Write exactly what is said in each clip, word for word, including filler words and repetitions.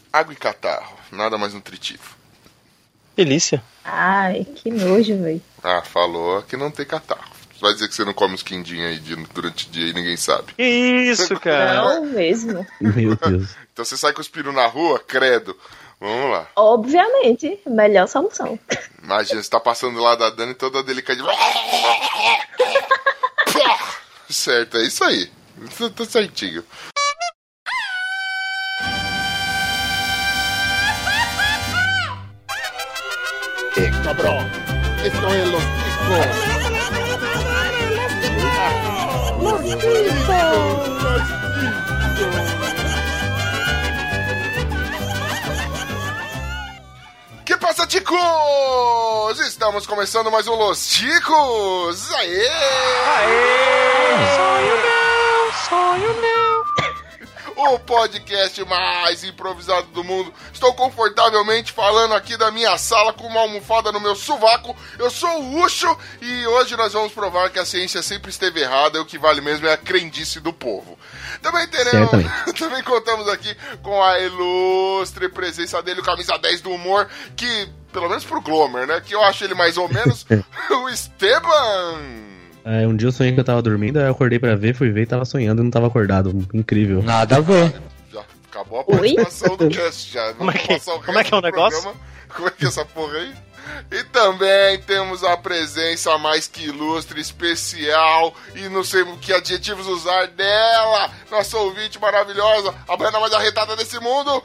Água e catarro, nada mais nutritivo. Delícia. Ai, que nojo, velho. Ah, falou que não tem catarro. Vai dizer que você não come os quindinhos aí de, durante o dia e ninguém sabe. Que isso, cara? Não mesmo. Meu Deus. Então você sai cuspindo na rua, credo. Vamos lá. Obviamente, melhor solução. Imagina, você tá passando lá da Dani toda delicadinha. Certo, é isso aí. Tá certinho. Eh, cabrón, esto es Los Ticos. Los Ticos. Que passa, ticos? Estamos começando mais um Los Ticos. Aê! Aê! Sonho não, sonho não. O podcast mais improvisado do mundo. Estou confortavelmente falando aqui da minha sala com uma almofada no meu sovaco. Eu sou o Ucho e hoje nós vamos provar que a ciência sempre esteve errada e o que vale mesmo é a crendice do povo. Também teremos, também contamos aqui com a ilustre presença dele, o camisa dez do humor, que, pelo menos pro Glomer, né, que eu acho ele mais ou menos, o Esteban. É, um dia eu sonhei que eu tava dormindo, aí eu acordei pra ver, fui ver e tava sonhando e não tava acordado. Incrível. Nada a ver. Já acabou a participação do cast, já. Como é que, como é, que é o negócio? Programa. Como é que é essa porra aí? E também temos a presença mais que ilustre, especial, e não sei que adjetivos usar dela, nossa ouvinte maravilhosa, a banda mais arretada desse mundo,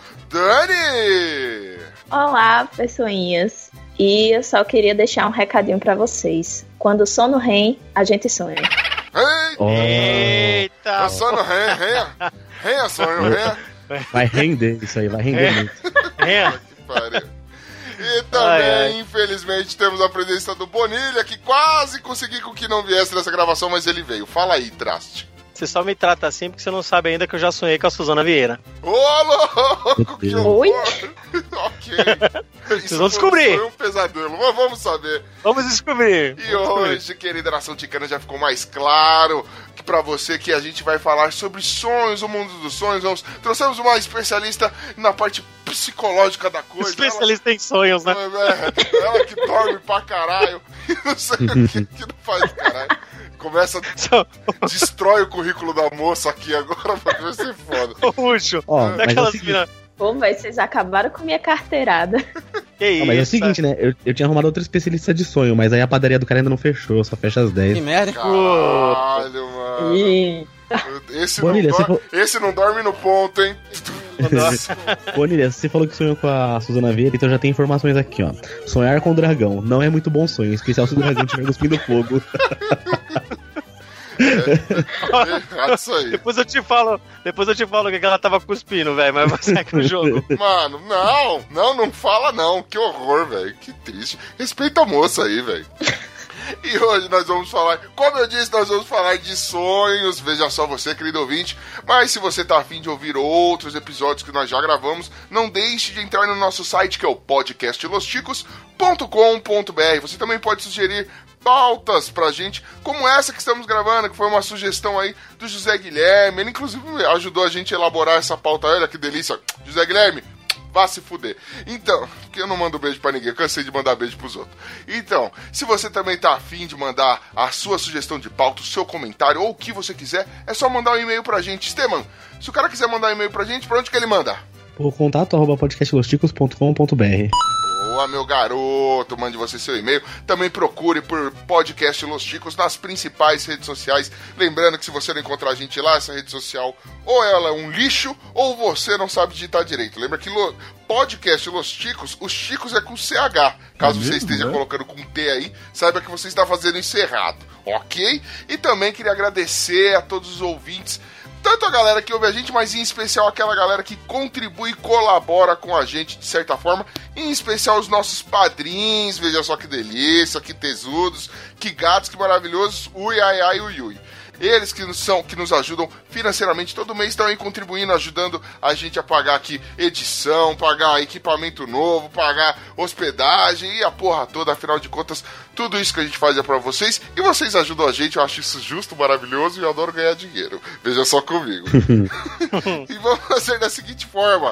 Dani! Olá, pessoinhas. E eu só queria deixar um recadinho pra vocês. Quando o sono rem, a gente sonha. Ei! Oh. Eita! O sono rem, rem, rem, sonho, rem. Vai render isso aí, vai render muito. É. Que pariu. E também, ai, ai. Infelizmente, temos a presença do Bonilha, que quase consegui com que não viesse nessa gravação, mas ele veio. Fala aí, Traste. Você só me trata assim porque você não sabe ainda que eu já sonhei com a Suzana Vieira. Ô, louco! Que Oi? Ok. Vocês vão descobrir. Foi um pesadelo, mas vamos saber. Vamos descobrir. E vamos hoje, descobrir. Querida nação ticana, já ficou mais claro que pra você que a gente vai falar sobre sonhos, o mundo dos sonhos. Vamos, trouxemos uma especialista na parte psicológica da coisa. Especialista ela, em sonhos, né? É, ela que dorme pra caralho. Não sei o que, que não faz caralho. Começa, destrói o currículo da moça aqui agora, porque vai ser foda. Ô, Ucho, ó, daquelas é minas... Pô, velho, vocês acabaram com minha carteirada. Que isso? Não, mas é o seguinte, né? Eu, eu tinha arrumado outro especialista de sonho, mas aí a padaria do cara ainda não fechou, só fecha às dez. Que merda. Caralho, mano. E... Esse, Bonilha, não dorme, falou... esse não dorme no ponto, hein? Bonilha, você falou que sonhou com a Suzana Vieira, então já tem informações aqui, ó. Sonhar com o dragão não é muito bom sonho, em especial se o dragão estiver cuspindo fogo. É, é isso aí. Depois eu te falo, depois eu te falo que ela tava cuspindo, velho, mas você segue o jogo. Mano, não, não, não fala não, que horror, velho, que triste. Respeita a moça aí, velho. E hoje nós vamos falar, como eu disse, nós vamos falar de sonhos, veja só você, querido ouvinte, mas se você tá afim de ouvir outros episódios que nós já gravamos, não deixe de entrar no nosso site, que é o podcast los ticos ponto com ponto b r. Você também pode sugerir pautas pra gente, como essa que estamos gravando, que foi uma sugestão aí do José Guilherme, ele inclusive ajudou a gente a elaborar essa pauta, olha que delícia, José Guilherme, vá se fuder. Então, porque eu não mando beijo pra ninguém, eu cansei de mandar beijo pros outros. Então, se você também tá afim de mandar a sua sugestão de pauta, o seu comentário, ou o que você quiser, é só mandar um e-mail pra gente. Esteban, se o cara quiser mandar um e-mail pra gente, pra onde que ele manda? O contato arroba podcast los ticos ponto com ponto b r. Boa, meu garoto, mande você seu e-mail. Também procure por Podcast Los Ticos nas principais redes sociais. Lembrando que se você não encontrar a gente lá, essa rede social, ou ela é um lixo, ou você não sabe digitar direito. Lembra que lo... Podcast Los Ticos, os Chicos é com C H. Caso é você mesmo, esteja né? colocando com T aí, saiba que você está fazendo isso errado, ok? E também queria agradecer a todos os ouvintes, tanto a galera que ouve a gente, mas em especial aquela galera que contribui e colabora com a gente de certa forma, em especial os nossos padrinhos, veja só que delícia, que tesudos, que gatos, que maravilhosos, ui, ai, ai, ui, ui. Eles que nos, são, que nos ajudam financeiramente todo mês, estão aí contribuindo, ajudando a gente a pagar aqui edição, pagar equipamento novo, pagar hospedagem e a porra toda, afinal de contas, tudo isso que a gente faz é pra vocês, e vocês ajudam a gente, eu acho isso justo, maravilhoso, e eu adoro ganhar dinheiro. Veja só comigo. E vamos fazer da seguinte forma,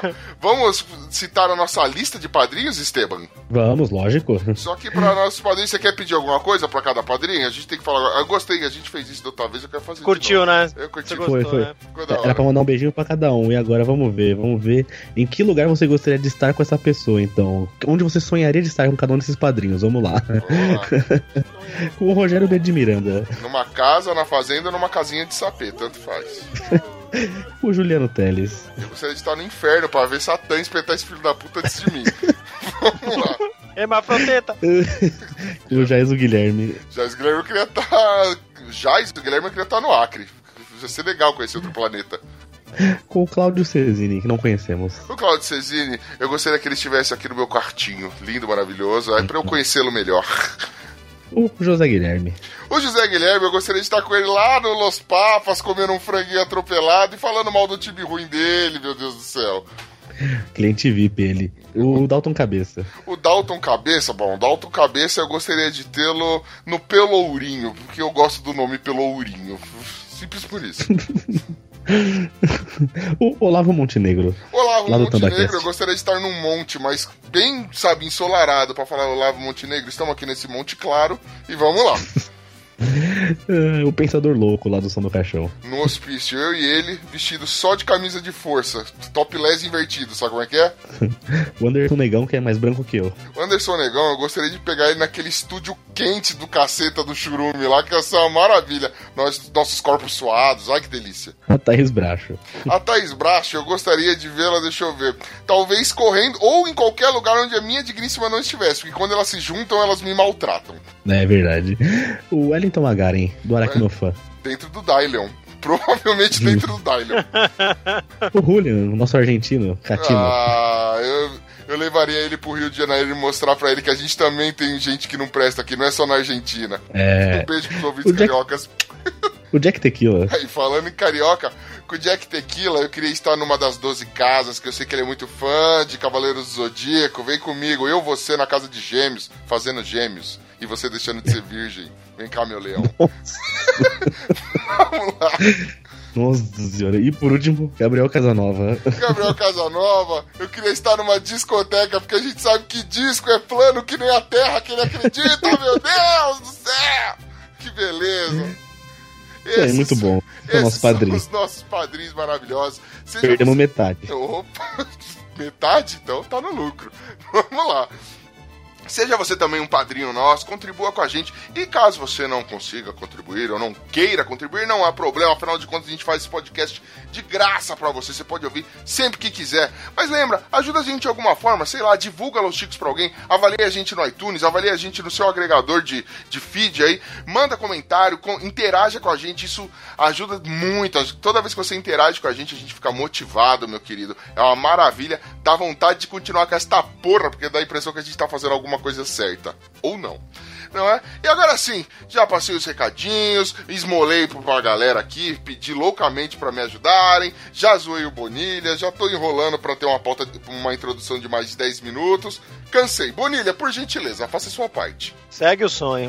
Vamos citar a nossa lista de padrinhos, Esteban? Vamos, lógico. Só que para nossos padrinhos, você quer pedir alguma coisa para cada padrinho? A gente tem que falar. Eu gostei, a gente fez isso da outra vez, eu quero fazer Curtiu, né? Eu curti. Você gostou, foi, foi. né? Era pra mandar um beijinho pra cada um. E agora vamos ver, vamos ver em que lugar você gostaria de estar com essa pessoa, então. Onde você sonharia de estar com cada um desses padrinhos? Vamos lá. Vamos lá. Com o Rogério B. de Miranda. Numa casa, na fazenda, numa casinha de sapê, tanto faz. O Juliano Teles. Eu gostaria de estar no inferno pra ver Satã espetar esse filho da puta antes de mim. Vamos lá. Hermafrodita. O Jais o Guilherme. Jais Guilherme eu queria estar. Jais Guilherme eu queria estar no Acre. Ia ser legal conhecer outro planeta. Com o Cláudio Cesini, que não conhecemos. O Cláudio Cesini, eu gostaria que ele estivesse aqui no meu quartinho. Lindo, maravilhoso. Aí pra eu conhecê-lo melhor. O José Guilherme. O José Guilherme, eu gostaria de estar com ele lá no Los Papas, comendo um franguinho atropelado e falando mal do time ruim dele, meu Deus do céu. Cliente V I P, ele. O Dalton Cabeça. O Dalton Cabeça, bom, o Dalton Cabeça eu gostaria de tê-lo no Pelourinho, porque eu gosto do nome Pelourinho. Simples por isso. O Olavo Montenegro. Olavo Lá do Montenegro, Tambacast. eu gostaria de estar num monte, mas bem, sabe, ensolarado pra falar Olavo Montenegro. Estamos aqui nesse monte claro e vamos lá. Uh, o Pensador Louco lá do Som do Caixão. No hospício, eu e ele, vestido só de camisa de força, topless invertido, sabe como é que é? O Anderson Negão, que é mais branco que eu. O Anderson Negão, eu gostaria de pegar ele naquele estúdio quente do caceta do Churume lá, que essa é uma maravilha. Nós, nossos corpos suados, ai que delícia. A Thaís Bracho. A Thaís Bracho, eu gostaria de vê-la, deixa eu ver, talvez correndo, ou em qualquer lugar onde a minha digníssima não estivesse, porque quando elas se juntam, elas me maltratam. É verdade. O Wellington Magaren, do Aracnofã. Dentro do Dylion. Provavelmente Justo. dentro do Dylion. O Julian, o nosso argentino, Catino. Ah, eu, eu levaria ele pro Rio de Janeiro e mostrar pra ele que a gente também tem gente que não presta aqui, não é só na Argentina. É. Um beijo pros ouvintes O Jack- cariocas. O Jack Tequila. E falando em carioca, com o Jack Tequila, eu queria estar numa das doze casas, que eu sei que ele é muito fã de Cavaleiros do Zodíaco. Vem comigo, eu, você na casa de gêmeos, fazendo gêmeos. E você deixando de ser virgem. Vem cá, meu leão. Vamos lá. Nossa senhora. E por último, Gabriel Casanova. Gabriel Casanova, eu queria estar numa discoteca, porque a gente sabe que disco é plano que nem a terra, que ele acredita, meu Deus do céu! Que beleza! É muito bom. São nossos padrinhos. São os nossos padrinhos maravilhosos. Seja Perdemos você... metade. Opa! Metade? Então tá no lucro. Vamos lá. Seja você também um padrinho nosso, contribua com a gente. E caso você não consiga contribuir ou não queira contribuir, não há problema. Afinal de contas, a gente faz esse podcast de graça pra você. Você pode ouvir sempre que quiser. Mas lembra, ajuda a gente de alguma forma. Sei lá, divulga Los Chicos pra alguém. Avalie a gente no iTunes, avalie a gente no seu agregador de, de feed aí. Manda comentário, com, interaja com a gente. Isso ajuda muito. Toda vez que você interage com a gente, a gente fica motivado, meu querido. É uma maravilha. Dá vontade de continuar com esta porra, porque dá a impressão que a gente tá fazendo alguma coisa certa. Ou não. Não é? E agora sim, já passei os recadinhos, esmolei pra galera aqui, pedi loucamente pra me ajudarem, já zoei o Bonilha, já tô enrolando pra ter uma pauta, uma introdução de mais de dez minutos. Cansei. Bonilha, por gentileza, faça a sua parte. Segue o sonho.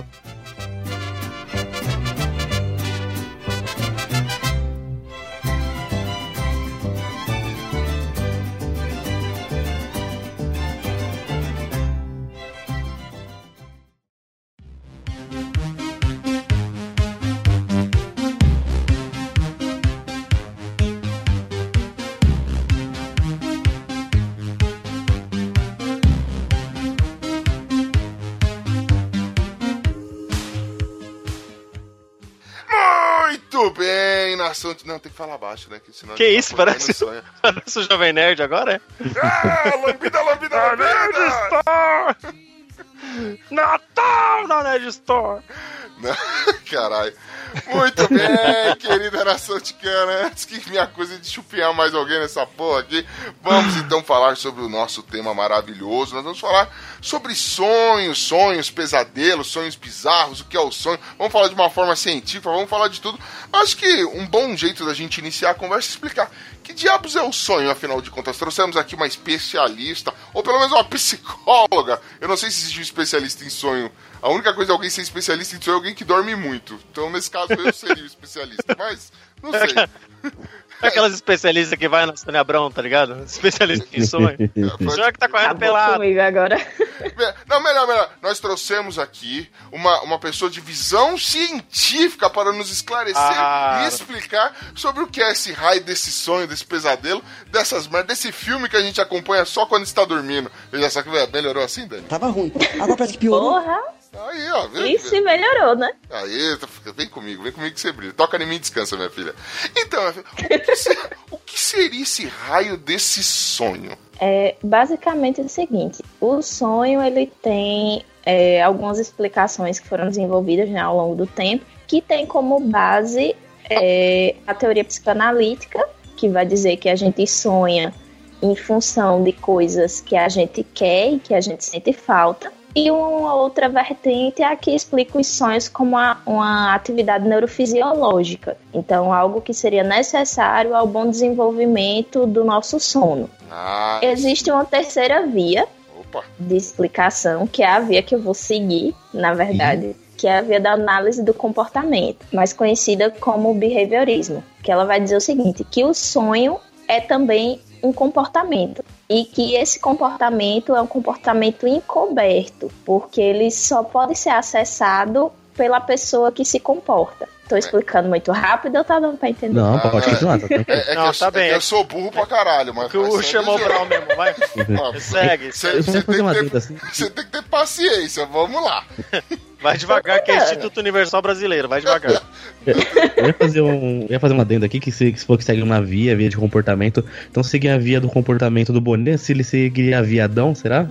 Muito bem, nação... Não, tem que falar baixo, né? Que, senão Que isso, parece, sonha. parece o Jovem Nerd agora, é? Ah, lambida, lambida, lambida! Natal na Nerd Store! Não, caralho. Muito bem, querida nação ticana. Antes que me acuse de chupinhar mais alguém nessa porra aqui, vamos então falar sobre o nosso tema maravilhoso. Nós vamos falar sobre sonhos, sonhos, pesadelos, sonhos bizarros, o que é o sonho. Vamos falar de uma forma científica, vamos falar de tudo. Acho que um bom jeito da gente iniciar a conversa é explicar que diabos é o sonho, afinal de contas. Trouxemos aqui uma especialista, ou pelo menos uma psicóloga. Eu não sei se existe um especialista em sonho. A única coisa de alguém ser especialista em sonho é alguém que dorme muito. Então, nesse caso, eu seria o especialista. Mas, não sei. Aquelas especialistas que vai na Sônia Abrão, tá ligado? Especialista em sonho. Sonho que tá correndo Acabou pelado. comigo agora. Não, melhor, melhor. Nós trouxemos aqui uma, uma pessoa de visão científica para nos esclarecer Ah. e explicar sobre o que é esse raio, desse sonho, desse pesadelo, dessas merdas, desse filme que a gente acompanha só quando está dormindo. Veja só que melhorou assim, Dani? Tava ruim. Agora parece que piorou. Porra, Aí, ó. Vê, isso se melhorou, né? Aí, vem comigo, vem comigo que você brilha. Toca em mim e descansa, minha filha. Então, minha filha, o que, se- o que seria esse raio desse sonho? É basicamente o seguinte: o sonho ele tem é, algumas explicações que foram desenvolvidas, né, ao longo do tempo, que tem como base é, a teoria psicanalítica, que vai dizer que a gente sonha em função de coisas que a gente quer e que a gente sente falta. E uma outra vertente é a que explica os sonhos como uma, uma atividade neurofisiológica. Então, algo que seria necessário ao bom desenvolvimento do nosso sono. Ah, Existe uma terceira via opa. de explicação, que é a via que eu vou seguir, na verdade, que é a via da análise do comportamento, mais conhecida como behaviorismo, que ela vai dizer o seguinte, que o sonho é também um comportamento, e que esse comportamento é um comportamento encoberto, porque ele só pode ser acessado pela pessoa que se comporta. Tô explicando muito rápido ou tá dando pra entender? Não, Ah, pode é. continuar, tá tranquilo. É, é Não, que, tá eu, bem. é que eu sou burro pra caralho, mas... Que o mas chamou o segue Brown mesmo, vai. Ó, Segue, Você Eu só vou fazer tem, uma que adenda ter- assim. você tem que ter paciência, vamos lá. Vai devagar, que é Instituto Universal Brasileiro, vai devagar. Eu ia fazer um. Eu ia fazer uma adenda aqui que se, que se for que segue uma via, via de comportamento. Então seguir a via do comportamento do Bonilha, se ele seguiria a via Adão, será?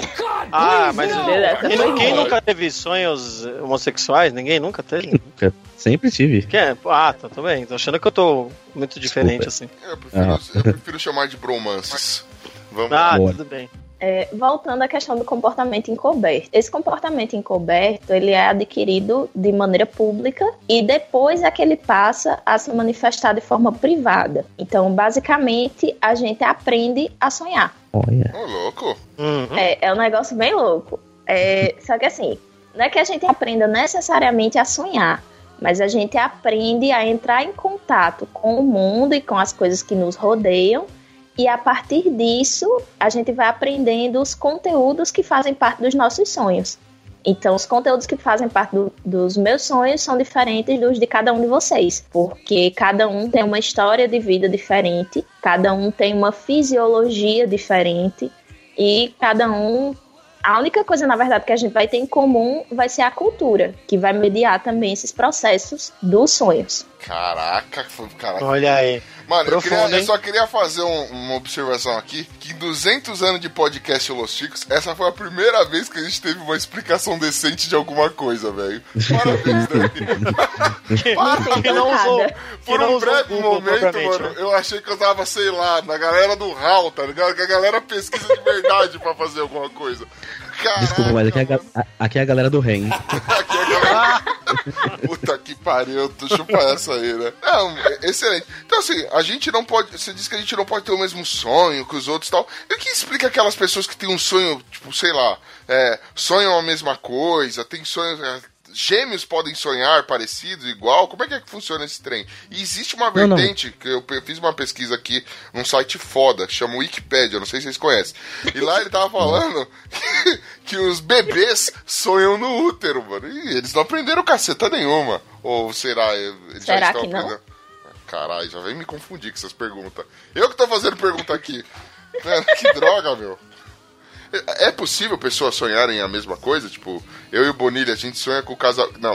Ah, mas Beleza, quem, foi quem bom. nunca teve sonhos homossexuais? Ninguém nunca teve? Eu sempre tive. Quem é? Ah, tá, tudo bem. Tô achando que eu tô muito diferente, assim. Eu prefiro, eu prefiro chamar de bromances. Vamos lá. Ah, Bora. tudo bem. É, voltando à questão do comportamento encoberto. Esse comportamento encoberto, ele é adquirido de maneira pública e depois é que ele passa a se manifestar de forma privada. Então, basicamente, a gente aprende a sonhar. Olha. Ô, louco. Uhum. É, é um negócio bem louco. É, só que assim, não é que a gente aprenda necessariamente a sonhar, mas a gente aprende a entrar em contato com o mundo e com as coisas que nos rodeiam. E a partir disso, a gente vai aprendendo os conteúdos que fazem parte dos nossos sonhos. Então, os conteúdos que fazem parte do, dos meus sonhos são diferentes dos de cada um de vocês. Porque cada um tem uma história de vida diferente, cada um tem uma fisiologia diferente e cada um... A única coisa, na verdade, que a gente vai ter em comum vai ser a cultura, que vai mediar também esses processos dos sonhos. Caraca, foi- caraca. Olha aí. Mano, eu, Profundo, queria- eu hein? só queria fazer um- uma observação aqui, que em duzentos anos de podcast Los Chicos, essa foi a primeira vez que a gente teve uma explicação decente de alguma coisa, velho. Parabéns, Dani. Que Parabéns. não usou, nada. que Por não um usou breve Google momento, propriamente, mano, né? eu achei que eu tava, sei lá, na galera do H A L, tá ligado? Que a galera pesquisa de verdade pra fazer alguma coisa. Caraca, Desculpa, mas aqui é a, ga- a- aqui é a galera do Ren. Aqui é a galera... Puta que pariu, tu chupa essa aí, né? Não, excelente. Então, assim, a gente não pode. Você disse que a gente não pode ter o mesmo sonho que os outros e tal. E o que explica aquelas pessoas que têm um sonho, tipo, sei lá, é, sonham a mesma coisa, tem sonhos. É, gêmeos podem sonhar parecidos, igual? Como é que, é que funciona esse trem? E existe uma Não, não. vertente, que eu pe- fiz uma pesquisa aqui num site foda, que chama Wikipedia, não sei se vocês conhecem. E lá ele tava falando que, que os bebês sonham no útero, mano. E eles não aprenderam caceta nenhuma. Ou será? Eles já Será estão que não? aprendendo? Caralho, já vem me confundir com essas perguntas. Eu que tô fazendo pergunta aqui. Mano, que droga, meu. É é possível pessoas sonharem a mesma coisa? Tipo, eu e o Bonilha, a gente sonha com o casal... Não.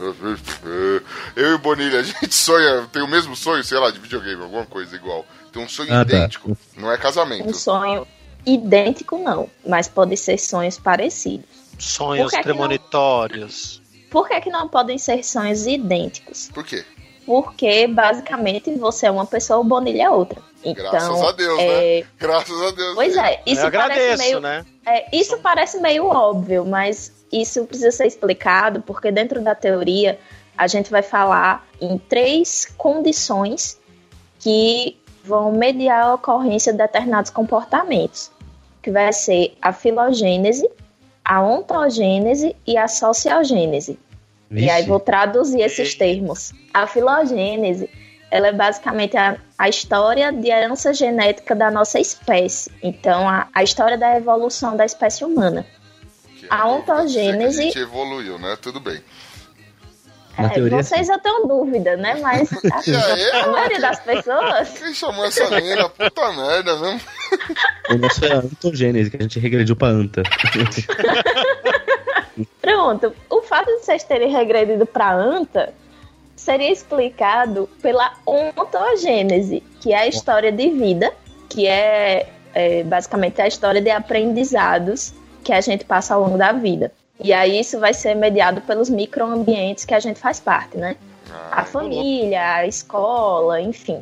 Eu e o Bonilha, a gente sonha... Tem o mesmo sonho, sei lá, de videogame, alguma coisa igual. Tem um sonho Ah, tá. idêntico. Não é casamento. Um sonho idêntico, não, mas pode ser sonhos parecidos. Sonhos Por que que não? premonitórios. Por que, que não podem ser sonhos idênticos? Por quê? Porque, basicamente, você é uma pessoa, o Bonilha é outra. Então, Graças a Deus, é... né? Graças a Deus. Pois é, isso Eu parece agradeço, meio... né? É, isso parece meio óbvio, mas isso precisa ser explicado, porque dentro da teoria a gente vai falar em três condições que vão mediar a ocorrência de determinados comportamentos, que vai ser a filogênese, a ontogênese e a sociogênese. E aí vou traduzir esses termos. A filogênese ela é basicamente a, a história de herança genética da nossa espécie. Então, a, a história da evolução da espécie humana. Que a ontogênese... A gente evoluiu, né? Tudo bem. Na É, teoria, vocês eu tenho dúvida, né? Mas a, E aí, a maioria das pessoas... Quem chamou essa menina? Puta merda, mesmo. O nosso é a antogênese, que a gente regrediu pra anta. Pronto, o fato de vocês terem regredido para anta seria explicado pela ontogênese, que é a história de vida, que é, é basicamente a história de aprendizados que a gente passa ao longo da vida. E aí isso vai ser mediado pelos microambientes que a gente faz parte, né? A família, a escola, enfim.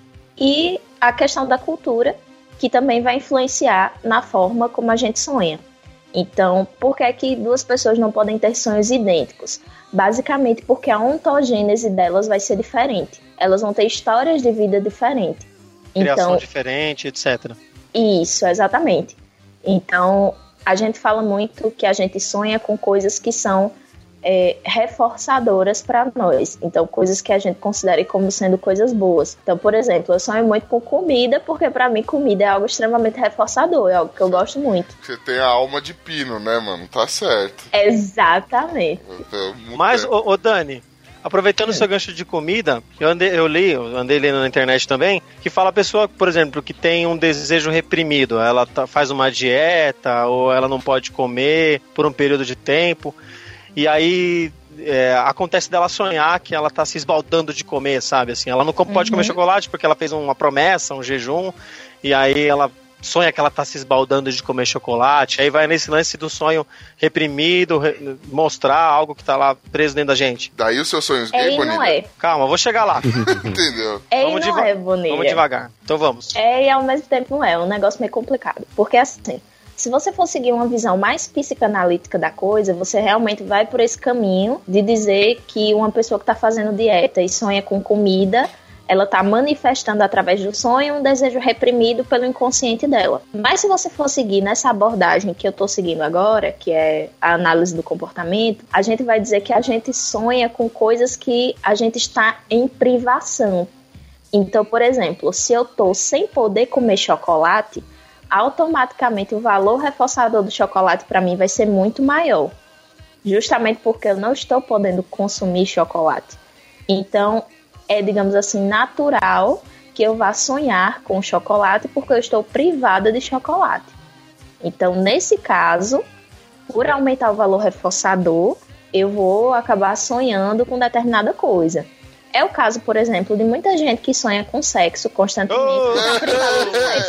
E a questão da cultura, que também vai influenciar na forma como a gente sonha. Então, por que é que duas pessoas não podem ter sonhos idênticos? Basicamente porque a ontogênese delas vai ser diferente. Elas vão ter histórias de vida diferentes. Criação Então, diferente, etcétera. Isso, exatamente. Então, a gente fala muito que a gente sonha com coisas que são é, reforçadoras para nós. Então, coisas que a gente considere como sendo coisas boas. Então, por exemplo, eu sonho muito com comida, porque para mim comida é algo extremamente reforçador, é algo que eu gosto muito. Você tem a alma de pino, né, mano? Tá certo. Exatamente. Eu- eu- Mas, ô, ô Dani, aproveitando o seu gancho de comida, eu, andei, eu li, eu andei lendo na internet também, que fala a pessoa, por exemplo, que tem um desejo reprimido, ela tá, faz uma dieta, ou ela não pode comer por um período de tempo, e aí é, acontece dela sonhar que ela tá se esbaldando de comer, sabe? Assim, ela não co- pode Uhum. comer chocolate porque ela fez uma promessa, um jejum, e aí ela sonha que ela tá se esbaldando de comer chocolate, aí vai nesse lance do sonho reprimido, re- mostrar algo que tá lá preso dentro da gente. Daí os seus sonhos É gay, e não Bonilha? é. Calma, vou chegar lá. Entendeu? É Vamos e não deva- é, Bonilha. Vamos devagar. Então vamos. É e ao mesmo tempo não é. É um negócio meio complicado. Porque assim, se você for seguir uma visão mais psicanalítica da coisa, você realmente vai por esse caminho de dizer que uma pessoa que está fazendo dieta e sonha com comida, ela está manifestando através do sonho um desejo reprimido pelo inconsciente dela. Mas se você for seguir nessa abordagem que eu estou seguindo agora, que é a análise do comportamento, a gente vai dizer que a gente sonha com coisas que a gente está em privação. Então, por exemplo, se eu estou sem poder comer chocolate, automaticamente o valor reforçador do chocolate para mim vai ser muito maior. Justamente porque eu não estou podendo consumir chocolate. Então, é, digamos assim, natural que eu vá sonhar com chocolate porque eu estou privada de chocolate. Então, nesse caso, por aumentar o valor reforçador, eu vou acabar sonhando com determinada coisa. É o caso, por exemplo, de muita gente que sonha com sexo constantemente. Oh! e tá privada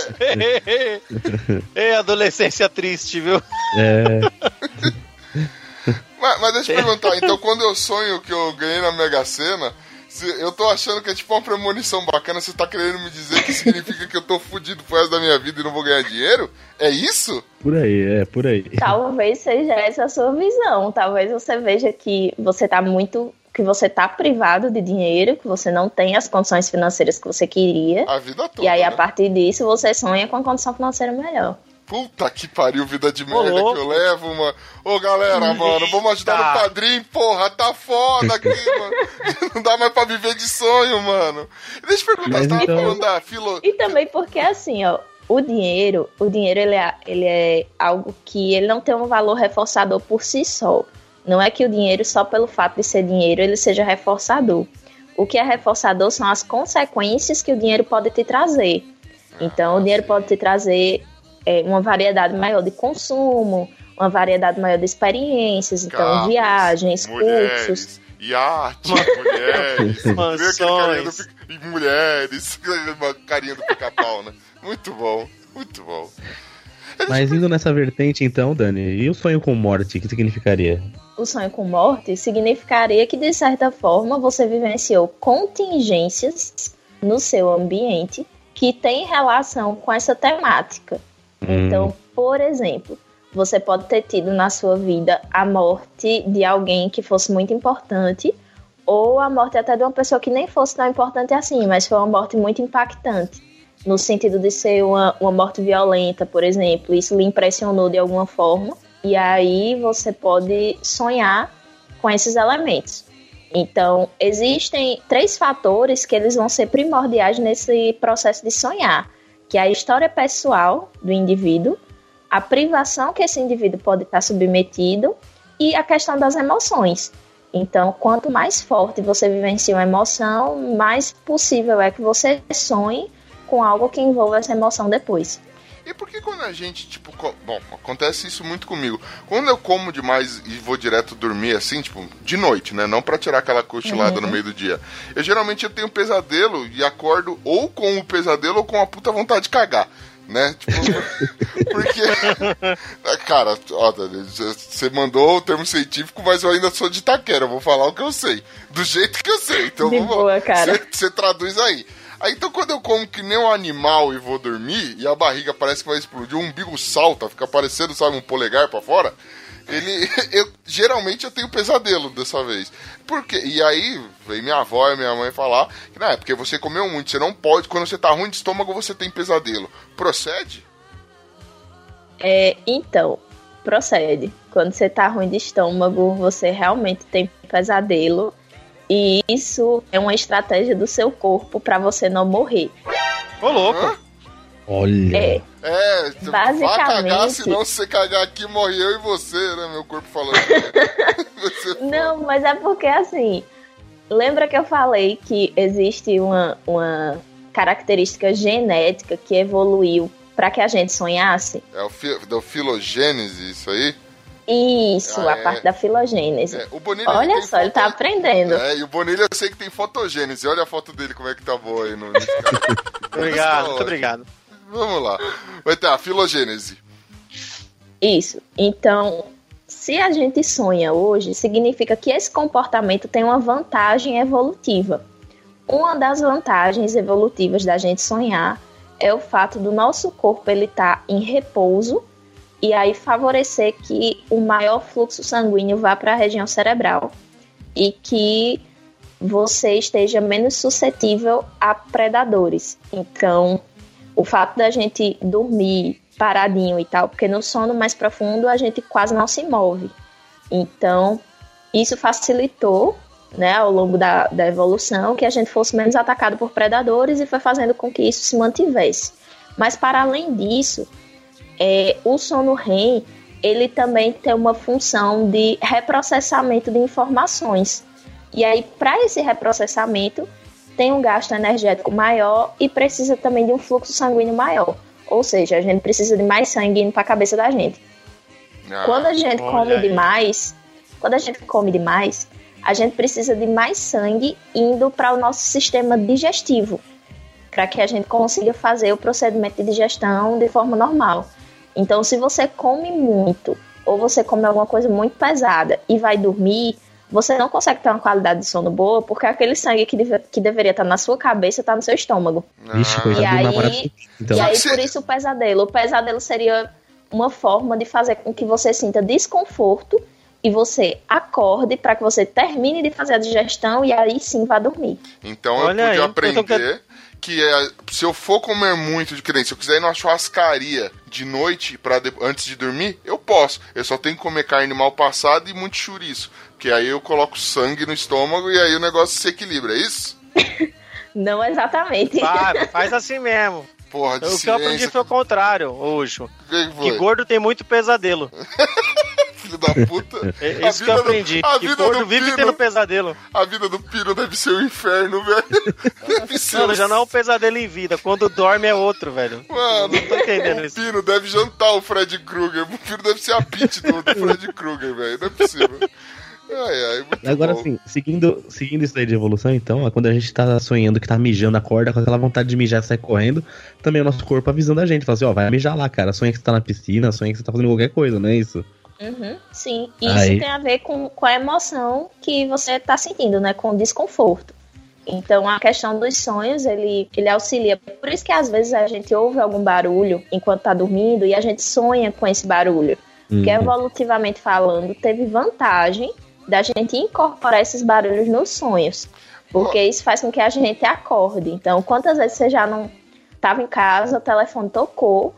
do sexo. Ei, adolescência triste, viu? É, Mas, mas deixa eu perguntar, então quando eu sonho que eu ganhei na Mega Sena, se eu tô achando que é tipo uma premonição bacana, você tá querendo me dizer que significa que eu tô fudido pro resto da minha vida e não vou ganhar dinheiro? É isso? por aí, é, por aí. Talvez seja essa a sua visão. Talvez você veja que você tá muito... que você tá privado de dinheiro, que você não tem as condições financeiras que você queria. A vida toda, E aí, a né? partir disso, você sonha com a condição financeira melhor. Puta que pariu, vida de Ô, merda louco. que eu levo, mano. Ô, galera, mano, vamos ajudar Eita. no padrinho, porra, tá foda aqui, mano. Não dá mais pra viver de sonho, mano. Deixa eu perguntar, Mas você tava então- falando da filo... E também porque, assim, ó, o dinheiro, o dinheiro, ele é, ele é algo que ele não tem um valor reforçador por si só. Não é que o dinheiro, só pelo fato de ser dinheiro, ele seja reforçador. O que é reforçador são as consequências que o dinheiro pode te trazer. Então, o dinheiro pode te trazer é, uma variedade maior de consumo, uma variedade maior de experiências, então Carros, viagens, mulheres, cursos. iate, mulheres, vê aquele carinha do Mansões. pica- e mulheres, uma carinha do pica-pau, né? Muito bom, muito bom. Mas indo nessa vertente então, Dani, e o sonho com morte, o que significaria? O sonho com morte significaria que, de certa forma, você vivenciou contingências no seu ambiente que tem relação com essa temática. Hum. Então, por exemplo, você pode ter tido na sua vida a morte de alguém que fosse muito importante, ou a morte até de uma pessoa que nem fosse tão importante assim, mas foi uma morte muito impactante, no sentido de ser uma, uma morte violenta, por exemplo. Isso lhe impressionou de alguma forma, e aí você pode sonhar com esses elementos. Então, existem três fatores que eles vão ser primordiais nesse processo de sonhar, que é a história pessoal do indivíduo, a privação que esse indivíduo pode estar submetido e a questão das emoções. Então, quanto mais forte você vivencia uma emoção, mais possível é que você sonhe com algo que envolva essa emoção depois. E por que quando a gente, tipo... Co- Bom, acontece isso muito comigo. Quando eu como demais e vou direto dormir, assim, tipo, de noite, né? Não pra tirar aquela cochilada Uhum. no meio do dia. Eu geralmente eu tenho pesadelo e acordo ou com o pesadelo ou com a puta vontade de cagar. Né? Tipo, porque... Cara, ó, você mandou o termo científico, mas eu ainda sou de Itaquera. Eu vou falar o que eu sei. Do jeito que eu sei. Então, De vamos boa, cara. Você traduz aí. Aí, então, quando eu como que nem um animal e vou dormir, e a barriga parece que vai explodir, o umbigo salta, fica parecendo, sabe, um polegar pra fora, ele... Eu, geralmente eu tenho pesadelo dessa vez. Por quê? E aí, veio minha avó e minha mãe falar que, não, é porque você comeu muito, você não pode, quando você tá ruim de estômago, você tem pesadelo. Procede? É, então, procede. Quando você tá ruim de estômago, você realmente tem pesadelo. E isso é uma estratégia do seu corpo para você não morrer. Ô, louco. Hã? Olha. É, É, Basicamente- vai cagar, senão se você cagar aqui, morre eu e você, né? Meu corpo falando. Você não, mas é porque assim, lembra que eu falei que existe uma, uma característica genética que evoluiu para que a gente sonhasse? É o fi, da filogênese, isso aí? Isso, Ah, a é. parte da filogênese. É, o Bonilha, Olha tem só, ele tá foto- aprendendo. É, e o Bonilha eu sei que tem fotogênese. Olha a foto dele, como é que tá boa aí no no Instagram. Obrigado, Tá muito obrigado. Vamos lá. Vai ter a filogênese. Isso. Então, se a gente sonha hoje, significa que esse comportamento tem uma vantagem evolutiva. Uma das vantagens evolutivas da gente sonhar é o fato do nosso corpo ele estar em repouso e aí favorecer que o maior fluxo sanguíneo vá para a região cerebral e que você esteja menos suscetível a predadores. Então, o fato da gente dormir paradinho e tal, porque no sono mais profundo a gente quase não se move. Então, isso facilitou, né, ao longo da, da evolução, que a gente fosse menos atacado por predadores e foi fazendo com que isso se mantivesse. Mas, para além disso, é, o sono R E M, ele também tem uma função de reprocessamento de informações. E aí, para esse reprocessamento, tem um gasto energético maior e precisa também de um fluxo sanguíneo maior. Ou seja, a gente precisa de mais sangue indo para a cabeça da gente. Ah, Quando a gente olha come aí. demais, quando a gente come demais, a gente precisa de mais sangue indo para o nosso sistema digestivo, para que a gente consiga fazer o procedimento de digestão de forma normal. Então, se você come muito, ou você come alguma coisa muito pesada e vai dormir, você não consegue ter uma qualidade de sono boa, porque aquele sangue que, deve, que deveria estar na sua cabeça está no seu estômago. Vixe, Ah, coisa E do aí- namorado. Então, E aí, Você- por isso o pesadelo. O pesadelo seria uma forma de fazer com que você sinta desconforto e você acorde para que você termine de fazer a digestão e aí sim vá dormir. Então Olha eu aí, pude então aprender que é, se eu for comer muito de crente, se eu quiser ir numa churrascaria de noite pra de- antes de dormir, eu posso. Eu só tenho que comer carne mal passada e muito chouriço. Porque aí eu coloco sangue no estômago e aí o negócio se equilibra, é isso? Não exatamente. Vai, faz assim mesmo. Porra, de O que eu aprendi ciência. foi o contrário, Ucho. Que Que foi? gordo tem muito pesadelo. Filho da puta. É A isso que eu vida do- aprendi. a Que vida gordo do vive Pino- tendo pesadelo. A vida do Piro deve ser um inferno, velho. Deve ser. Mano, um- já não é um pesadelo em vida. Quando dorme é outro, velho. Mano, Não tô entendendo o isso. Pino deve jantar o Fred Krueger. O Pino deve ser a pit do, do Fred Krueger, velho. Não é possível. Ai, ai, muito agora bom. sim, seguindo, seguindo isso daí de evolução, então, é quando a gente tá sonhando que tá mijando, acorda com aquela vontade de mijar e sai correndo, também é o nosso corpo avisando a gente, fala assim, ó, vai mijar lá, cara, sonha que você tá na piscina, sonha que você tá fazendo qualquer coisa, não é isso? Uhum, sim, isso Aí. tem a ver com, com a emoção que você está sentindo, né? Com o desconforto. Então, a questão dos sonhos, ele, ele auxilia. Por isso que, às vezes, a gente ouve algum barulho enquanto está dormindo e a gente sonha com esse barulho. Porque, Uhum. evolutivamente falando, teve vantagem da gente incorporar esses barulhos nos sonhos. Porque isso faz com que a gente acorde. Então, quantas vezes você já não estava em casa, o telefone tocou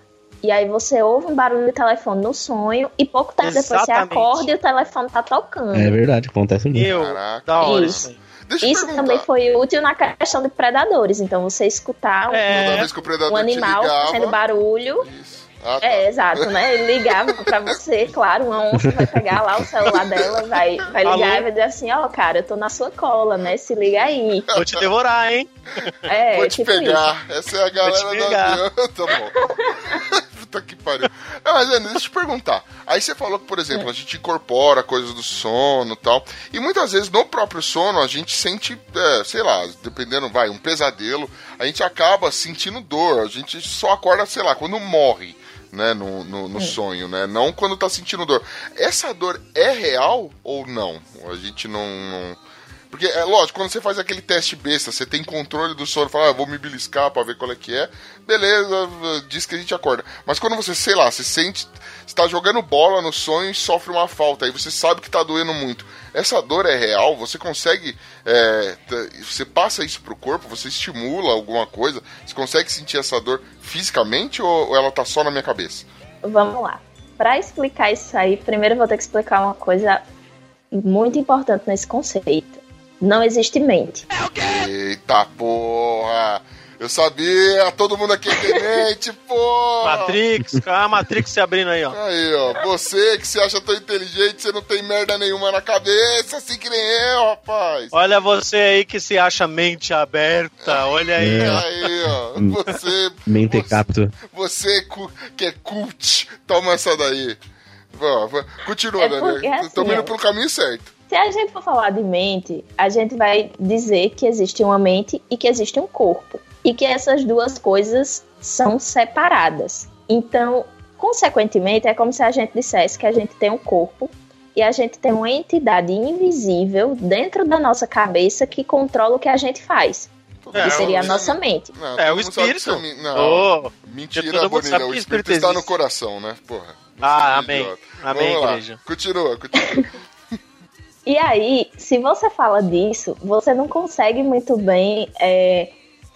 E aí você ouve um barulho de telefone no sonho e pouco tempo depois você Exatamente. acorda e o telefone tá tocando. É verdade, acontece muito. Eu, Caraca. da hora Isso. isso aí. Deixa eu Isso perguntar. também foi útil na questão de predadores. Então você escutar um, É. Toda vez que o predador um animal te ligava... fazendo barulho. Isso. Ah, tá. É, exato, né? Ele ligava pra você, claro, uma onça vai pegar lá o celular dela, vai, vai ligar Alô? e vai dizer assim, ó, cara, eu tô na sua cola, né? Se liga aí. Vou te devorar, hein? É, Vou te tipo pegar. Essa é a galera te do pegar. avião. Tá bom. Puta que pariu. Não, mas, Ana, deixa eu te perguntar. Aí você falou que, por exemplo, a gente incorpora coisas do sono e tal. E muitas vezes no próprio sono a gente sente, é, sei lá, dependendo, vai, um pesadelo, a gente acaba sentindo dor. A gente só acorda, sei lá, quando morre, né, no, no, no sonho, né? Não quando tá sentindo dor. Essa dor é real ou não? A gente não... não... Porque, é lógico, quando você faz aquele teste besta, você tem controle do sono, fala, ah, vou me beliscar pra ver qual é que é, beleza, diz que a gente acorda. Mas quando você, sei lá, você sente, você tá jogando bola no sonho e sofre uma falta, aí você sabe que tá doendo muito. Essa dor é real? Você consegue, é, você passa isso pro corpo, você estimula alguma coisa, você consegue sentir essa dor fisicamente ou ela tá só na minha cabeça? Vamos lá. Pra explicar isso aí, primeiro eu vou ter que explicar uma coisa muito importante nesse conceito. Não existe mente. Eita porra! Eu sabia, todo mundo aqui tem mente, porra! Matrix, a Matrix se abrindo aí, ó. Aí, ó, você que se acha tão inteligente, você não tem merda nenhuma na cabeça, assim que nem eu, rapaz! Olha você aí que se acha mente aberta, olha aí, É. ó. Aí, ó, você... Mentecapto. Você, você cu- que é cult, toma essa daí. Vó, vó, continua, É Dani, porque, estamos assim, indo ó. pelo caminho certo. Se a gente for falar de mente, a gente vai dizer que existe uma mente e que existe um corpo. E que essas duas coisas são separadas. Então, consequentemente, é como se a gente dissesse que a gente tem um corpo e a gente tem uma entidade invisível dentro da nossa cabeça que controla o que a gente faz. É, que seria a eu- nossa mente. Não, É todo o mundo sabe que espírito. isso é mi- Não, Ô, mentira, todo mundo sabe Bonilha, que o o espírito espírito está no existe. coração, né? Porra. Ah, Você é amém. idiota. Amém, Vamos lá. igreja. Continua, continua. E aí, se você fala disso, você não consegue muito bem é,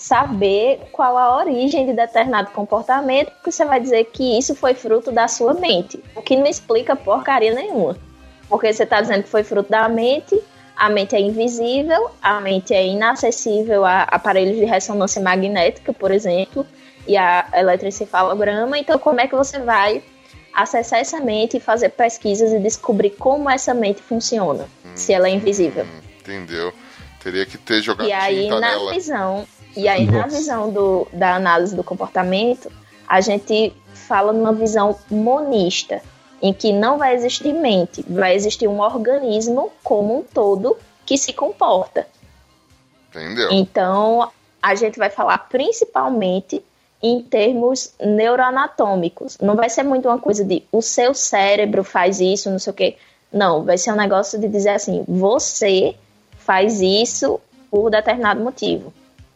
saber qual a origem de determinado comportamento, porque você vai dizer que isso foi fruto da sua mente, o que não explica porcaria nenhuma. Porque você está dizendo que foi fruto da mente, a mente é invisível, a mente é inacessível a aparelhos de ressonância magnética, por exemplo, e a eletroencefalograma, então como é que você vai acessar essa mente e fazer pesquisas e descobrir como essa mente funciona, se ela é invisível. Hum, entendeu? Teria que ter jogado E aí, tinta na nela. visão, e aí na Nossa. visão do, da análise do comportamento, a gente fala numa visão monista, em que não vai existir mente, vai existir um organismo como um todo que se comporta. Entendeu? Então, a gente vai falar principalmente em termos neuroanatômicos. Não vai ser muito uma coisa de o seu cérebro faz isso, não sei o quê. Não, vai ser um negócio de dizer assim, você faz isso por determinado motivo.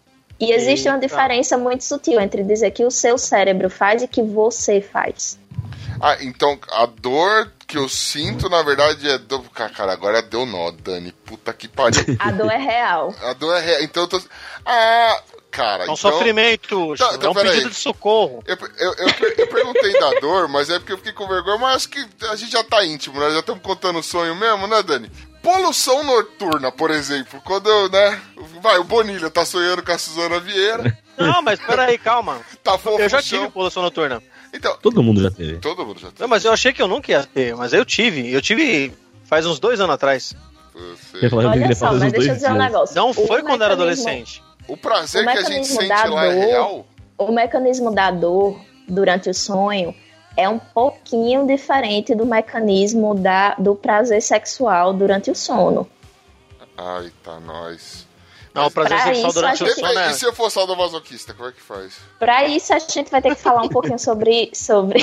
E existe uma Eita. diferença muito sutil entre dizer que o seu cérebro faz e que você faz. Ah, então a dor que eu sinto, na verdade, é do... Cara, agora deu nó, Dani. Puta que pariu. A dor é real. A dor é real. Então eu tô... Ah, cara, É um então... sofrimento, Tá, é então, um peraí. pedido de socorro. Eu, eu, eu, eu perguntei da dor, mas é porque eu fiquei com vergonha, mas acho que a gente já tá íntimo, né? Já estamos contando o sonho mesmo, né, Dani? Poluição noturna, por exemplo. Quando eu, né? Vai, o Bonilha tá sonhando com a Suzana Vieira, Não, mas peraí, calma. tá fofo Eu já no chão. tive poluição noturna. Então, Todo mundo já teve. todo mundo já tem. Não, mas eu achei que eu nunca ia ter, mas eu tive. Eu tive faz uns dois anos atrás. Eu ia falar, eu Olha queria só, fazer mas uns deixa eu dois dizer um dias. negócio. Não O foi quando era mecanismo- adolescente. O prazer O que a gente mecanismo sente da lá é dor- real? O mecanismo da dor durante o sonho é um pouquinho diferente do mecanismo da, do prazer sexual durante o sono. Ai, tá nós. Não, o prazer Pra sexual isso, durante a o gente- sono é... E se eu for sadomasoquista, como é que faz? Para isso, a gente vai ter que falar um pouquinho sobre, sobre,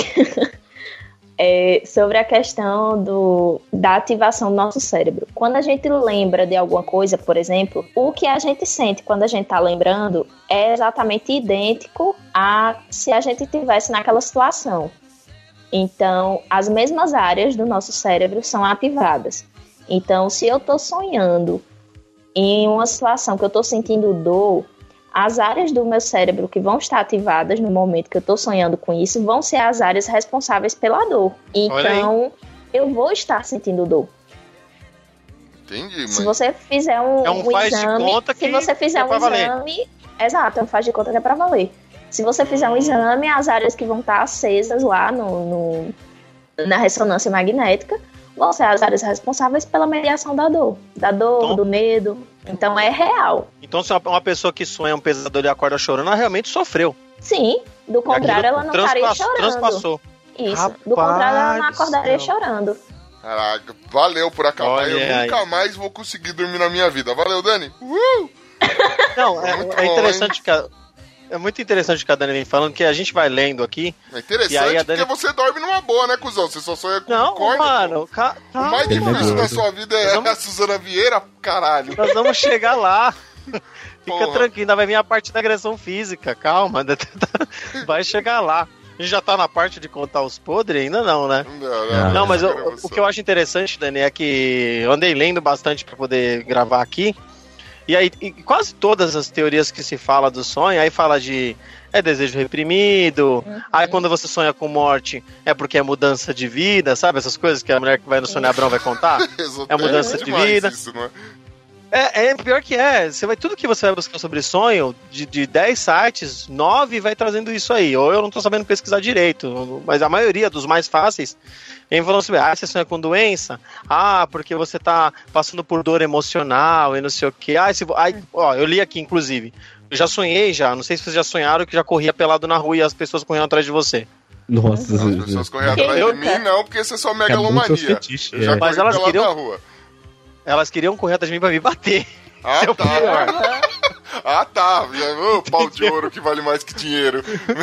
é, sobre a questão do, da ativação do nosso cérebro. Quando a gente lembra de alguma coisa, por exemplo, o que a gente sente quando a gente está lembrando é exatamente idêntico a se a gente estivesse naquela situação. Então, as mesmas áreas do nosso cérebro são ativadas. Então, se eu estou sonhando em uma situação que eu estou sentindo dor, as áreas do meu cérebro que vão estar ativadas no momento que eu estou sonhando com isso vão ser as áreas responsáveis pela dor. Então, eu vou estar sentindo dor. Entendi, mas... Se você fizer um, é um, um faz exame, de conta que se você fizer é um pra valer. exame, exato, é um faz de conta que é pra valer. Se você fizer um exame, as áreas que vão estar acesas lá no, no, na ressonância magnética vão ser as áreas responsáveis pela mediação da dor, da dor, então, do medo. Então é real. Então se uma pessoa que sonha um pesadelo e acorda chorando, ela realmente sofreu. Sim, do contrário ela não estaria chorando. Transpassou. Isso, Rapaz, do contrário ela não acordaria chorando. Caraca, valeu por acabar. Olha eu aí. nunca mais vou conseguir dormir na minha vida. Valeu, Dani. Uhul! Não, é, é interessante que a, é muito interessante que a Dani vem falando, que a gente vai lendo aqui. É interessante e aí a Dani... porque você dorme numa boa, né, cuzão? Você só sonha com Não, corda. mano, ca... O mais calma, difícil mano. da sua vida é vamos... a Suzana Vieira, caralho. Nós vamos chegar lá. Fica Porra. tranquilo, ainda vai vir a parte da agressão física, calma. Vai chegar lá. A gente já tá na parte de contar os podres? Ainda não, né? Não, não, não mas eu, o que eu acho interessante, Dani, é que eu andei lendo bastante pra poder gravar aqui. E aí, e quase todas as teorias que se fala do sonho, aí fala de é desejo reprimido, uhum. Aí quando você sonha com morte é porque é mudança de vida, sabe? Essas coisas que a mulher que vai no Sonho Abrão vai contar. É mudança é de vida. Isso, não é? É, é pior que é. Você vai, tudo que você vai buscar sobre sonho, de, de dez sites, nove vai trazendo isso aí. Ou eu não tô sabendo pesquisar direito, mas a maioria dos mais fáceis vem falando sobre, ah, você sonha com doença? Ah, porque você tá passando por dor emocional e não sei o que. Ah, esse, ah, ó, eu li aqui, inclusive. Eu já sonhei já, não sei se vocês já sonharam que já corria pelado na rua e as pessoas corriam atrás de você. Nossa, não, as pessoas corriam atrás eu, de mim, não, porque você é só megalomania. Fetiche, eu já é. Mas elas pelado queriam, na rua. Elas queriam correr atrás de mim pra me bater. Ah, é tá. Ah, tá. Ô, pau de ouro que vale mais que dinheiro.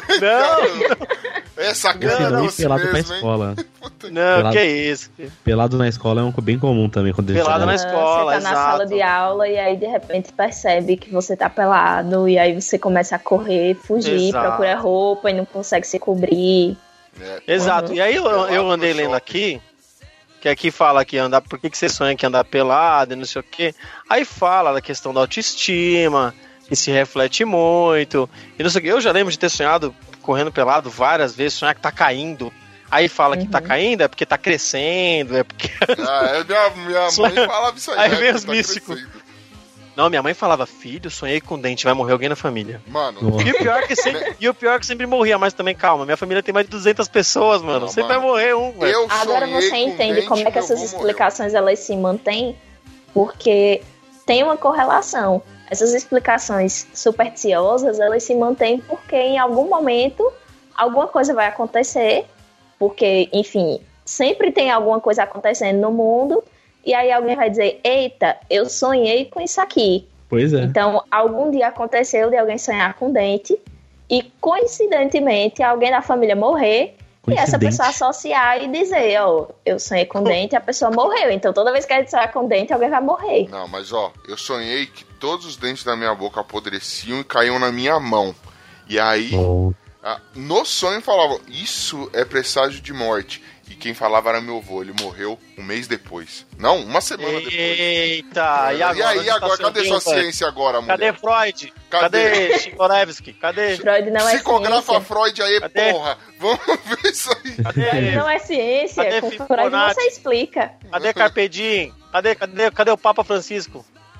Não. É sacana não, você pelado mesmo, na hein? escola. Não, pelado, que isso. Pelado na escola é um bem comum também. Quando pelado na ah, escola, você tá exato. na sala de aula e aí de repente percebe que você tá pelado e aí você começa a correr, fugir, exato. Procura roupa e não consegue se cobrir. É, exato. Uhum. E aí eu, eu andei lendo aqui, que aqui fala que andar, por que, que você sonha que andar pelado e não sei o quê. Aí fala da questão da autoestima, que se reflete muito, e não sei o quê. Eu já lembro de ter sonhado correndo pelado várias vezes, sonhar que tá caindo. Aí fala uhum. que tá caindo, é porque tá crescendo, é porque... Ah, é, minha, minha mãe falava isso aí. Aí né, vem os tá místicos. Crescendo. Não, minha mãe falava, filho, sonhei com dente, vai morrer alguém na família. Mano... E o pior é que sempre, e o pior é que sempre morria, mas também, calma, minha família tem mais de duzentas pessoas, mano. Não, sempre mano. vai morrer um, velho. Agora você entende como é que essas explicações, morrer. elas se mantêm? Porque tem uma correlação. Essas explicações supersticiosas, elas se mantêm porque em algum momento alguma coisa vai acontecer, porque, enfim, sempre tem alguma coisa acontecendo no mundo, e aí alguém vai dizer, eita, eu sonhei com isso aqui. Pois é. Então, algum dia aconteceu de alguém sonhar com dente, e coincidentemente alguém da família morrer, e essa pessoa associar e dizer, ó, oh, eu sonhei com dente e a pessoa morreu. Então toda vez que a gente sonhar com dente, alguém vai morrer. Não, mas ó, eu sonhei que todos os dentes da minha boca apodreciam e caíam na minha mão. E aí, oh. ah, no sonho falava, isso é presságio de morte. E quem falava era meu avô, ele morreu um mês depois. Não, uma semana Eita, depois. Eita, e agora? E aí, agora, cadê sua ciência agora, mulher? Cadê Freud? Cadê, Cadê Chikorevski? Cadê? Freud não é Psicografa ciência. Freud aí, Cadê? Porra. Vamos ver isso aí. Freud não é ciência. Cadê Com Freud você explica. Cadê Carpe Diem? Cadê, cadê, cadê o Papa Francisco?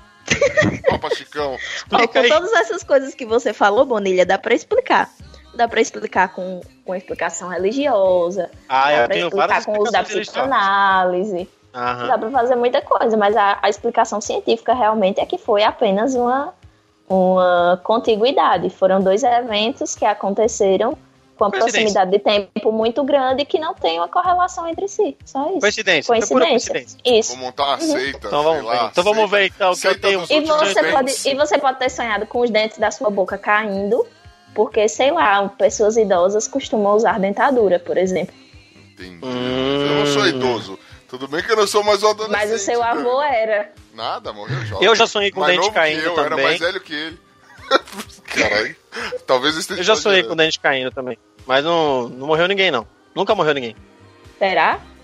Papa Chicão. Ó, com todas essas coisas que você falou, Bonilha, dá pra explicar. Dá pra explicar com, com explicação religiosa. Ah, dá eu pra tenho explicar com o uso da psicanálise. Aham. Dá pra fazer muita coisa, mas a, a explicação científica realmente é que foi apenas uma, uma contiguidade. Foram dois eventos que aconteceram com a proximidade de tempo muito grande que não tem uma correlação entre si. Só isso. Coincidência. Coincidência. coincidência. Isso. Vou montar uma seita. Então vamos, lá, então vamos ver então que eu tenho. E você, pode, e você pode ter sonhado com os dentes da sua boca caindo, porque, sei lá, pessoas idosas costumam usar dentadura, por exemplo. Entendi. Hum... Eu não sou idoso. Tudo bem que eu não sou mais um adolescente. Mas o seu avô era. Nada, morreu jovem. Eu já sonhei com mais dente caindo eu, também. Eu era mais velho que ele. Caralho. Talvez eu esteja. Eu já sonhei com dente caindo também. Mas não, não morreu ninguém, não. Nunca morreu ninguém. Será?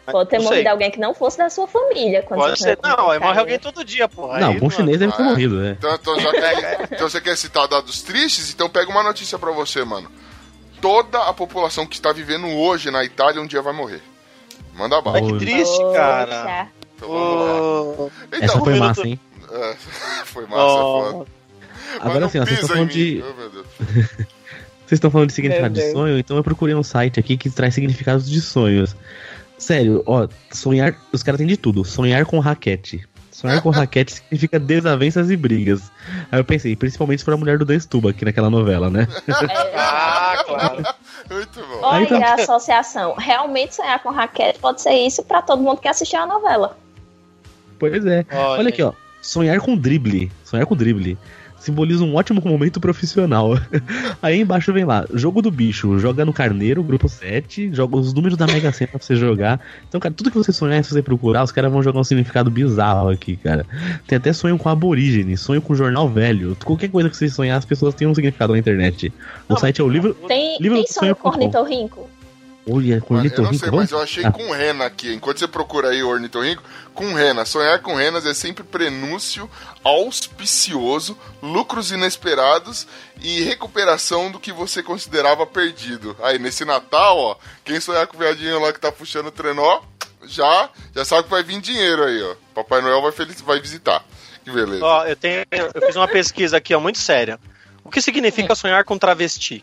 Pode ter Não morrido sei. alguém que não fosse da sua família. Quando Pode você ser. sonhou com Não, esse morre cara. alguém todo dia, porra. Não, Aí, bom chinês deve ter Ah, é. morrido, né? Então, então, já que, então você quer citar dados tristes? Então pega uma notícia pra você, mano. Toda a população que está vivendo hoje na Itália um dia vai morrer. Manda bala. Ai, que triste, cara. Poxa. Então vamos lá. Ô, Então, Essa foi minuto- massa, hein? é, foi massa, ó, foda. Agora Mas sim, não ó, vocês estão pisa em falando mim. de. Oh, meu Deus. Vocês estão falando de significado Meu de Deus. sonho, então eu procurei um site aqui que traz significados de sonhos. Sério, ó, sonhar. Os caras têm de tudo. Sonhar com raquete. Sonhar com raquete significa desavenças e brigas. Aí eu pensei, principalmente pra mulher do Dan Stuba, aqui naquela novela, né? Ah, claro. Muito bom. Olha Aí tá- aí a associação. Realmente sonhar com raquete pode ser isso pra todo mundo que assistiu a novela. Pois é. Olha Olha aqui, ó. Sonhar com drible. Sonhar com drible. Simboliza um ótimo momento profissional. Aí embaixo vem lá, jogo do bicho, joga no carneiro, grupo sete, joga os números da Mega Sena pra você jogar. Então, cara, tudo que você sonhar, se você procurar, os caras vão jogar um significado bizarro aqui, cara. Tem até sonho com aborígene, sonho com jornal velho. Qualquer coisa que você sonhar, as pessoas têm um significado na internet. O Não, site é o livro. Tem, Livro tem do sonho sonho com com ornitorrinco? Olha, Eu corneto não sei, mas eu achei Ah. com rena aqui. Enquanto você procura aí o ornitorrinco, com rena. Sonhar com renas é sempre prenúncio auspicioso, lucros inesperados e recuperação do que você considerava perdido. Aí, nesse Natal, ó, quem sonhar com o viadinho lá que tá puxando o trenó, já, já sabe que vai vir dinheiro aí, ó. Papai Noel vai, feliz, vai visitar. Que beleza. Ó, eu, tenho, eu fiz uma pesquisa aqui, ó, muito séria. O que significa sonhar com travesti?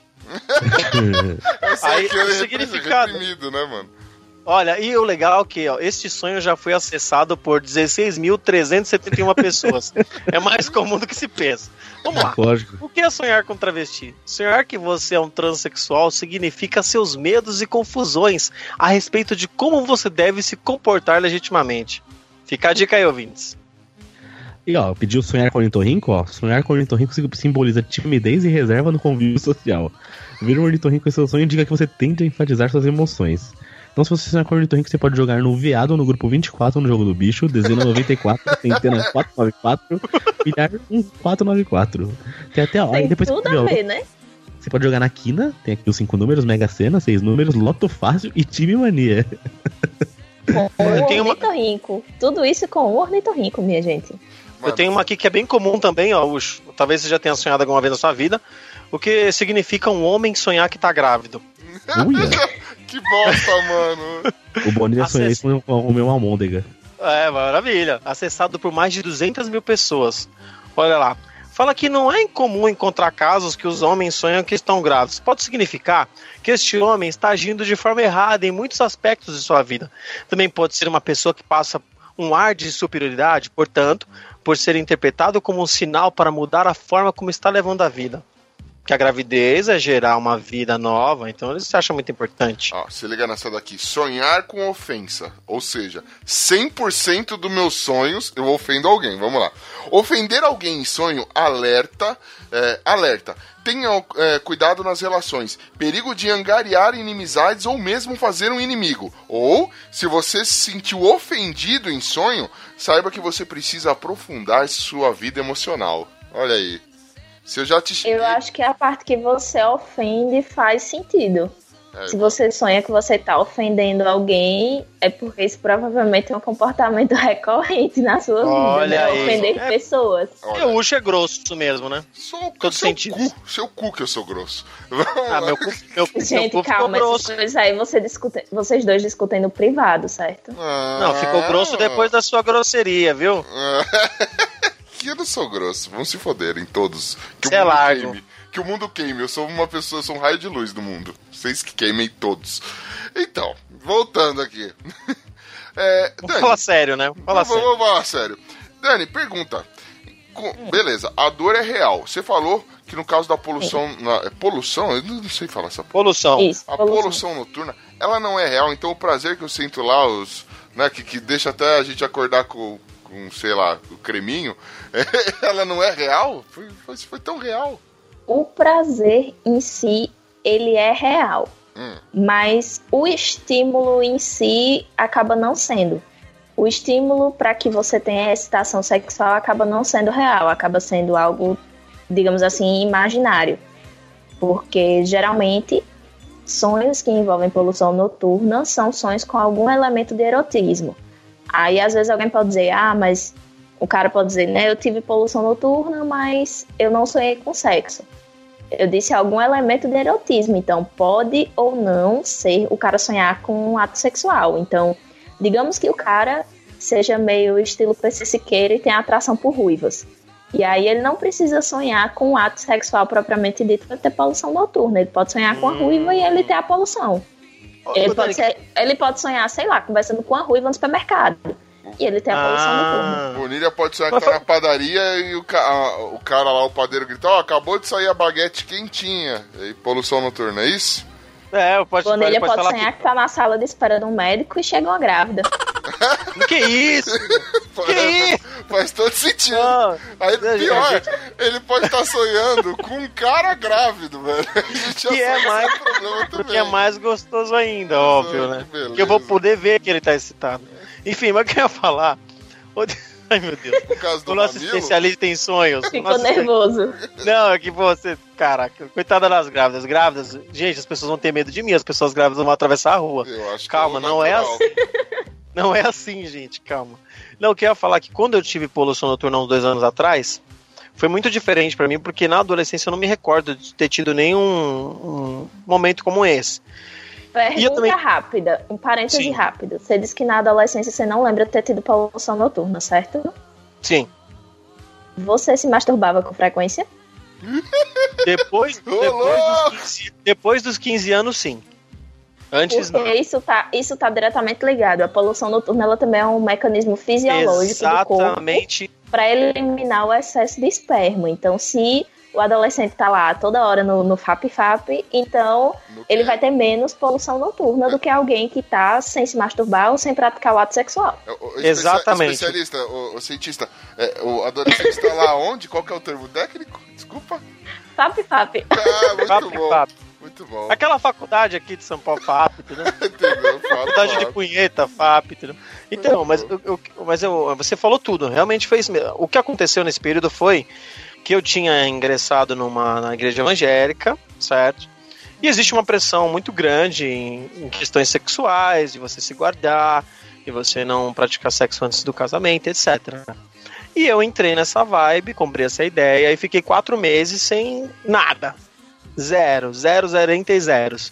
Essa aí, aqui é o significado. reprimido, né, mano? Olha, e o legal é que, ó, este sonho já foi acessado por dezesseis mil trezentas e setenta e uma pessoas. É mais comum do que se pensa. Vamos lá. Lógico. O que é sonhar com travesti? Sonhar que você é um transexual significa seus medos e confusões a respeito de como você deve se comportar legitimamente. Fica a dica aí, ouvintes. E ó, pediu sonhar com ornitorrinco, ó. Sonhar com ornitorrinco simboliza timidez e reserva no convívio social. Ver um ornitorrinco em seu sonho indica que você tende a enfatizar suas emoções. Então, se você sonhar com ornitorrinco, você pode jogar no veado ou no grupo vinte e quatro no jogo do bicho, dezena noventa e quatro, centena quatrocentos e noventa e quatro, milhar quatrocentos e noventa e quatro. Tem até, ó, aí Tem depois tudo você, a ó, ver, né? você pode jogar na quina, tem aqui os cinco números, Mega Sena, seis números, Loto Fácil e Time Mania. Com o Eu tenho uma- ornitorrinco. Tudo isso com o ornitorrinco, minha gente. Eu tenho uma aqui que é bem comum também, ó, Ucho. Talvez você já tenha sonhado alguma vez na sua vida. O que significa um homem sonhar que tá grávido. Uia! Que bosta, mano. O Bonnie já sonhou Acess- isso com o meu Almôndega. É, maravilha. Acessado por mais de duzentas mil pessoas. Olha lá. Fala que não é incomum encontrar casos que os homens sonham que estão grávidos. Pode significar que este homem está agindo de forma errada em muitos aspectos de sua vida. Também pode ser uma pessoa que passa um ar de superioridade, portanto, por ser interpretado como um sinal para mudar a forma como está levando a vida. Que a gravidez é gerar uma vida nova, então eles acham muito importante. Ó, se liga nessa daqui. Sonhar com ofensa. Ou seja, cem por cento dos meus sonhos eu ofendo alguém. Vamos lá. Ofender alguém em sonho alerta. É, alerta. Tenha é, cuidado nas relações. Perigo de angariar inimizades ou mesmo fazer um inimigo. Ou, se você se sentiu ofendido em sonho, saiba que você precisa aprofundar sua vida emocional. Olha aí. Se eu já te Eu acho que a parte que você ofende faz sentido. É, Se você sonha que você tá ofendendo alguém, é porque isso provavelmente é um comportamento recorrente na sua Olha vida, né? aí. Ofender É- pessoas. olha, Eu Ucho é grosso mesmo, né? sou todo seu sentido. cu, seu cu que eu sou grosso. Ah, meu cu, meu cu, meu Gente, cu ficou calma, essas grosso. coisas aí você discute, vocês dois discutem no privado, certo? Não, ficou grosso depois da sua grosseria, viu? Que eu não sou grosso, vão se foderem todos. Que Cê é largo. queime. Que o mundo queime. Eu sou uma pessoa, eu sou um raio de luz do mundo. Vocês que queimem todos. Então, voltando aqui. É, Vamos Dani, falar sério, né? Vamos falar vamos, sério. vamos falar sério. Dani, pergunta. Com- beleza, a dor é real. Você falou que no caso da poluição. Na, é poluição? Eu não sei falar essa porra. Poluição. Isso, A poluição. poluição noturna, ela não é real. Então o prazer que eu sinto lá, os, né, que, que deixa até a gente acordar com, com sei lá, o creminho, ela não é real? Foi, foi, foi tão real. O prazer em si, ele é real. Hum. Mas o estímulo em si acaba não sendo. O estímulo para que você tenha excitação sexual acaba não sendo real, acaba sendo algo, digamos assim, imaginário. Porque geralmente sonhos que envolvem poluição noturna são sonhos com algum elemento de erotismo. Aí, às vezes, alguém pode dizer, ah, mas o cara pode dizer, né, eu tive poluição noturna, mas eu não sonhei com sexo. Eu disse algum elemento de erotismo, então pode ou não ser o cara sonhar com um ato sexual. Então, digamos que o cara seja meio estilo P C Siqueira e tenha atração por ruivas. E aí ele não precisa sonhar com um ato sexual propriamente dito para ter poluição noturna. Ele pode sonhar com a ruiva e ele ter a poluição. Ele pode, ser, ele pode sonhar, sei lá, conversando com a ruiva no supermercado. E ele tem a poluição Ah. noturna. O Níria pode sonhar que tá na padaria e o, ca- a- o cara lá, o padeiro, grita, ó, acabou de sair a baguete quentinha. E poluição noturna, é isso? É, pode, Quando ele pode falar sonhar que tá na sala de espera de um médico e chega uma grávida. que... que isso? Que isso? Faz todo sentido. Não. Aí, Não, pior, gente. ele pode estar sonhando com um cara grávido, velho. A gente já Que é sabe esse mais- problema também. Porque é mais gostoso ainda, óbvio, né? que beleza. Porque eu vou poder ver que ele tá excitado. Enfim, mas o que eu ia falar... O- Ai, meu Deus. No caso do O nosso mamilo, especialista em sonhos. o Ficou nosso- nervoso. Não, é que você... Caraca, coitada das grávidas. Grávidas... Gente, as pessoas vão ter medo de mim. As pessoas grávidas vão atravessar a rua. eu acho que Calma, o não é natural. assim. Não é assim, gente, calma. Não, o que eu ia falar é que quando eu tive poluição noturna uns dois anos atrás, foi muito diferente pra mim, porque na adolescência eu não me recordo de ter tido nenhum um momento como esse. Pergunta E eu também- rápida, um parêntese Sim. rápido. Você disse que na adolescência você não lembra de ter tido poluição noturna, certo? Sim. Você se masturbava com frequência? Depois, Ô, depois, louco! dos quinze, depois dos quinze anos, sim. Antes não. Porque isso tá, isso tá diretamente ligado. A poluição noturna ela também é um mecanismo fisiológico do corpo Exatamente. para eliminar o excesso de esperma. Então, se o adolescente tá lá toda hora no, no FAP-FAP, então No ele quê? vai ter menos poluição noturna do que alguém que tá sem se masturbar ou sem praticar o ato sexual. É, o- o especia- Exatamente. Especialista, o, o cientista, é, o adolescente está lá onde? Qual que é o termo técnico? Desculpa. FAP-FAP. Ah, muito Fap, bom. fap. Muito bom. Aquela faculdade aqui de São Paulo, FAP, entendeu? Entendeu? Fap, Faculdade de fap. punheta, FAP, entendeu? Então, mas, eu, eu- mas eu, você falou tudo, realmente foi isso mesmo. O que aconteceu nesse período foi que eu tinha ingressado numa na igreja evangélica, certo? E existe uma pressão muito grande em, em questões sexuais, de você se guardar, de você não praticar sexo antes do casamento, etcétera. E eu entrei nessa vibe, comprei essa ideia e fiquei quatro meses sem nada. Zero, zero, zerenta e zeros.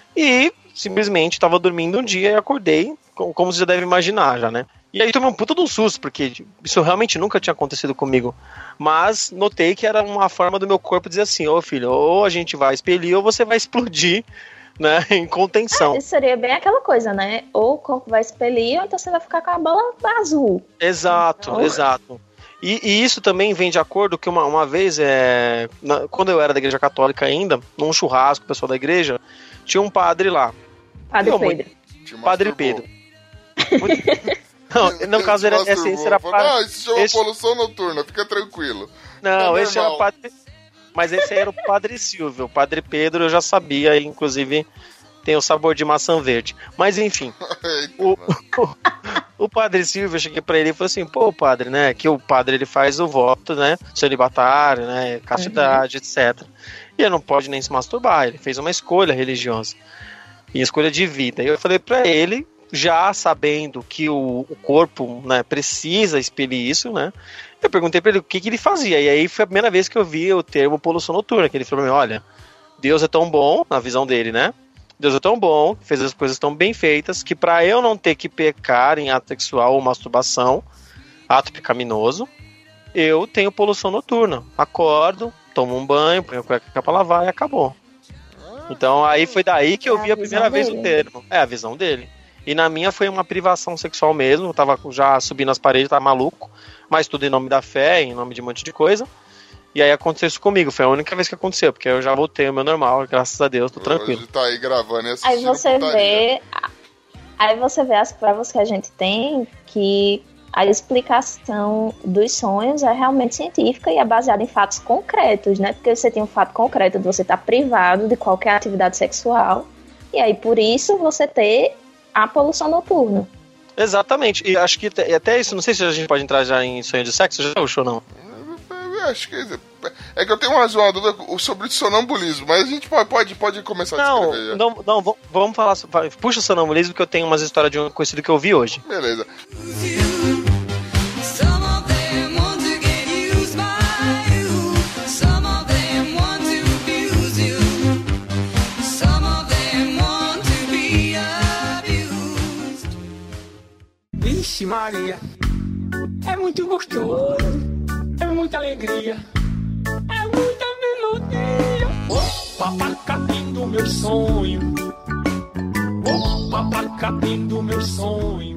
E simplesmente estava dormindo um dia e acordei, co- como você já deve imaginar já, né? E aí tomei um puta de um susto, porque isso realmente nunca tinha acontecido comigo. Mas notei que era uma forma do meu corpo dizer assim, ô filho, ou a gente vai expelir ou você vai explodir, né, em contenção. Isso seria bem aquela coisa, né? Ou o corpo vai expelir, ou então você vai ficar com a bola azul. Exato, Então- exato. E, e isso também vem de acordo que uma, uma vez, é, na- quando eu era da igreja católica ainda, num churrasco, o pessoal da igreja, tinha um padre lá. Padre Não, Pedro. Te Padre masturbou. Pedro. Muito- Não, no caso era, Te esse, esse era masturbou. padre. Não, isso se chama esse- poluição noturna, fica tranquilo. Não, É esse era o normal. padre. Mas esse era o Padre Silvio. O Padre Pedro eu já sabia, e inclusive tem o sabor de maçã verde. Mas enfim, Eita, o, mano. o Padre Silvio, eu cheguei pra ele e falei assim: pô, padre, né? Que o padre ele faz o voto, né? Celibatário, né? Castidade, etcétera. E ele não pode nem se masturbar. Ele fez uma escolha religiosa e escolha de vida. E eu falei pra ele, já sabendo que o, o corpo, né, precisa expelir isso, né? Eu perguntei pra ele o que, que ele fazia. E aí foi a primeira vez que eu vi o termo poluição noturna. Que ele falou pra mim: olha, Deus é tão bom, na visão dele, né? Deus é tão bom, fez as coisas tão bem feitas, que pra eu não ter que pecar em ato sexual ou masturbação, ato pecaminoso, eu tenho poluição noturna. Acordo, tomo um banho, ponho a cueca pra lavar e acabou. Então aí foi daí que eu É a vi a primeira visão vez dele. o termo. É a visão dele. E na minha foi uma privação sexual mesmo, eu tava já subindo as paredes, tava maluco, mas tudo em nome da fé, em nome de um monte de coisa. E aí aconteceu isso comigo, foi a única vez que aconteceu, porque eu já voltei ao meu normal, graças a Deus, tô tranquilo. Hoje tá aí gravando e assistindo Aí você putaria. vê. Aí você vê as provas que a gente tem que a explicação dos sonhos é realmente científica e é baseada em fatos concretos, né? Porque você tem um fato concreto de você estar privado de qualquer atividade sexual. E aí, por isso, você ter a poluição noturna. Exatamente, e acho que te- até isso, não sei se a gente pode entrar já em sonho de sexo, já puxou ou não. acho que... É que eu tenho uma, uma dúvida sobre o sonambulismo, mas a gente pode, pode, pode começar não, a descrever. Não, não, vamos falar... Puxa o sonambulismo que eu tenho umas histórias de um conhecido que eu vi hoje. Beleza. Vixe Maria, é muito gostoso, é muita alegria, é muita melodia. Opa, pacapim do meu sonho, opa, pacapim do meu sonho.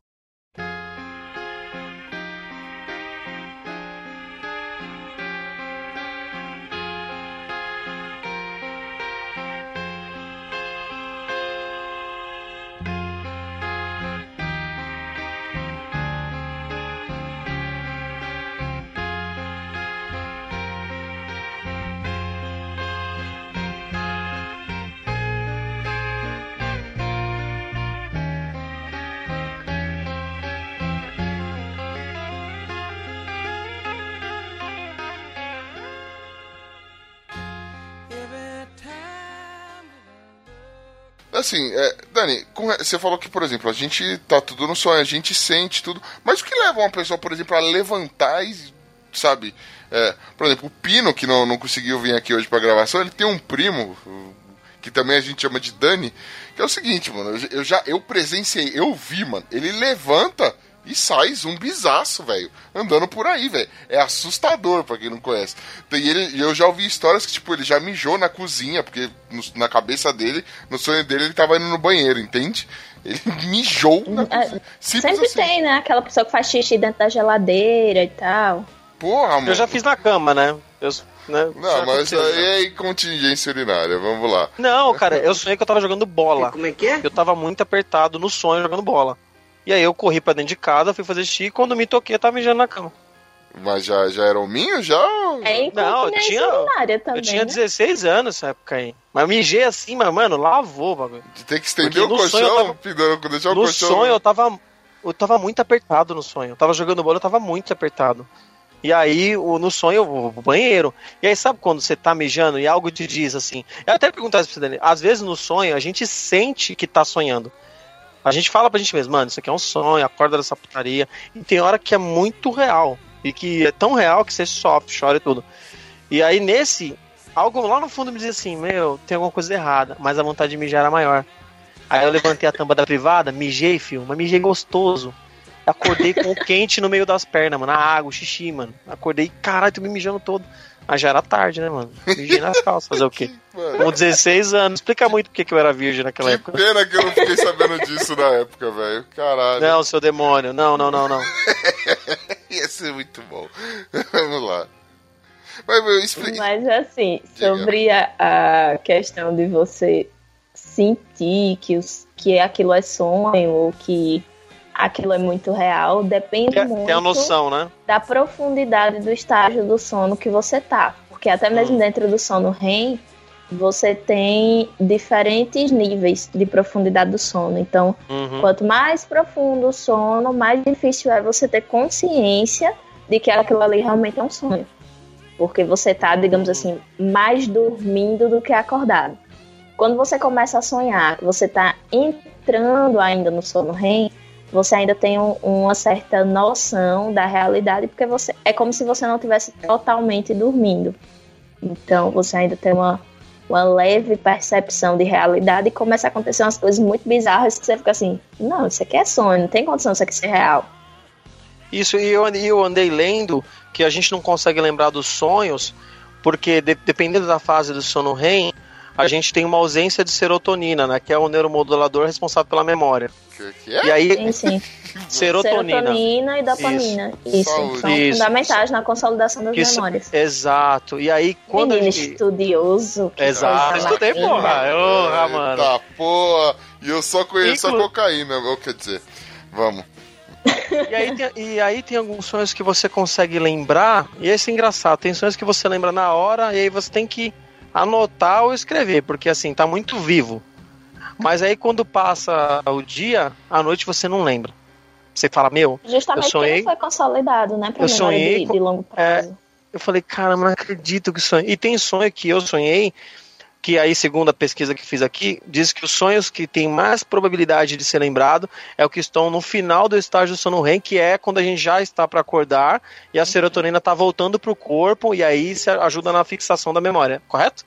Assim, é, Dani, com, você falou que, por exemplo, a gente tá tudo no sonho, a gente sente tudo, mas o que leva uma pessoa, por exemplo, a levantar e, sabe, é, por exemplo, o Pino, que não, não conseguiu vir aqui hoje pra gravação, ele tem um primo, que também a gente chama de Dani, que é o seguinte, mano, eu, eu já, eu presenciei, eu vi, mano, ele levanta e sai zumbizaço, velho, andando por aí, velho. É assustador pra quem não conhece. E ele, eu já ouvi histórias que, tipo, ele já mijou na cozinha, porque no, na cabeça dele, no sonho dele, ele tava indo no banheiro, entende? Ele mijou na cozinha. Sempre assim. Tem, né? Aquela pessoa que faz xixi dentro da geladeira e tal. Porra, mano. Eu já fiz na cama, né? Eu, né não, mas aí é incontingência urinária, vamos lá. Não, cara, eu sonhei que eu tava jogando bola. Como é que é? Eu tava muito apertado no sonho jogando bola. E aí eu corri pra dentro de casa, fui fazer xixi, e quando me toquei, eu tava mijando na cama. Mas já, já era hominho, já? É não, eu tinha, também, eu tinha dezesseis anos nessa época aí. Mas mijei assim, mas, mano, lavou o bagulho. Tem que estender o colchão, tava, pidando, deixar o no colchão... No sonho eu tava, eu tava muito apertado no sonho. Eu tava jogando bola, eu tava muito apertado. E aí, o, no sonho, eu vou pro banheiro. E aí, sabe quando você tá mijando e algo te diz assim... Eu até perguntar isso pra você, Dani. Às vezes, no sonho, a gente sente que tá sonhando. A gente fala pra gente mesmo, mano, isso aqui é um sonho, acorda dessa putaria. E tem hora que é muito real. E que é tão real que você sofre, chora e tudo. E aí, nesse... Algo lá no fundo me diz assim, meu, tem alguma coisa errada. Mas a vontade de mijar era maior. Aí eu levantei a tampa da privada, mijei, filho. Mas mijei gostoso. Acordei com o quente no meio das pernas, mano. A água, o xixi, mano. Acordei, caralho, tô me mijando todo. Mas já era tarde, né, mano? Mijei nas calças, fazer o quê? Com dezesseis anos. Explica muito porque que eu era virgem naquela que época. Que pena que eu não fiquei sabendo disso na época, velho. Caralho. Não, seu demônio. Não, não, não, não. Ia ser muito bom. Vamos lá. Mas, meu, explica... Mas assim, Diga. sobre a, a questão de você sentir que, os, que aquilo é sonho ou que aquilo é muito real, depende tem, muito tem a noção, né? da profundidade do estágio do sono que você tá. Porque até mesmo hum. dentro do sono REM, você tem diferentes níveis de profundidade do sono. Então, uhum. quanto mais profundo o sono, mais difícil é você ter consciência de que aquilo ali realmente é um sonho. Porque você tá, digamos assim, mais dormindo do que acordado. Quando você começa a sonhar, você tá entrando ainda no sono REM, você ainda tem um, uma certa noção da realidade, porque você é como se você não estivesse totalmente dormindo. Então, você ainda tem uma, uma leve percepção de realidade e começa a acontecer umas coisas muito bizarras que você fica assim, não, isso aqui é sonho, não tem condição disso aqui ser real. Isso, e eu, eu andei lendo que a gente não consegue lembrar dos sonhos, porque de, dependendo da fase do sono REM, a gente tem uma ausência de serotonina, né? Que é o neuromodulador responsável pela memória. Que, que é? E aí, sim, sim. serotonina. Serotonina e dopamina. Isso, Isso. são Isso. fundamentais na consolidação das Isso. memórias. Exato. E aí, quando Menino a gente... estudioso. Exato. Estudei, porra. Porra, mano. Tá, porra. E eu só conheço Inclu... a cocaína, quer dizer, vamos. E aí, tem, e aí tem alguns sonhos que você consegue lembrar, e esse é engraçado, tem sonhos que você lembra na hora, e aí você tem que anotar ou escrever, porque assim, tá muito vivo. Mas aí quando passa o dia, à noite você não lembra. Você fala, meu, Justamente eu sonhei... porque não foi consolidado, né, pra eu sonhei de, com, de longo prazo. eu falei, cara, não acredito que sonho. E tem sonho que eu sonhei, que aí, segundo a pesquisa que fiz aqui, diz que os sonhos que têm mais probabilidade de ser lembrado é o que estão no final do estágio do sono R E M, que é quando a gente já está para acordar e a serotonina está voltando para o corpo e aí isso ajuda na fixação da memória, correto?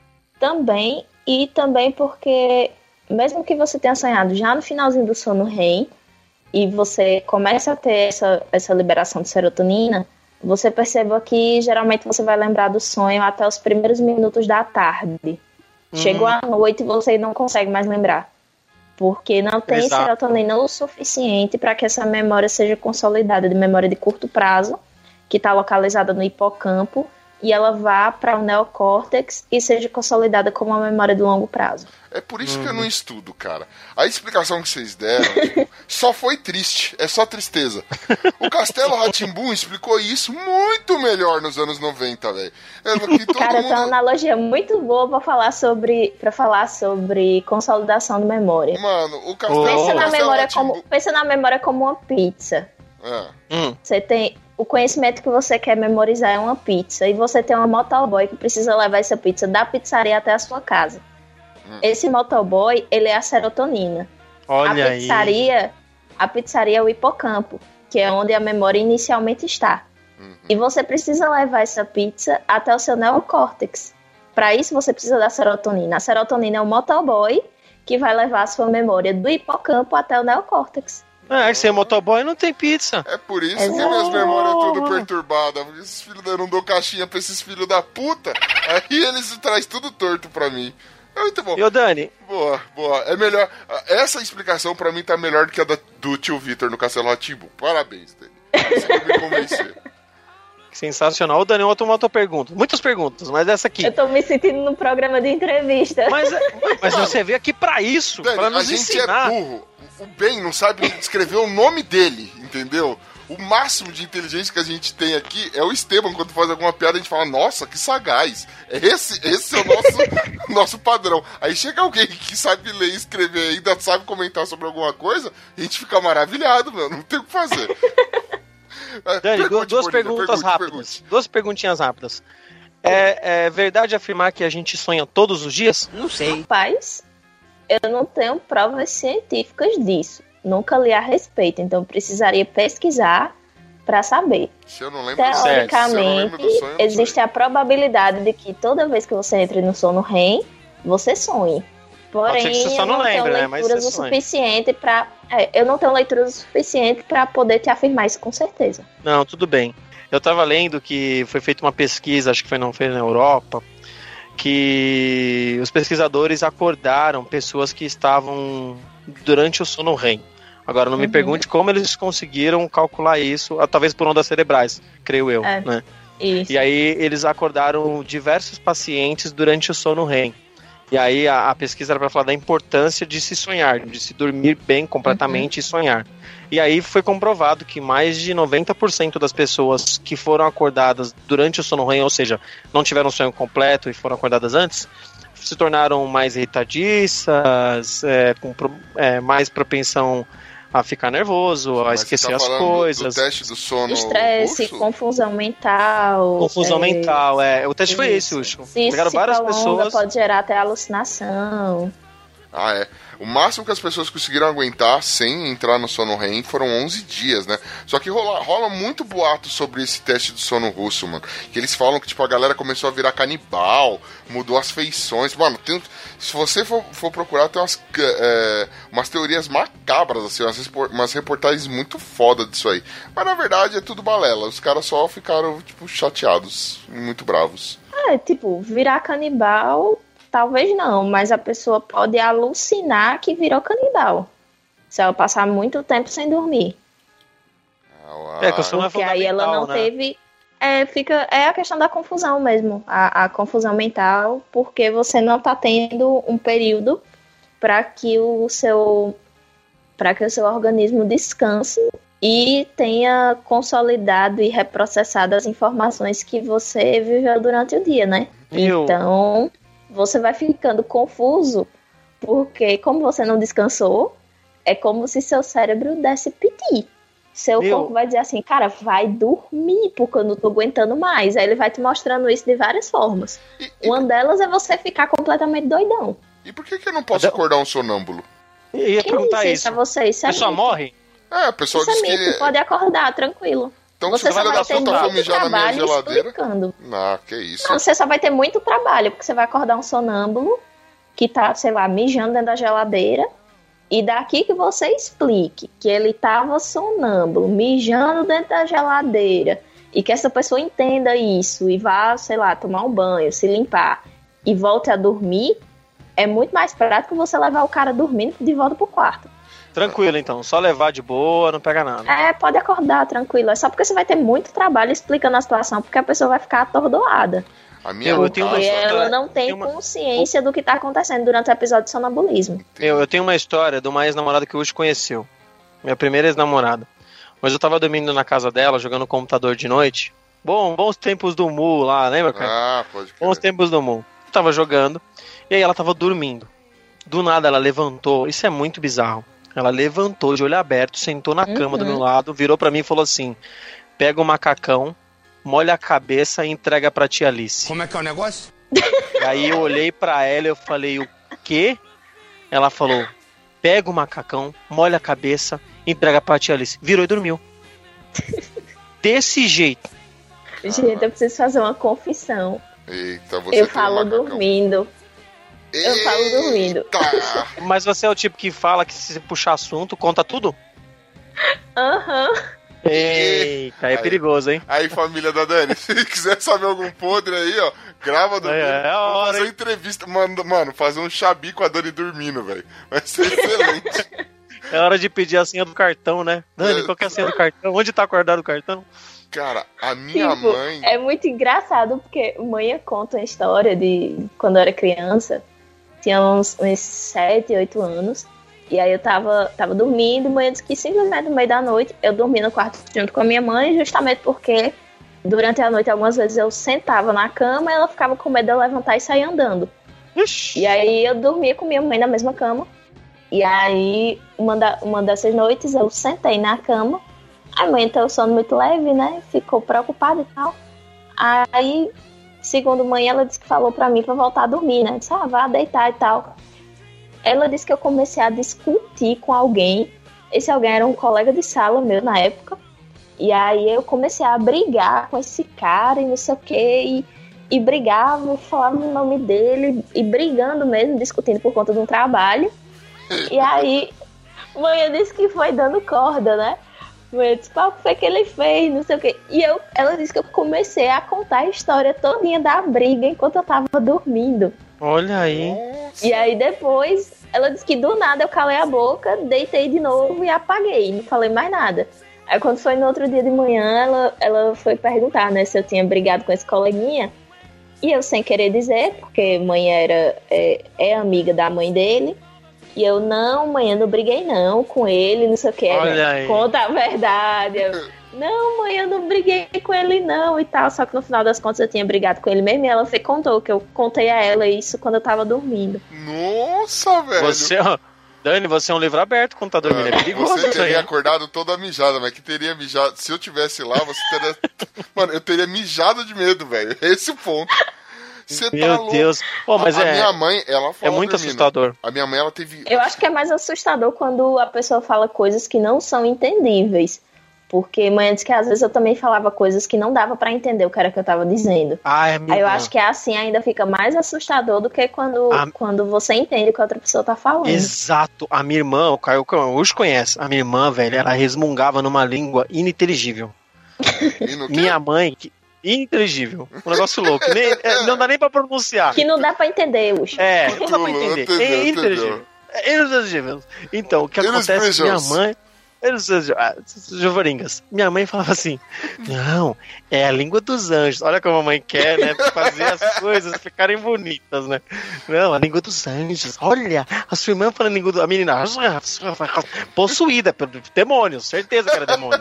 Também, e também porque mesmo que você tenha sonhado já no finalzinho do sono R E M e você começa a ter essa, essa liberação de serotonina, você perceba que geralmente você vai lembrar do sonho até os primeiros minutos da tarde. Uhum. Chegou a noite e você não consegue mais lembrar. Porque não tem Exato. serotonina o suficiente para que essa memória seja consolidada de memória de curto prazo, que está localizada no hipocampo, e ela vá para o neocórtex e seja consolidada como uma memória de longo prazo. É por isso hum. que eu não estudo, cara. A explicação que vocês deram tipo, só foi triste, é só tristeza. O Castelo Rá-Tim-Bum explicou isso muito melhor nos anos noventa, velho. Cara, mundo... tem uma analogia muito boa pra falar sobre, pra falar sobre consolidação de memória. Mano, o Castelo, pensa, o na Castelo memória Rá-Tim-Bum... como, pensa na memória como uma pizza. É. Hum. Você tem... O conhecimento que você quer memorizar é uma pizza. E você tem uma motoboy que precisa levar essa pizza da pizzaria até a sua casa. Hum. Esse motoboy, ele é a serotonina. Olha a pizzaria, aí. A pizzaria é o hipocampo, que é onde a memória inicialmente está. Uhum. E você precisa levar essa pizza até o seu neocórtex. Para isso, você precisa da serotonina. A serotonina é o motoboy que vai levar a sua memória do hipocampo até o neocórtex. É, que sem motoboy não tem pizza. É por isso Exato. que minhas memórias é tudo perturbadas. Esses filhos da... Eu não dou caixinha pra esses filhos da puta. Aí eles trazem tudo torto pra mim. É muito bom. E o Dani? Boa, boa. É melhor. Essa explicação pra mim tá melhor do que a da, do tio Vitor no Castelo Rá-Tim-Bum. Parabéns, Dani. Você vai me convencer. Sensacional. O Dani, eu vou outra pergunta. Muitas perguntas, mas essa aqui. Eu tô me sentindo no programa de entrevista. Mas, mas você veio aqui pra isso, Dani, pra nos a gente ensinar. É burro. O Ben não sabe escrever o nome dele, entendeu? O máximo de inteligência que a gente tem aqui é o Esteban. Quando faz alguma piada, a gente fala, nossa, que sagaz. Esse, esse é o nosso, nosso padrão. Aí chega alguém que sabe ler e escrever e ainda sabe comentar sobre alguma coisa, a gente fica maravilhado, meu. Não tem o que fazer. Dani, pergunte, duas Bonita, perguntas pergunte, rápidas. pergunte. Duas perguntinhas rápidas. É, é verdade afirmar que a gente sonha todos os dias? Não sei. Rapaz, eu não tenho provas científicas disso. Nunca li a respeito, então precisaria pesquisar para saber. Se eu não lembro Teoricamente, do sonho, existe a probabilidade de que toda vez que você entre no sono R E M, você sonhe. Porém, você só eu não não lembra, tenho né? Mas leituras você o sonha. suficiente para, é, eu não tenho leituras o suficiente para poder te afirmar isso com certeza. Não, tudo bem. Eu tava lendo que foi feita uma pesquisa, acho que foi, não foi na Europa, que os pesquisadores acordaram pessoas que estavam durante o sono R E M. Agora, não me Uhum. pergunte como eles conseguiram calcular isso, talvez por ondas cerebrais, creio eu, É. né? Isso. E aí eles acordaram diversos pacientes durante o sono R E M. E aí a, a pesquisa era para falar da importância de se sonhar, de se dormir bem completamente Uhum. e sonhar. E aí foi comprovado que mais de noventa por cento das pessoas que foram acordadas durante o sono R E M, ou seja, não tiveram um sonho completo e foram acordadas antes, se tornaram mais irritadiças, é, com pro, é, mais propensão a ficar nervoso, a Mas esquecer você tá as falando coisas. Do, do teste do sono Estresse, russo? confusão mental. Confusão é, mental, é. O teste foi esse, isso. Ucho. Se isso Pegaram se várias prolonga, pessoas. pode gerar até alucinação. Ah, é. O máximo que as pessoas conseguiram aguentar sem entrar no sono R E M foram onze dias, né? Só que rola, rola muito boato sobre esse teste do sono russo, mano. Que eles falam que, tipo, a galera começou a virar canibal, mudou as feições. Mano, tem, se você for, for procurar, tem umas, é, umas teorias macabras, assim, umas, umas reportagens muito foda disso aí. Mas, na verdade, é tudo balela. Os caras só ficaram, tipo, chateados, muito bravos. É, tipo, virar canibal... Talvez não, mas a pessoa pode alucinar que virou canibal. Se ela passar muito tempo sem dormir. Ah, É, que o sono é Porque aí ela não né? teve... É, fica, é a questão da confusão mesmo. A, a confusão mental, porque você não tá tendo um período para que o seu... para que o seu organismo descanse e tenha consolidado e reprocessado as informações que você viveu durante o dia, né? Eu... Então... você vai ficando confuso, porque como você não descansou, é como se seu cérebro desse piti. seu Meu. corpo vai dizer assim, cara, vai dormir, porque eu não tô aguentando mais. Aí ele vai te mostrando isso de várias formas. E, e, Uma delas é você ficar completamente doidão. e por que, que eu não posso Eu- acordar um sonâmbulo? Eu ia Quem perguntar disse isso. isso a você? Isso A é pessoa mito. morre? É, a pessoa Isso é diz mito, que. tu pode acordar, tranquilo. Então, Você se só filha vai da ter puta for muito mijar na minha trabalho geladeira. explicando. Ah, que isso. Não, você só vai ter muito trabalho, porque você vai acordar um sonâmbulo que tá, sei lá, mijando dentro da geladeira. E daqui que você explique que ele tava sonâmbulo, mijando dentro da geladeira, e que essa pessoa entenda isso e vá, sei lá, tomar um banho, se limpar e volte a dormir, é muito mais prático você levar o cara dormindo de volta pro quarto. Tranquilo, então. Só levar de boa, não pega nada. É, pode acordar, tranquilo. É só porque você vai ter muito trabalho explicando a situação, porque a pessoa vai ficar atordoada. A minha Eu- eu tenho uma Porque história- ela não tem tem uma- consciência do que tá acontecendo durante o episódio de sonambulismo. Eu, eu tenho uma história de uma ex-namorada que hoje conheceu. Minha primeira ex-namorada. Mas eu tava dormindo na casa dela, jogando computador de noite. Bom, bons tempos do Mu lá, lembra, cara? Ah, pode Bons crer. tempos do Mu. Eu tava jogando, e aí ela tava dormindo. Do nada ela levantou, isso é muito bizarro. Ela levantou de olho aberto, sentou na cama do Uhum. meu lado, virou pra mim e falou assim: pega o macacão, molha a cabeça e entrega pra tia Alice. Como é que é o negócio? E aí eu olhei pra ela e eu falei, o quê? Ela falou, pega o macacão, molha a cabeça, entrega pra tia Alice. Virou e dormiu. Desse jeito. Gente, eu preciso fazer uma confissão. Eita, você Eu tem falo um macacão. dormindo. Eu falo dormindo. Eita! Mas você é o tipo que fala que se puxar assunto, conta tudo? Aham. Eita, é Aí. perigoso, hein? Aí, família da Dani, se quiser saber algum podre aí, ó, grava do É, é a Vamos hora, fazer uma hein? entrevista. Mano, mano, fazer um chabi com a Dani dormindo, velho. Vai ser excelente. É hora de pedir a senha do cartão, né? Dani, qual que é a senha do cartão? Onde tá guardado o cartão? Cara, a minha Tipo, mãe. é muito engraçado porque mãe conta a história de quando eu era criança. Tinha uns, uns sete, oito anos. E aí eu tava, tava dormindo, mãe disse que simplesmente no meio da noite eu dormi no quarto junto com a minha mãe, justamente porque durante a noite algumas vezes eu sentava na cama e ela ficava com medo de eu levantar e sair andando. Ixi. E aí eu dormia com minha mãe na mesma cama. E aí, uma, da, uma dessas noites eu sentei na cama. A mãe teve o sono muito leve, né? Ficou preocupada e tal. Aí, segundo mãe, ela disse que falou pra mim pra voltar a dormir, né? Disse, ah, vá deitar e tal. Ela disse que eu comecei a discutir com alguém. Esse alguém era um colega de sala meu na época. E aí eu comecei a brigar com esse cara e não sei o quê. E, e brigava, e falava o nome dele. E brigando mesmo, discutindo por conta de um trabalho. E aí, mãe disse que foi dando corda, né? Mãe disse, qual foi que ele fez, não sei o quê. E eu, ela disse que eu comecei a contar a história todinha da briga enquanto eu tava dormindo. Olha aí. E aí depois, ela disse que do nada eu calei a boca, deitei de novo e apaguei, não falei mais nada. Aí quando foi no outro dia de manhã, ela, ela foi perguntar, né, se eu tinha brigado com esse coleguinha. E eu sem querer dizer, porque mãe era, é, é amiga da mãe dele. E eu, não, mãe, eu não briguei não com ele, não sei o que. Olha aí. Conta a verdade. Eu, não, mãe, eu não briguei com ele não e tal. Só que no final das contas eu tinha brigado com ele mesmo. E ela foi, contou que eu contei a ela isso quando eu tava dormindo. Nossa, velho. Você, ó, Dani, você é um livro aberto quando tá dormindo. É perigoso Você isso aí. teria acordado toda mijada, mas que teria mijado. Se eu tivesse lá, você teria. Mano, eu teria mijado de medo, velho. Esse é o ponto. Você tá Meu louco. Deus. Pô, mas a, é, a minha mãe, ela é falou muito dormindo. assustador. A minha mãe, ela teve. Eu acho que é mais assustador quando a pessoa fala coisas que não são entendíveis. Porque mãe disse que às vezes eu também falava coisas que não dava pra entender o que era que eu tava dizendo. Ah, é minha Aí eu irmã. acho que é assim, ainda fica mais assustador do que quando, Ah. quando você entende o que a outra pessoa tá falando. Exato. A minha irmã, o Caio hoje conhece. A minha irmã, velho, ela resmungava numa língua ininteligível. E no quê? Minha mãe, que... ininteligível. Um negócio louco. Nem, é, não dá nem pra pronunciar. Que não dá pra entender, Ucho. É, não dá pra Entendeu, entender. entendeu, É ininteligível. É ininteligível. Então, o que Eles acontece? Minha beijam-se. mãe. Eles, ah, Jovaringas. Minha mãe falava assim: não, é a língua dos anjos. Olha como a mãe quer, né? Fazer as coisas ficarem bonitas, né? Não, a língua dos anjos. Olha, a sua irmã falando a língua do. A menina possuída pelo demônio, certeza que era demônio.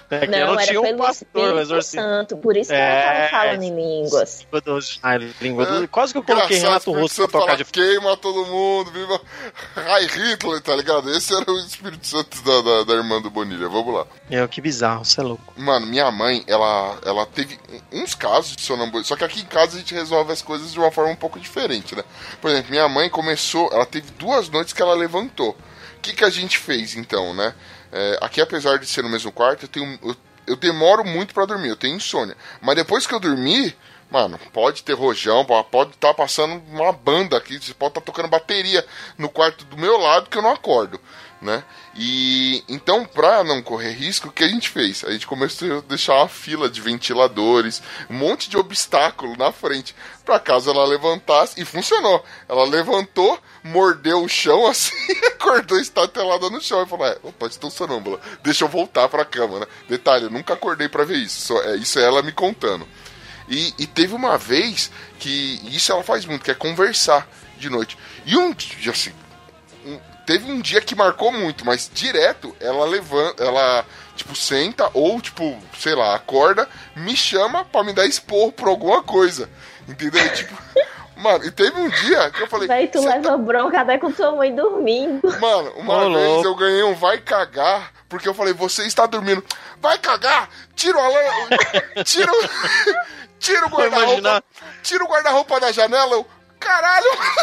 É que Não, eu não era tinha um pelo pastor, Espírito exorcista. Santo, por isso que ela É, tava falando em línguas. Língua dos- ah, língua do- É, Quase que eu coloquei engraçado, Renato o Espírito Russo pra Santo tocar fala, de queima todo mundo, viva Rai Hitler, tá ligado? Esse era o Espírito Santo da, da, da irmã do Bonilha. Vamos lá. Meu, que bizarro, você é louco. Mano, minha mãe, ela, ela teve uns casos de sonambulismo, só que aqui em casa a gente resolve as coisas de uma forma um pouco diferente, né? Por exemplo, minha mãe começou, ela teve duas noites que ela levantou. O que, que a gente fez, então, né? É, aqui, apesar de ser no mesmo quarto, eu, tenho, eu, eu demoro muito pra dormir, eu tenho insônia. Mas depois que eu dormir, mano, pode ter rojão, pode estar passando uma banda aqui, você pode estar tocando bateria no quarto do meu lado que eu não acordo, né? E então, pra não correr risco, o que a gente fez? A gente começou a deixar uma fila de ventiladores, um monte de obstáculo na frente, pra caso ela levantasse, e funcionou. Ela levantou, mordeu o chão assim, acordou estatelada no chão e falou: é, opa, estou sonâmbula, deixa eu voltar pra cama, né? Detalhe, eu nunca acordei pra ver isso, só, é, isso é ela me contando. E, e teve uma vez que isso ela faz muito, que é conversar de noite. E um dia assim, um, teve um dia que marcou muito, mas direto ela levanta, ela tipo senta ou tipo, sei lá, acorda, me chama pra me dar esporro por alguma coisa. Entendeu? E, tipo, mano, e teve um dia que eu falei, Daí tu "Cê leva bronca até com tua mãe dormindo. Mano, uma Ô, vez louco. eu ganhei um vai cagar, porque eu falei, você está dormindo. Vai cagar! Tira o alarme! Tira o... Tira o guarda-roupa! imaginar. Tira o guarda-roupa da janela! Eu, caralho!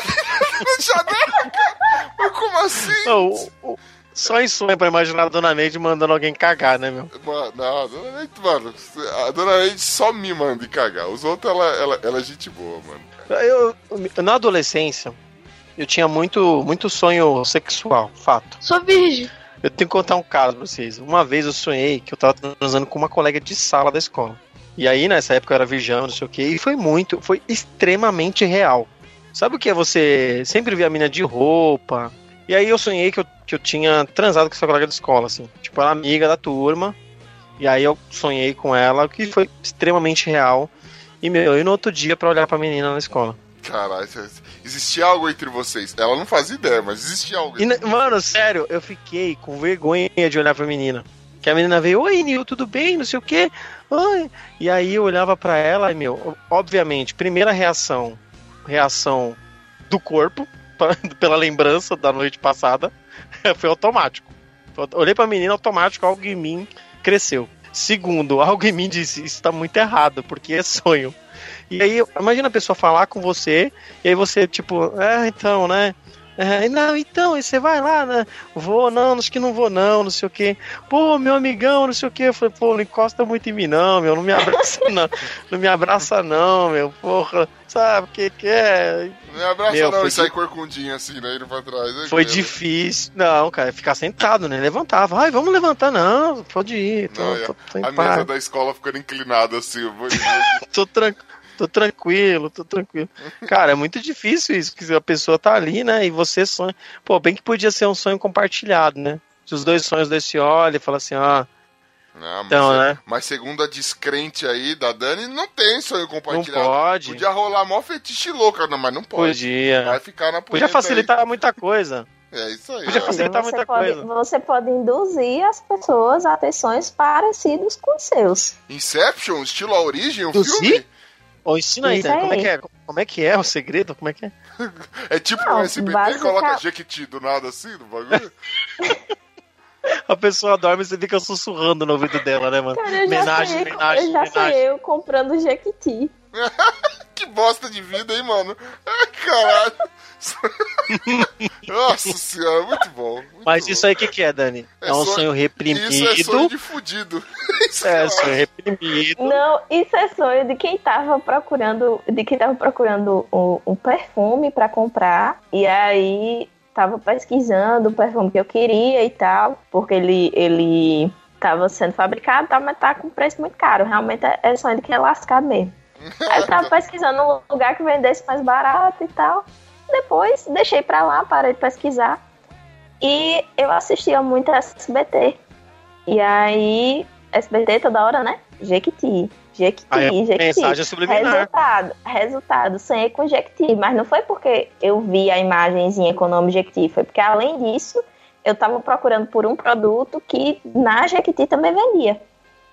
Na janela! Mas como assim? Não, o- o- só em sonho pra imaginar a Dona Neide mandando alguém cagar, né, meu? Mano, não, a dona Neide, mano, a dona Neide só me manda ir cagar. Os outros, ela, ela, ela é gente boa, mano. Eu, eu- na adolescência, eu tinha muito, muito sonho sexual, fato. Sou virgem. Eu tenho que contar um caso pra vocês. Uma vez eu sonhei que eu tava transando com uma colega de sala da escola. E aí, nessa época, eu era virgão, não sei o quê. E foi muito, foi extremamente real. Sabe o que é você sempre ver a mina de roupa? E aí eu sonhei que eu, que eu tinha transado com essa colega de escola, assim. Tipo, ela amiga da turma. E aí eu sonhei com ela, que foi extremamente real. E, meu, e no outro dia pra olhar pra menina na escola. Caralho, existia algo entre vocês. Ela não fazia ideia, mas existia algo. E, mano, sério, eu fiquei com vergonha de olhar pra menina. Que a menina veio, oi, Nil, tudo bem? Não sei o quê. Oi. E aí eu olhava pra ela e, meu, obviamente, primeira reação, reação do corpo, pra, pela lembrança da noite passada, foi automático. Olhei pra menina, automático, algo em mim cresceu. Segundo, algo em mim disse, isso tá muito errado, porque é sonho. E aí, imagina a pessoa falar com você, e aí você, tipo, é, então, né? É, não, então, aí você vai lá, né? Vou, não, acho que não vou, não, não sei o quê. Pô, meu amigão, não sei o quê. Eu falei, pô, não encosta muito em mim, não, meu, não me abraça, não. Não me abraça, não, meu, porra. Sabe o que que é? Não me abraça Meu, não foi e sai di- corcundinho assim, né? Indo pra trás. né, Foi cara? difícil. Não, cara, ficar sentado, né? Levantava. Ai, vamos levantar, não, pode ir. Tô, Não, e tô, a, tô em a paz. mesa da escola ficando inclinada assim. Eu vou... Tô, tran- tô tranquilo, tô tranquilo. Cara, é muito difícil isso, porque a pessoa tá ali, né, e você sonha. Pô, bem que podia ser um sonho compartilhado, né? Se os dois sonhos desse olham e falam assim, ó, Não, mas, Então, é- né? mas segundo a descrente aí da Dani, não tem sonho não compartilhado. pode. Podia rolar mó fetiche louca, não, mas não pode. Podia. Vai ficar na Podia punheta facilitar muita coisa. aí. É isso aí. Podia ó. facilitar Você muita pode, coisa. você pode induzir as pessoas a ter sonhos parecidos com os seus. Inception, estilo A Origem, o Induzir? filme? Ou ensina aí, Isso né? Como é aí. que é? Como é que é o segredo? Como é que é? É tipo Não, o S B T basica- coloca Jequiti do nada assim no bagulho? A pessoa dorme e você fica sussurrando no ouvido dela, né, mano? Cara, eu já Homenagem, sei, homenagem, eu já sei homenagem. eu comprando Jequiti. Que bosta de vida, hein, mano? Ai, caralho. Nossa senhora, muito bom. muito Mas bom. isso aí o que, que é, Dani? É, É um sonho- sonho reprimido. Isso é sonho de fudido. Isso É, que eu sonho acho. reprimido. Não, isso é sonho de quem tava procurando, de quem tava procurando um, um perfume pra comprar. E aí tava pesquisando o perfume que eu queria e tal, porque ele ele tava sendo fabricado, tá, mas tá com preço muito caro. Realmente é, é sonho de quem é lascado mesmo. Aí eu tava pesquisando um lugar que vendesse mais barato e tal. Depois deixei pra lá, parei de pesquisar. E eu assistia muito S B T. E aí, S B T toda hora, né? Jequiti, Jequiti, Aí, Jequiti. mensagem subliminar. Resultado, resultado, sonhei com Jequiti. Mas não foi porque eu vi a imagenzinha com o nome Jequiti. Foi porque, além disso, eu tava procurando por um produto que na Jequiti também vendia.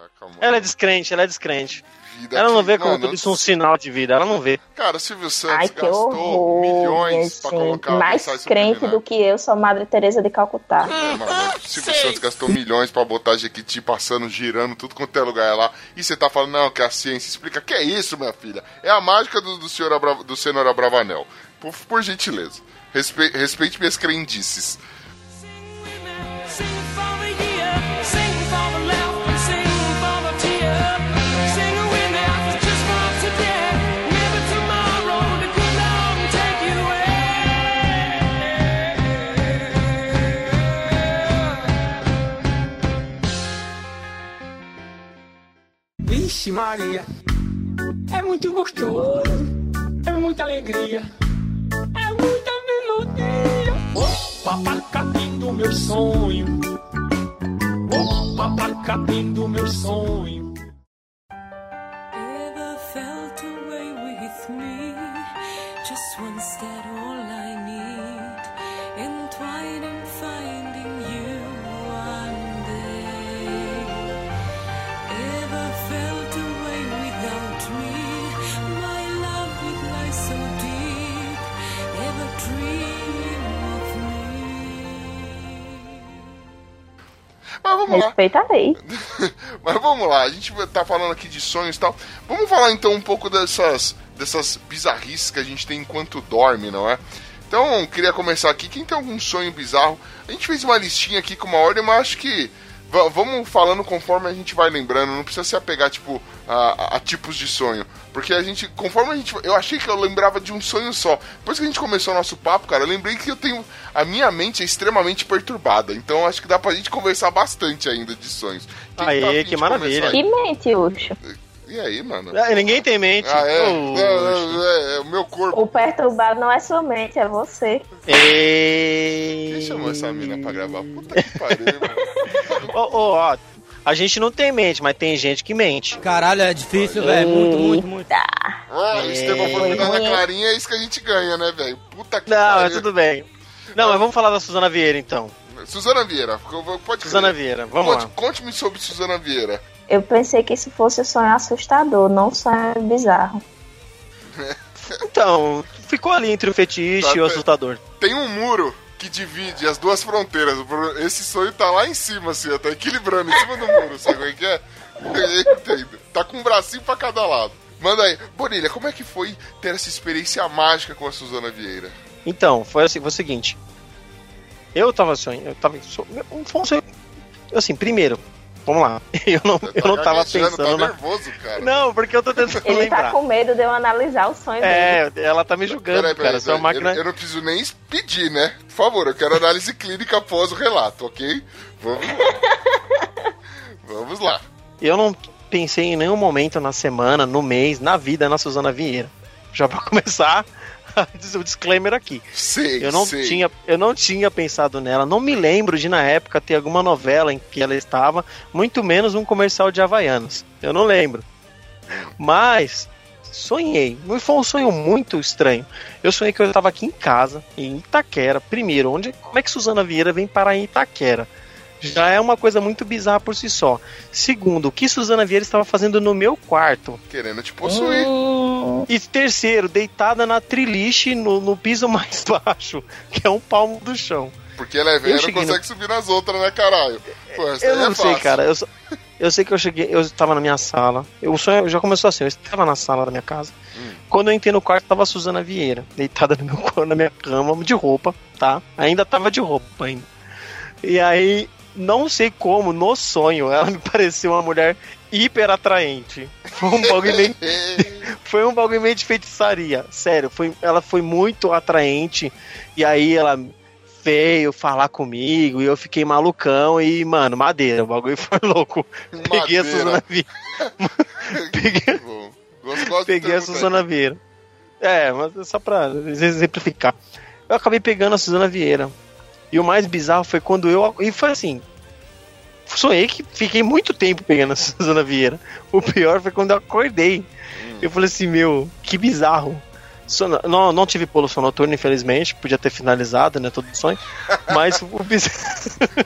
Caraca, mano. Ela é descrente, ela é descrente. Vida Ela não que- vê como mano, tudo isso um sinal de vida, ela não vê. Cara, o Silvio Santos Ai, que gastou horror, milhões pra gente. colocar uma Mais mensagem crente subliminar. do que eu, sou Madre Teresa de Calcutá. É, mano, o Silvio Santos gastou milhões pra botar Jequiti passando, girando, tudo quanto é lugar lá. E você tá falando, não, que a ciência explica. Que é isso, minha filha? É a mágica do, do, senhor Abra, do senhor Abravanel. Por, por gentileza. Respe, respeite minhas crendices. Sing for the year, sing for the laughter, sing for the tear. Sing with me, just for today. Maybe tomorrow the good Lord will take you away. Vixe Maria, é muito gostoso, é muita alegria, é muita melodia. Opa, pra capim do meu sonho. Opa, pra capim do meu sonho. Ever felt away with me? Just one step, all I need. Entwining, finding you one day. Ever felt away without me? My love would lie so deep. Ever dream of me? Mas vamos lá. Respeitarei. Mas vamos lá, a gente tá falando aqui de sonhos e tal. Vamos falar então um pouco dessas, dessas bizarrices que a gente tem enquanto dorme, não é? Então, queria começar aqui. Quem tem algum sonho bizarro? A gente fez uma listinha aqui com uma ordem, mas acho que v- vamos falando conforme a gente vai lembrando. Não precisa se apegar, tipo, a, a- a tipos de sonho. Porque a gente, conforme a gente... Eu achei que eu lembrava de um sonho só. Depois que a gente começou o nosso papo, cara, eu lembrei que eu tenho... A minha mente é extremamente perturbada. Então, acho que dá pra gente conversar bastante ainda de sonhos. Quem Aê, tá a fim que de maravilha. começar aí? Que mente, Ucho. E aí, mano? Ah, ninguém tem mente. Ah, é? Ô, É, é, é, é o meu corpo. O perturbado não é sua mente, é você. Ei. Quem chamou essa mina pra gravar? Puta que pariu, mano. Ó, ó, ó, a gente não tem mente, mas tem gente que mente. Caralho, é difícil, velho. Muito, muito, muito. Ah, o Estevão foi cuidar da Clarinha, é isso que a gente ganha, né, velho? Puta que Não, pariu. é tudo bem. Não, mas vamos falar da Suzana Vieira, então. Suzana Vieira, pode Suzana crer. Vieira, vamos Conte- lá. Conte-me sobre Suzana Vieira. Eu pensei que isso fosse um sonho assustador, não um sonho bizarro. Então, ficou ali entre o fetiche Tá e o bem. assustador. Tem um muro que divide as duas fronteiras. Esse sonho tá lá em cima, assim, ó, tá equilibrando em cima do muro, sabe como é que é? Eu entendo. Tá com um bracinho pra cada lado. Manda aí. Bonilha, como é que foi ter essa experiência mágica com a Suzana Vieira? Então, foi assim, foi o seguinte. Eu tava sonhando, eu tava so- foi um sonho, assim, primeiro, vamos lá. Eu não, eu não tava gaguejando, pensando Tá na... nervoso, cara. Não, porque eu tô tentando Ele lembrar. tá com medo de eu analisar o sonho dele. É, ela tá me julgando, Peraí, peraí, cara. Sua peraí. máquina... eu, eu não preciso nem pedir, né? Por favor, eu quero análise clínica após o relato, ok? Vamos lá. Vamos lá. Eu não pensei em nenhum momento na semana, no mês, na vida, na Suzana Vieira. Já pra começar, o disclaimer aqui. Sei, Eu não, sei. tinha, eu não tinha pensado nela. Não me lembro de, na época, ter alguma novela em que ela estava, muito menos um comercial de Havaianas. Eu não lembro. Mas sonhei. Foi um sonho muito estranho. Eu sonhei que eu estava aqui em casa, em Itaquera. Primeiro, onde, como é que Suzana Vieira vem parar em Itaquera? Já é uma coisa muito bizarra por si só. Segundo, o que Suzana Vieira estava fazendo no meu quarto? Querendo te possuir. E terceiro, deitada na triliche no, no piso mais baixo, que é um palmo do chão. Porque ela é velha, Eu não cheguei consegue no- subir nas outras, né, caralho? Pô, essa Eu aí não é sei, fácil. cara. Eu, só- eu sei que eu cheguei, eu estava na minha sala. Eu, o sonho já começou assim, eu estava na sala da minha casa. Hum. Quando eu entrei no quarto, tava a Suzana Vieira, deitada no meu, cor- na minha cama, de roupa, tá? Ainda tava de roupa ainda. E aí, não sei como, no sonho, ela me pareceu uma mulher hiper atraente. Foi um bagulho meio, foi um bagulho meio de feitiçaria. Sério, foi, ela foi muito atraente. E aí ela veio falar comigo e eu fiquei malucão e, mano, madeira, o bagulho foi louco. Peguei a Madeira. Suzana Vieira. Peguei, Bom, gosto, gosto peguei a do termo Suzana Vieira. É, mas é só pra exemplificar. Eu acabei pegando a Suzana Vieira. E o mais bizarro foi quando eu... E foi assim... Sonhei que fiquei muito tempo pegando a Suzana Vieira. O pior foi quando eu acordei. Eu falei assim, meu, que bizarro. Sono... Não, não tive poluição noturna, infelizmente. Podia ter finalizado, né, todo o sonho. Mas o bizarro...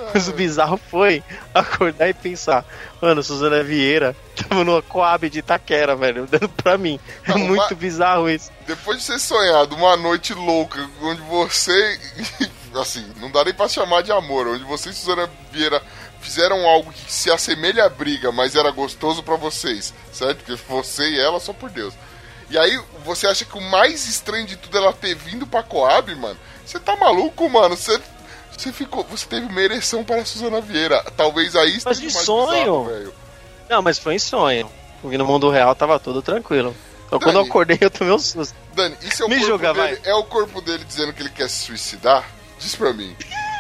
Mas o bizarro foi acordar e pensar, mano, Suzana Vieira tava numa Coab de Itaquera, velho, dando pra mim. É Não, muito mas- bizarro isso. Depois de ser sonhado uma noite louca, onde você, assim, não dá nem pra chamar de amor, onde você e Suzana Vieira fizeram algo que se assemelha à briga, mas era gostoso pra vocês, certo? Porque você e ela, só por Deus. E aí, você acha que o mais estranho de tudo é ela ter vindo pra Coab, mano? Você tá maluco, mano? Você, você ficou, você teve uma ereção para a Suzana Vieira. Talvez aí Mas esteja de mais sonho. bizarro, velho. Não, mas foi em sonho. Porque no mundo real tava tudo tranquilo. Então quando eu Dani. acordei eu tomei um susto. Dani, isso é o Me corpo julga, dele? vai. É o corpo dele dizendo que ele quer se suicidar? Diz pra mim.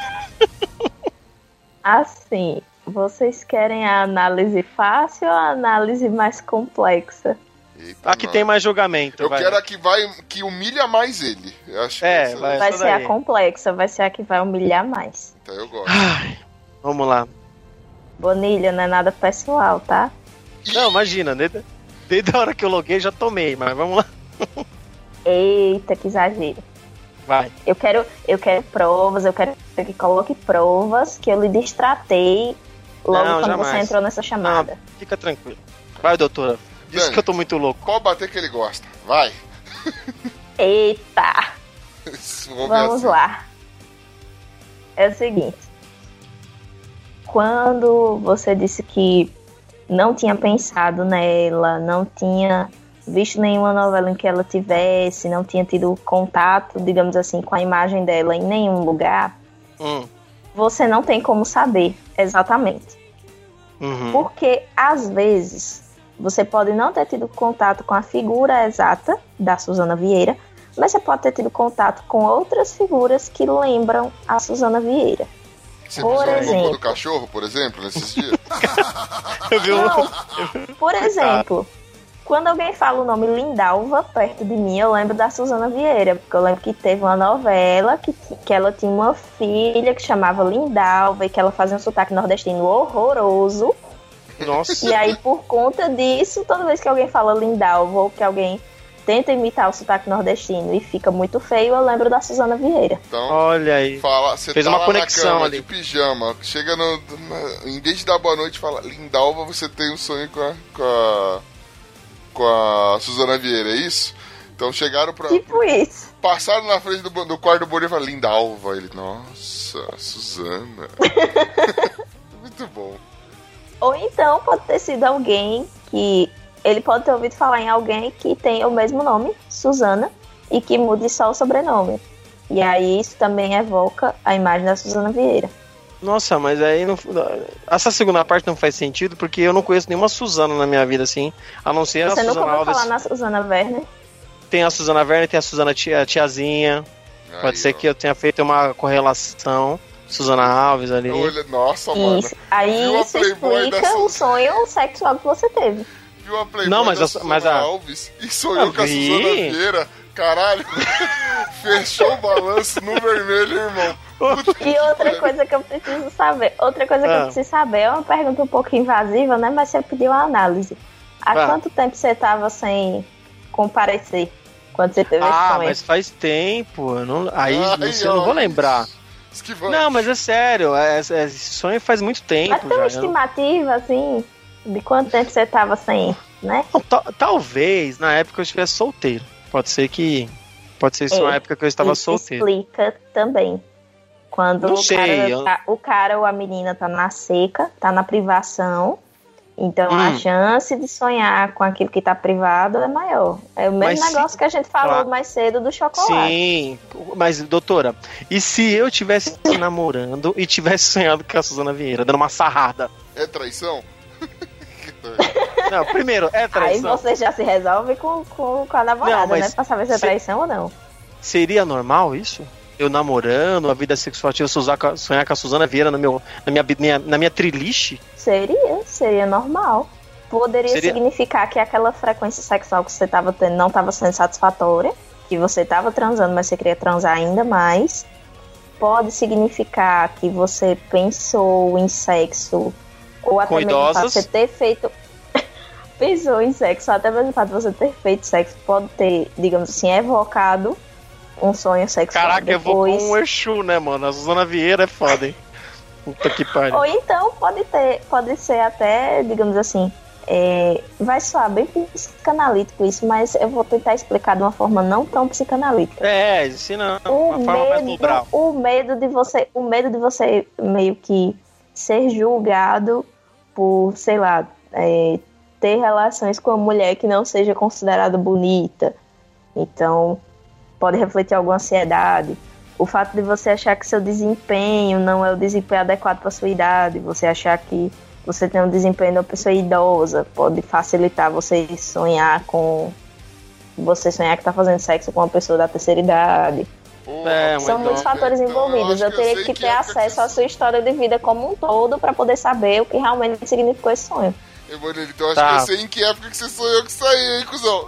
Assim, vocês querem a análise fácil ou a análise mais complexa? Eita, Aqui mano. tem mais julgamento. Eu vai. quero a que vai, que humilha mais ele. Eu acho É, que essa- vai. Vai Essa ser daí. a complexa, vai ser a que vai humilhar mais. Então eu gosto. Ai, vamos lá. Bonilha, não é nada pessoal, tá? Não, imagina, desde, desde a hora que eu loguei já tomei, mas vamos lá. Eita, que exagero. Vai. Eu quero, eu quero provas, eu quero que coloque provas que eu lhe distratei logo Não, quando jamais. você entrou nessa chamada. Não, fica tranquilo. Vai, doutora. Diz Dani. que eu tô muito louco. Pode bater que ele gosta. Vai. Eita! Vamos ver Vamos assim. lá. É o seguinte. Quando você disse que não tinha pensado nela, não tinha visto nenhuma novela em que ela tivesse, não tinha tido contato, digamos assim, com a imagem dela em nenhum lugar, Hum. você não tem como saber exatamente. Uhum. Porque, às vezes, você pode não ter tido contato com a figura exata da Suzana Vieira, mas você pode ter tido contato com outras figuras que lembram a Suzana Vieira. Você Por pisou no cocô exemplo. do cachorro, por exemplo, nesses dias? Eu vi um- Não, por exemplo, quando alguém fala o nome Lindalva perto de mim, eu lembro da Suzana Vieira, porque eu lembro que teve uma novela que, que ela tinha uma filha que chamava Lindalva e que ela fazia um sotaque nordestino horroroso. Nossa. E aí, por conta disso, toda vez que alguém fala Lindalva ou que alguém tenta imitar o sotaque nordestino e fica muito feio, eu lembro da Suzana Vieira. Então, Olha aí. fala, você Fez tá uma lá conexão na cama, ali. de pijama, chega no... na- em vez de dar boa noite, fala Lindalva, você tem um sonho com a... com a, com a Suzana Vieira, é isso? Então chegaram pra... Tipo isso. Passaram na frente do, do quarto do Boninho e falaram Lindalva. Ele, nossa, Suzana. Muito bom. Ou então pode ter sido alguém que... Ele pode ter ouvido falar em alguém que tem o mesmo nome, Suzana, e que mude só o sobrenome. E aí isso também evoca a imagem da Suzana Vieira. Nossa, mas aí não. Essa segunda parte não faz sentido porque eu não conheço nenhuma Suzana na minha vida assim, a não ser Você a nunca Suzana ouviu Alves. falar na Suzana Werner? Tem a Suzana Werner, tem a Suzana tia, tiazinha. Pode Aí, ser ó. que eu tenha feito uma correlação. Suzana Alves ali. Olha, nossa, mano. Isso. Aí Viu a isso Playboy da explica o Suzana? sonho sexual que você teve. Viu a Playboy Não, mas da a- Suzana mas a- Alves e sonhou Eu com a vi. Suzana Vieira. Caralho. Fechou o balanço no vermelho, irmão. Puta que E outra pariu. coisa que eu preciso saber, outra coisa que Ah. eu preciso saber, é uma pergunta um pouco invasiva, né? Mas você pediu uma análise. Há Ah. quanto tempo você tava sem comparecer quando você teve esse Ah, sonho? mas faz tempo. eu Não, aí Ai, não sei, eu não ó, vou lembrar. esquivando. Não, mas é sério. É, é- esse sonho faz muito tempo Mas tem uma já. eu- estimativa, assim, de quanto tempo você tava sem, né? Não, ta- talvez na época eu estivesse solteiro. Pode ser que. Pode ser isso É, uma época que eu estava Isso solteiro. explica também. Quando Não o, sei, cara eu- tá- o cara ou a menina tá na seca, tá na privação, então a Hum. chance de sonhar com aquilo que tá privado é maior. É o mesmo Mas se- negócio que a gente falou Claro. mais cedo do chocolate. Sim, mas doutora, e se eu tivesse namorando e tivesse sonhado com a Suzana Vieira, dando uma sarrada? É traição? Não, primeiro, é Aí traição. você já se resolve com, com, com a namorada, Não, mas né? Pra saber se é se- traição ou não. Seria normal isso? Eu namorando, a vida sexual ativa, sonhar com a- sonhar com a Suzana Vieira no meu, na, minha, minha, na minha triliche? Seria, seria normal. Poderia Seria- significar que aquela frequência sexual que você tava tendo não tava sendo satisfatória, que você tava transando, mas você queria transar ainda mais. Pode significar que você pensou em sexo, ou até Com mesmo o fato de idosas. você ter feito. Pensou em sexo, até mesmo o fato de você ter feito sexo pode ter, digamos assim, evocado um sonho sexual. Caraca, eu vou depois. com um Exu, né, mano? A Suzana Vieira é foda, hein? Puta que pariu. Ou então pode ter, pode ser até, digamos assim, é, vai soar bem psicanalítico isso, mas eu vou tentar explicar de uma forma não tão psicanalítica. É, ensina O uma forma mais medo, lubral. o medo de você, o medo de você meio que ser julgado por, sei lá, é, ter relações com uma mulher que não seja considerada bonita. Então, pode refletir alguma ansiedade. O fato de você achar que seu desempenho não é o desempenho adequado para sua idade, você achar que você tem um desempenho de uma pessoa idosa, pode facilitar você sonhar com... Você sonhar que tá fazendo sexo com uma pessoa da terceira idade. É, São muitos fatores então, envolvidos. eu Eu teria sei que que ter é acesso à sua história de vida como um todo para poder saber o que realmente significou esse sonho. Emanuele, então acho Tá. que eu sei em que época que você sonhou que saiu, hein, cuzão?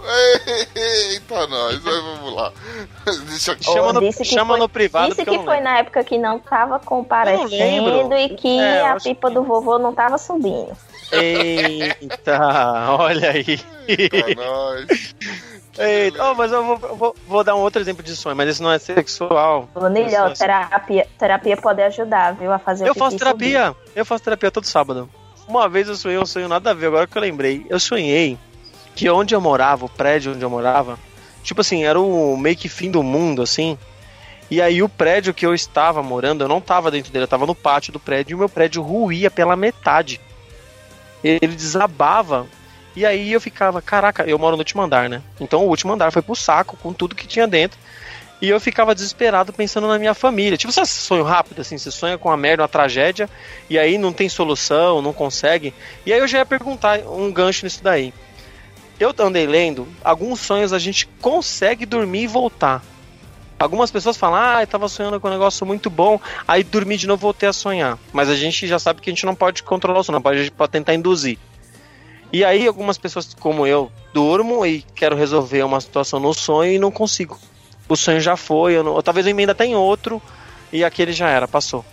Eita, nós, mas vamos lá. Deixa aqui. Chama Ou no- disse que chama foi- no privado, Disse porque eu que não foi lembro. na época que não tava comparecendo lembro. e que É, eu a acho pipa que- do vovô não tava subindo. Eita, olha aí. Eita, nós. Eita, oh, mas eu vou, eu vou, vou dar um outro exemplo de sonho, mas esse não é sexual. Vanilha, ó, Esse não é- terapia, terapia pode ajudar, viu? A fazer Eu o faço xixi subir. terapia, eu faço terapia todo sábado. Uma vez eu sonhei um sonho nada a ver, agora que eu lembrei. Eu sonhei que onde eu morava, o prédio onde eu morava, tipo assim, era o meio que fim do mundo, assim. E aí o prédio que eu estava morando, eu não estava dentro dele, eu estava no pátio do prédio e o meu prédio ruía pela metade. Ele desabava. E aí eu ficava, caraca, eu moro no último andar, né? Então o último andar foi pro saco com tudo que tinha dentro. E eu ficava desesperado pensando na minha família. Tipo, sabe esse sonho rápido, assim? Você sonha com uma merda, uma tragédia, e aí não tem solução, não consegue. E aí eu já ia perguntar um gancho nisso daí. Eu andei lendo, alguns sonhos a gente consegue dormir e voltar. Algumas pessoas falam, ah, eu tava sonhando com um negócio muito bom, aí dormi de novo e voltei a sonhar. Mas a gente já sabe que a gente não pode controlar o sono, a gente pode tentar induzir. E aí algumas pessoas como eu durmo e quero resolver uma situação no sonho e não consigo. O sonho já foi, eu não, ou talvez eu emenda até em outro e aquele já era, passou.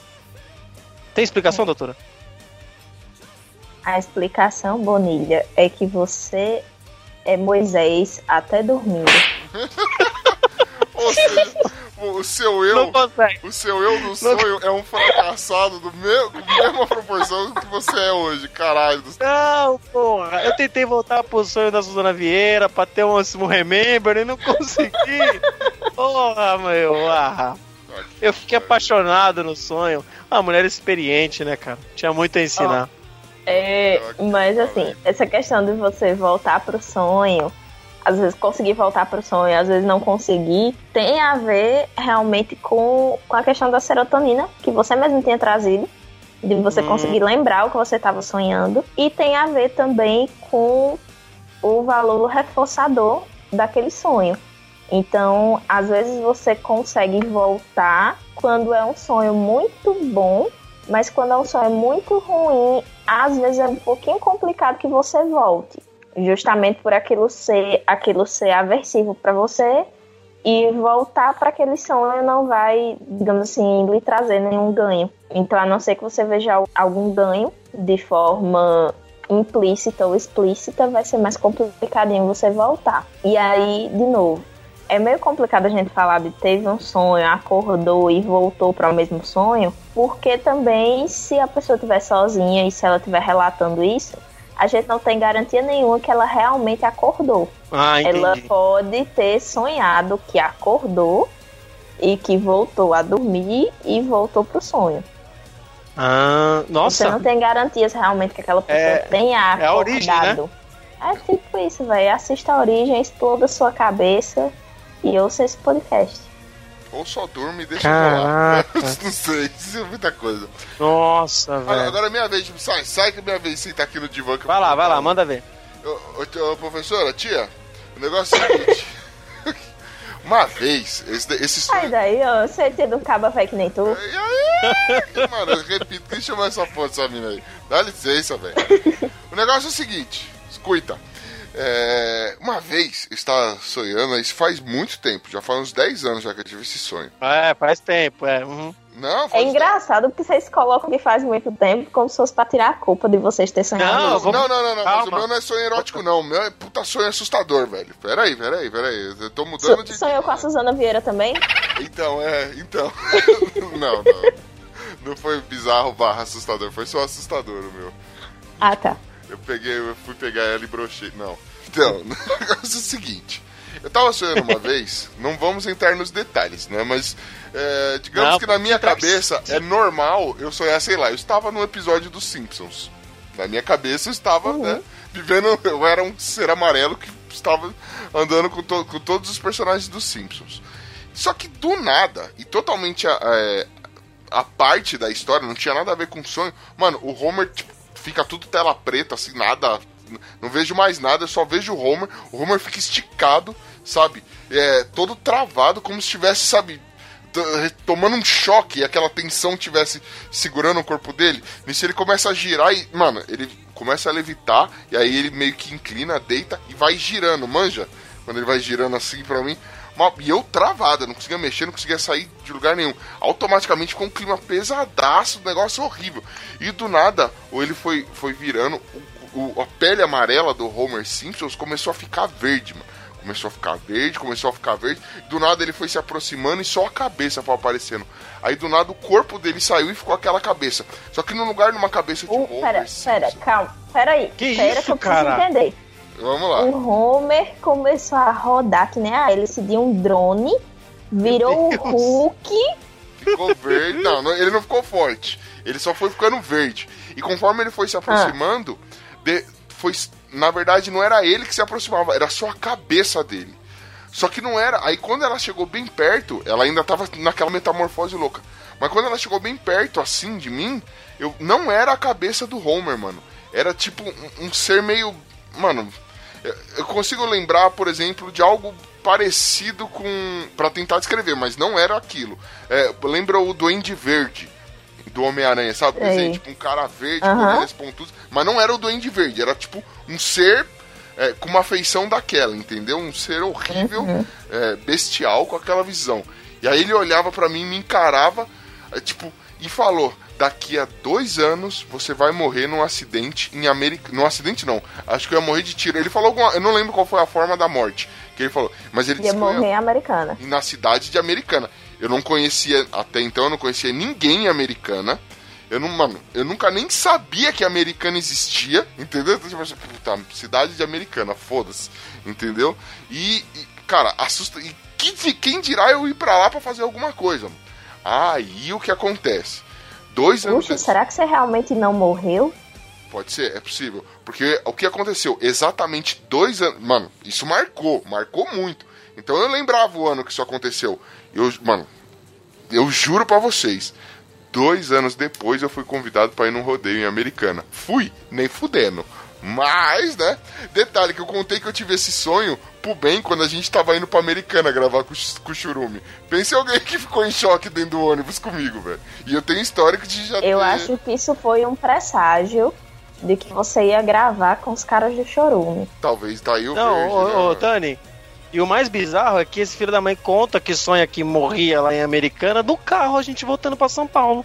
Tem explicação, doutora? A explicação, Bonilha, é que você é Moisés até dormindo. Ou seja, o seu eu, Não consegue. o seu eu no sonho é um fracassado do meu, com a mesma proporção que você é hoje, caralho. Do... Não, porra. Eu tentei voltar pro sonho da Suzana Vieira pra ter um, um remember e não consegui. Porra, meu. Ah. Eu fiquei apaixonado no sonho. Uma mulher experiente, né, cara? Tinha muito a ensinar. É, mas assim, essa questão de você voltar pro sonho, às vezes conseguir voltar pro sonho, às vezes não conseguir, tem a ver realmente com, com a questão da serotonina, que você mesmo tinha trazido, de você Hum. conseguir lembrar o que você estava sonhando, e tem a ver também com o valor reforçador daquele sonho. Então, às vezes você consegue voltar quando é um sonho muito bom, mas quando é um sonho muito ruim, às vezes é um pouquinho complicado que você volte. Justamente por aquilo ser, aquilo ser aversivo para você, e voltar para aquele sonho não vai, digamos assim, lhe trazer nenhum ganho. Então, a não ser que você veja algum ganho de forma implícita ou explícita, vai ser mais complicadinho você voltar. E aí, de novo, é meio complicado a gente falar de teve um sonho, acordou e voltou para o mesmo sonho, porque também se a pessoa estiver sozinha e se ela estiver relatando isso, a gente não tem garantia nenhuma que ela realmente acordou. Ah, entendi. Ela pode ter sonhado que acordou e que voltou a dormir e voltou pro sonho. Ah, Você nossa. não tem garantias realmente que aquela pessoa É- tenha é a acordado. origem, né? É tipo isso, velho. Assista a origem, exploda sua cabeça e ouça esse podcast. Ou só durma e deixa rolar. Caraca. Não sei, isso é muita coisa. Nossa, Agora, velho. agora é minha vez, sai, sai que é minha vez sentar aqui no divã. Que eu Vai vou lá, vai contar. lá, manda ver. Ô, ô, ô, professora, tia, o negócio é o seguinte. Uma vez, esse, esse Sai sonho... daí, ó. Você tem um cabo velho que nem tu. E aí? Mano, eu repito, quem chamou essa porra dessa mina aí? Dá licença, velho. O negócio é o seguinte, escuta. É, uma vez, eu estava sonhando, isso faz muito tempo, já faz uns dez anos já que eu tive esse sonho. É, faz tempo, é. Uhum. Não, É faz engraçado porque vocês colocam que faz muito tempo como se fosse pra tirar a culpa de vocês terem sonhado. Não, isso. vamos- Não, não, não, não, mas Calma. o meu não é sonho erótico, não. O meu é puta sonho assustador, velho. Peraí, peraí, peraí. Eu tô mudando So- de. Sonhou com a Suzana Vieira também? Então, é, então. Não, não. Não foi bizarro barra assustador, foi só assustador o meu. Ah, tá. Eu peguei, eu fui pegar ela e brochei. Não. Então, o negócio é o seguinte. Eu tava sonhando uma vez, não vamos entrar nos detalhes, né? Mas, é, digamos Não, que na minha tá- cabeça é normal eu sonhar, sei lá, eu estava num episódio dos Simpsons. Na minha cabeça eu estava, Uhum. né, vivendo, eu era um ser amarelo que estava andando com, to- com todos os personagens dos Simpsons. Só que do nada, e totalmente a, é, a parte da história, não tinha nada a ver com o sonho, mano, o Homer, tipo, fica tudo tela preta, assim, nada... Não vejo mais nada, eu só vejo o Homer. O Homer fica esticado, sabe? É, todo travado, como se estivesse, sabe, t- tomando um choque e aquela tensão estivesse segurando o corpo dele. Nisso ele começa a girar e, mano, ele começa a levitar e aí ele meio que inclina, deita e vai girando, manja? Quando ele vai girando assim pra mim. Uma- E eu travada, não conseguia mexer, não conseguia sair de lugar nenhum. Automaticamente ficou um clima pesadaço, um negócio horrível. E do nada, ou ele foi, foi virando, o, o- a pele amarela do Homer Simpson começou a ficar verde, mano. Começou a ficar verde, começou a ficar verde. Do nada ele foi se aproximando e só a cabeça foi aparecendo. Aí do nada o corpo dele saiu e ficou aquela cabeça. Só que no lugar de uma cabeça de Uh, Homer pera, Simpson. pera, calma. Pera aí. Que pera isso, que eu preciso cara? entender. Vamos lá. O Homer começou a rodar que nem a hélice de um drone, virou o Deus. Hulk. Ficou verde. Não, não, ele não ficou forte. Ele só foi ficando verde. E conforme ele foi se aproximando, de- foi, na verdade, não era ele que se aproximava, era só a cabeça dele. Só que não era. Aí quando ela chegou bem perto, ela ainda tava naquela metamorfose louca. Mas quando ela chegou bem perto, assim, de mim, eu não era a cabeça do Homer, mano. Era tipo um, um ser meio. Mano, eu- eu consigo lembrar, por exemplo, de algo parecido com. Pra tentar descrever, mas não era aquilo. É, lembra o Duende Verde do Homem-Aranha, sabe? Sei. Assim, tipo um cara verde, Aham. com orelhas pontudas. Mas não era o Duende Verde, era tipo um ser é, com uma feição daquela, entendeu? Um ser horrível, é, bestial, com aquela visão. E aí ele olhava pra mim, me encarava, é, tipo, e falou: daqui a dois anos você vai morrer num acidente em América. Num acidente não, acho que eu ia morrer de tiro. Ele falou alguma. Eu não lembro qual foi a forma da morte que ele falou, mas ele Ia disse que eu ia morrer americana. e na cidade de Americana. Eu não conhecia, até então eu não conhecia ninguém em Americana. Eu não, mano, eu nunca nem sabia que Americana existia, entendeu? Então, tipo assim, puta, cidade de Americana, foda-se, entendeu? E, e, cara, assusta. E que, quem dirá eu ir pra lá pra fazer alguma coisa, mano? Aí o que acontece? Dois anos Puxa, será que você realmente não morreu? Pode ser, é possível. Porque o que aconteceu? Exatamente dois anos. Mano, isso marcou, marcou muito. Então eu lembrava o ano que isso aconteceu. Eu, mano, eu juro pra vocês. Dois anos depois eu fui convidado pra ir num rodeio em Americana. Fui, nem fudendo. Mas, né? Detalhe que eu contei que eu tive esse sonho pro bem quando a gente tava indo pra Americana gravar com, o- com o Churume. Pense em alguém que ficou em choque dentro do ônibus comigo, velho. E eu tenho histórico de já Eu ter... acho que isso foi um presságio de que você ia gravar com os caras do Chorume. Talvez tá aí o Não, verde, ô, né, ô, mano? Tani. E o mais bizarro é que esse filho da mãe conta que sonha que morria lá em Americana do carro, a gente voltando pra São Paulo.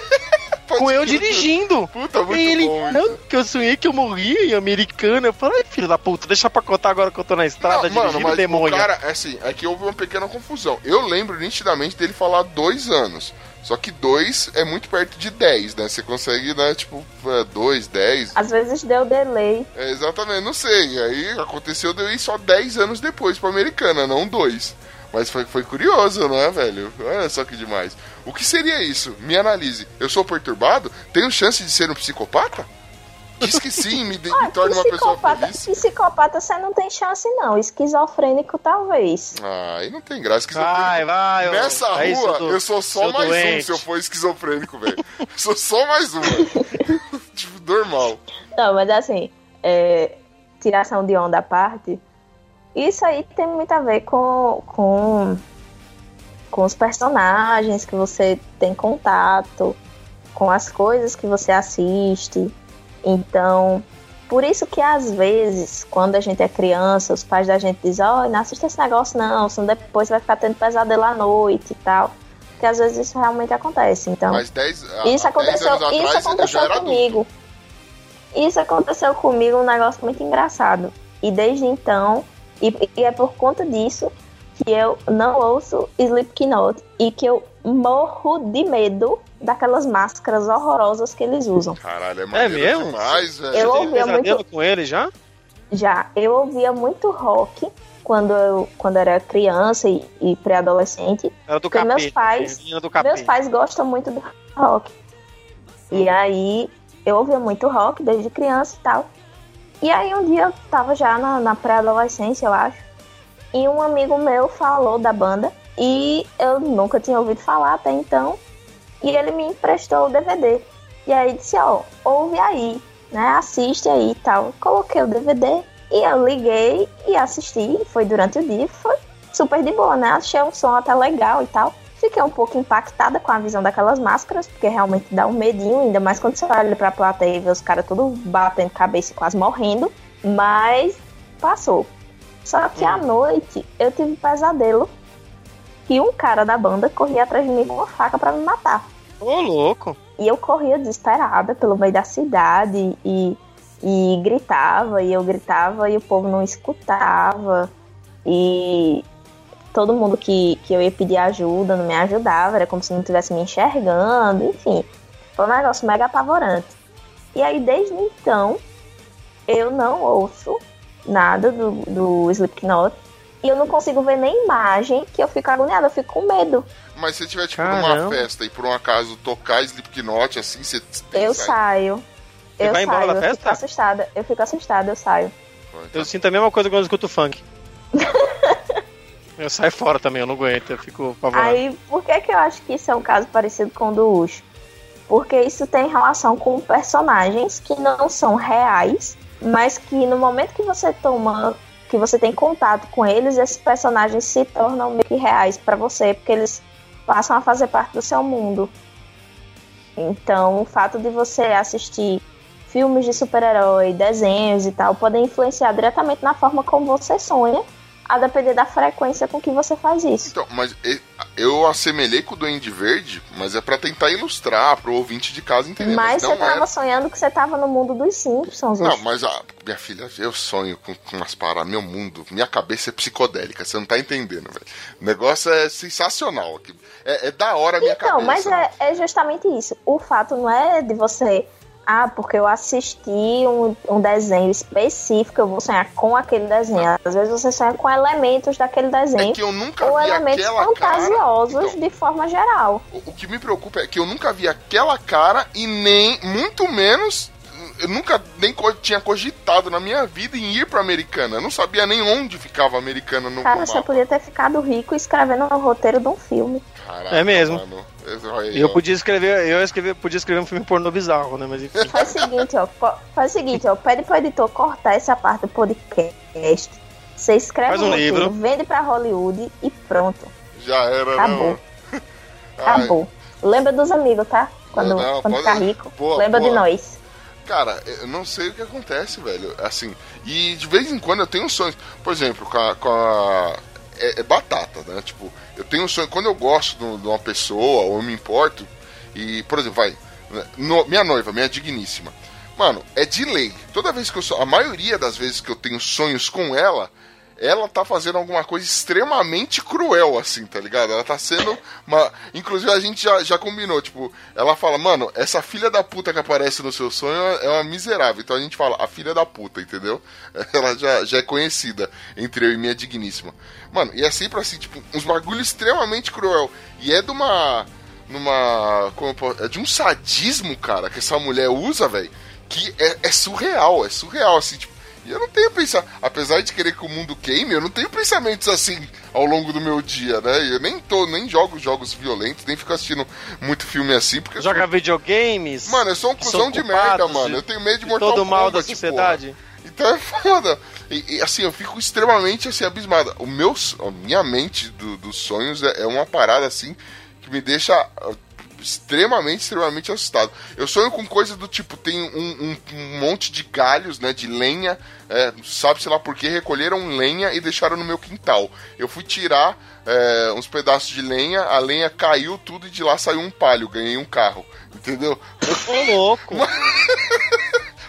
Pode Com eu crer. dirigindo. Puta, muito E ele, bom isso. não, que eu sonhei que eu morria em Americana. Eu falei, ai, filho da puta, deixa pra contar agora que eu tô na estrada Não, mano, dirigindo, mas demônio. o cara, é assim, é que houve uma pequena confusão. Eu lembro nitidamente dele falar dois anos. Só que dois é muito perto de dez, né? Você consegue, né, tipo, é, dois, dez. Às vezes deu delay. É, exatamente, não sei. Aí aconteceu de eu ir só dez anos depois pra Americana, não dois. Mas foi, foi curioso, não é, velho? Olha só que demais. O que seria isso? Me analise. Eu sou perturbado? Tenho chance de ser um psicopata? Diz que sim, me, de- me Ah, torne uma pessoa psicopata, feliz. psicopata você não tem chance, não. Esquizofrênico, talvez. Ah, aí não tem graça. Vai, vai. ô. Nessa É isso, rua, do- eu sou só seu mais um doente. se eu for esquizofrênico, velho. Eu sou só mais um. Tipo, normal. Não, mas assim, é, tiração de onda à parte, isso aí tem muito a ver com, com, com os personagens que você tem contato, com as coisas que você assiste. Então, por isso que às vezes, quando a gente é criança, os pais da gente dizem, ó, não assista esse negócio não, senão depois vai ficar tendo pesadelo à noite e tal. Porque às vezes isso realmente acontece. Então, Mas dez, há- isso há dez aconteceu, anos atrás isso eu já aconteceu era adulto. comigo. Isso aconteceu comigo, um negócio muito engraçado. E desde então, e, e é por conta disso que eu não ouço Slipknot e que eu morro de medo daquelas máscaras horrorosas que eles usam. Caralho, é maneiro mesmo? demais, velho. Eu Você tem ouvia pesadelo muito- com ele já? Já, eu ouvia muito rock quando eu quando era criança e, e pré-adolescente. Era do Porque capeta. meus pais- menina do capeta. Meus pais gostam muito do rock. E aí, eu ouvia muito rock desde criança e tal. E aí, um dia eu tava já na, na pré-adolescência, eu acho. E um amigo meu falou da banda. E eu nunca tinha ouvido falar até então. E ele me emprestou o D V D. E aí disse, ó, ouve aí, né? Assiste aí e tal. Coloquei o D V D e eu liguei e assisti. Foi durante o dia, foi super de boa, né? Achei um som até legal e tal. Fiquei um pouco impactada com a visão daquelas máscaras, porque realmente dá um medinho, ainda mais quando você olha pra plateia e vê os caras tudo batendo cabeça e quase morrendo. Mas passou. Só que à noite eu tive um pesadelo que um cara da banda corria atrás de mim com uma faca pra me matar. Ô, louco. E eu corria desesperada pelo meio da cidade e, e gritava, e eu gritava e o povo não escutava. E todo mundo que, que eu ia pedir ajuda não me ajudava, era como se não estivesse me enxergando, enfim. Foi um negócio mega apavorante. E aí, desde então, eu não ouço nada do, do Slipknot. E eu não consigo ver nem imagem, que eu fico agoniada, eu fico com medo. Mas se tiver, tipo, Caramba. numa festa e por um acaso tocar Slipknot, assim, você... Eu sai. saio. Você eu vai embora saio, da eu festa? fico assustada. Eu fico assustada, eu saio. Eu sinto a mesma coisa quando eu escuto funk. Eu saio fora também, eu não aguento, eu fico apavorado. Aí, por que que eu acho que isso é um caso parecido com o do Ucho? Porque isso tem relação com personagens que não são reais, mas que no momento que você toma, que você tem contato com eles, esses personagens se tornam meio que reais pra você, porque eles passam a fazer parte do seu mundo. Então, o fato de você assistir filmes de super-herói, desenhos e tal, podem influenciar diretamente na forma como você sonha, a depender da frequência com que você faz isso. Então, mas e- eu assemelhei com o Duende Verde, mas é pra tentar ilustrar pro ouvinte de casa entender. Mas não você tava era- sonhando que você tava no mundo dos Simpsons. Não, hoje. mas, ah, minha filha, eu sonho com, com umas paradas, meu mundo, minha cabeça é psicodélica, você não tá entendendo, velho. O negócio é sensacional, aqui. É, é da hora a minha Então, mas cabeça. é, é justamente isso. O fato não é de você... Ah, porque eu assisti um, um desenho específico, eu vou sonhar com aquele desenho. Às vezes você sonha com elementos daquele desenho. É que eu nunca ou vi elementos aquela fantasiosos cara. Então, de forma geral. o, o que me preocupa é que eu nunca vi aquela cara e nem, muito menos, eu nunca nem co- tinha cogitado na minha vida em ir pra Americana. Eu não sabia nem onde ficava a Americana no Cara, mapa. você podia ter ficado rico escrevendo o roteiro de um filme. Caraca, É mesmo. mano. Esse- aí, Eu ó. podia escrever, eu escrever, podia escrever um filme pornô bizarro, né? Mas enfim. Faz o seguinte, ó. po- Faz o seguinte, ó. Pede pro editor cortar essa parte do podcast. Você escreve Faz um um roteiro, livro. vende pra Hollywood e pronto. Já era, Acabou. não. Acabou. Lembra dos amigos, tá? Quando, Não, quando pode- ficar rico. boa, Lembra boa. de nós. Cara, eu não sei o que acontece, velho. Assim, e de vez em quando eu tenho sonhos. Por exemplo, com a. Com a é, é batata, né? Tipo, eu tenho um sonho. Quando eu gosto de de uma pessoa, ou eu me importo, e, por exemplo, vai. no- minha noiva, minha digníssima. Mano, é de lei. Toda vez que eu. so- A maioria das vezes que eu tenho sonhos com ela. Ela tá fazendo alguma coisa extremamente cruel, assim, tá ligado? Ela tá sendo uma... Inclusive, a gente já, já combinou, tipo... Ela fala, mano, essa filha da puta que aparece no seu sonho é uma miserável. Então a gente fala, a filha da puta, entendeu? Ela já, já é conhecida entre eu e minha digníssima. Mano, e é sempre assim, tipo, uns bagulho extremamente cruel. E é de uma... Numa... Como eu posso... É de um sadismo, cara, que essa mulher usa, velho. Que é, é surreal, é surreal, assim, tipo... E eu não tenho pensar, apesar de querer que o mundo queime, eu não tenho pensamentos assim ao longo do meu dia, né? Eu nem tô, nem jogo jogos violentos, nem fico assistindo muito filme assim, porque... Joga videogames. Mano, eu sou um que cuzão são de culpados merda, mano. de- Eu tenho medo de de Mortal todo o mal da Kombat, sociedade. porra. Então é foda. E, e, assim, eu fico extremamente assim, abismado. O meu, a minha mente do- dos sonhos é, é uma parada assim que me deixa uh, extremamente, extremamente assustado. Eu sonho com coisa do tipo, tem um, um- um monte de galhos, né, de lenha, é, sabe-se lá por que, recolheram lenha e deixaram no meu quintal. Eu fui tirar é, uns pedaços de lenha, a lenha caiu tudo e de lá saiu um palho, ganhei um carro, entendeu? Ô, louco.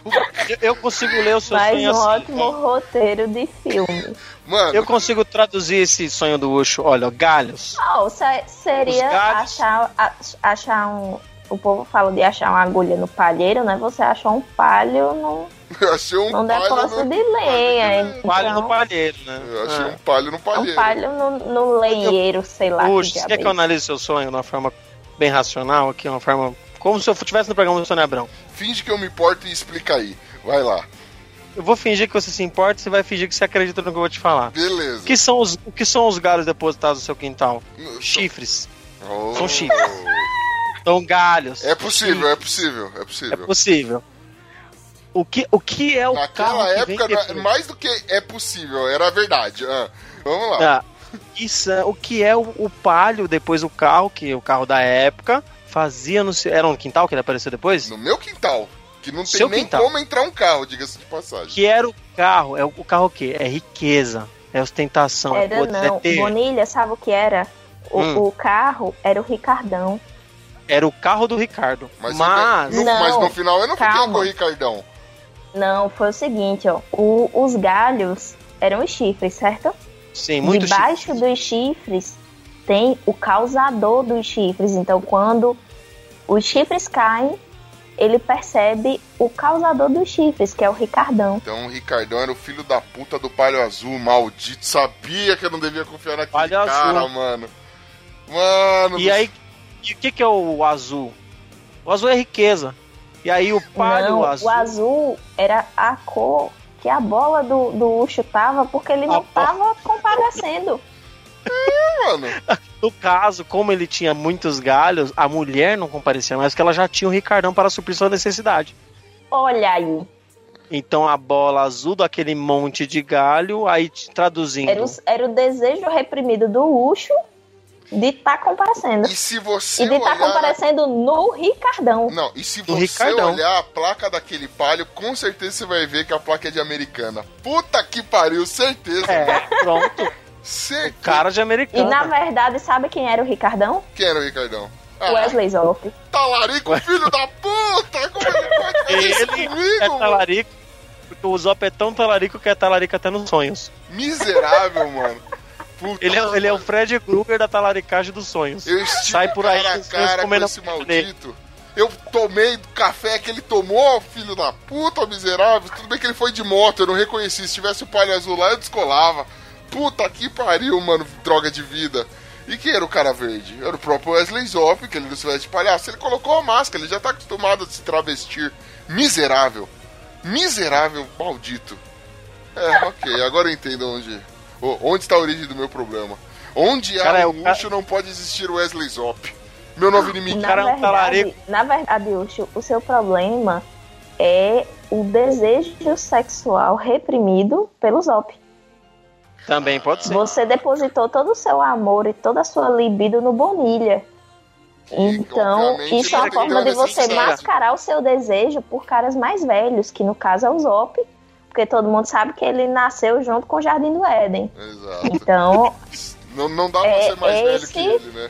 Eu, eu consigo ler o seu Mais sonho um assim. ótimo roteiro de filme. Mano, Eu consigo traduzir esse sonho do Ucho. Olha, galhos. Oh, se- seria Os galhos. achar, a- achar um... O povo fala de achar uma agulha no palheiro, né? Você achou um palho no, eu achei um num palho depósito no... de lenha. Palho então, no palheiro, né? Eu achei Ah. um palho no é palheiro. um palho no, no lenheiro, sei lá. Ucho, que você diabo quer é que eu isso. analise seu sonho de uma forma bem racional aqui? Uma forma... Como se eu estivesse no programa do Sônia Abrão. Finge que eu me importo e explica aí. Vai lá. Eu vou fingir que você se importa e você vai fingir que você acredita no que eu vou te falar. Beleza. O que são os, o que são os galhos depositados no seu quintal? No- Chifres. Oh. São chifres. São galhos. É possível, é possível, é possível. É possível. O que, o que é o carro Naquela que época, vem na- depois? mais do que é possível, era a verdade. Ah, vamos lá. Ah, isso, é- o que é o, o palio, depois o carro, que o carro da época fazia no seu... Era um quintal que ele apareceu depois? No meu quintal, que não tem Seu nem quintal. como entrar um carro, diga-se de passagem. Que era o carro, é o, o carro o quê? É riqueza, é ostentação, é Era poder, é não. ter. Bonilha, sabe o que era? O, Hum. o carro era o Ricardão. Era o carro do Ricardo. Mas, Mas, no, Não, mas no final eu não fiquei calma. com o Ricardão. Não, foi o seguinte, ó. O- os galhos eram os chifres, certo? sim, muito chique. Debaixo dos chifres tem o causador dos chifres. Então, quando os chifres caem, ele percebe o causador dos chifres, que é o Ricardão. Então o Ricardão era o filho da puta do Palho Azul, maldito. Sabia que eu não devia confiar naquele Palho cara, Azul. mano. Mano. E aí, e o que, que é o azul? O azul é riqueza. E aí o palio Não, azul. o azul era a cor que a bola do, do Ucho tava, porque ele A não bo- tava comparecendo. Mano, No caso, como ele tinha muitos galhos, a mulher não comparecia mais, porque ela já tinha o Ricardão para suprir sua necessidade. Olha aí, Então a bola azul daquele monte de galho, aí te- traduzindo. era o, era o desejo reprimido do Ucho de estar comparecendo. e se você E de estar olhar... comparecendo no Ricardão. Não, e se Do você Ricardão. olhar a placa daquele palio, com certeza você vai ver que a placa é de Americana. Puta que pariu, certeza. É, pronto. Certeza. Cara de E americano. na verdade, sabe quem era o Ricardão? Quem era o Ricardão? Ah, Wesley Zop. talarico, filho da puta! Como ele pode fazer isso Ele comigo, é mano? talarico, porque o Zop é tão talarico que é talarico até nos sonhos. Miserável, mano. Puta Ele é, que ele é o pariu. Fred Krueger da talaricagem dos sonhos. Eu estive Sai por aí cara a nos sonhos cara com comendo esse nele. maldito. Eu tomei do café que ele tomou, filho da puta, miserável. Tudo bem que ele foi de moto, eu não reconheci. Se tivesse o palho azul lá, eu descolava. Puta que pariu, mano, droga de vida. E quem era o cara verde? Era o próprio Wesley Zop, que ele não se veste de palhaço. Ele colocou a máscara, ele já tá acostumado a se travestir. Miserável. Miserável, maldito. É, ok, agora eu entendo onde, o- onde está a origem do meu problema. Onde há Cara, é um o ca- luxo, não pode existir o Wesley Zop. Meu novo inimigo. Na cara é um verdade, talarico. na verdade, Ucho, o seu problema é o desejo sexual reprimido pelo Zop. Também pode ser. Você depositou todo o seu amor e toda a sua libido no Bonilha. Então, obviamente, isso é não uma tem forma de grande você necessidade. mascarar o seu desejo por caras mais velhos, que no caso é o Zop, porque todo mundo sabe que ele nasceu junto com o Jardim do Éden. Exato. Então, Não, não dá pra É- ser mais é velho esse- que ele, né?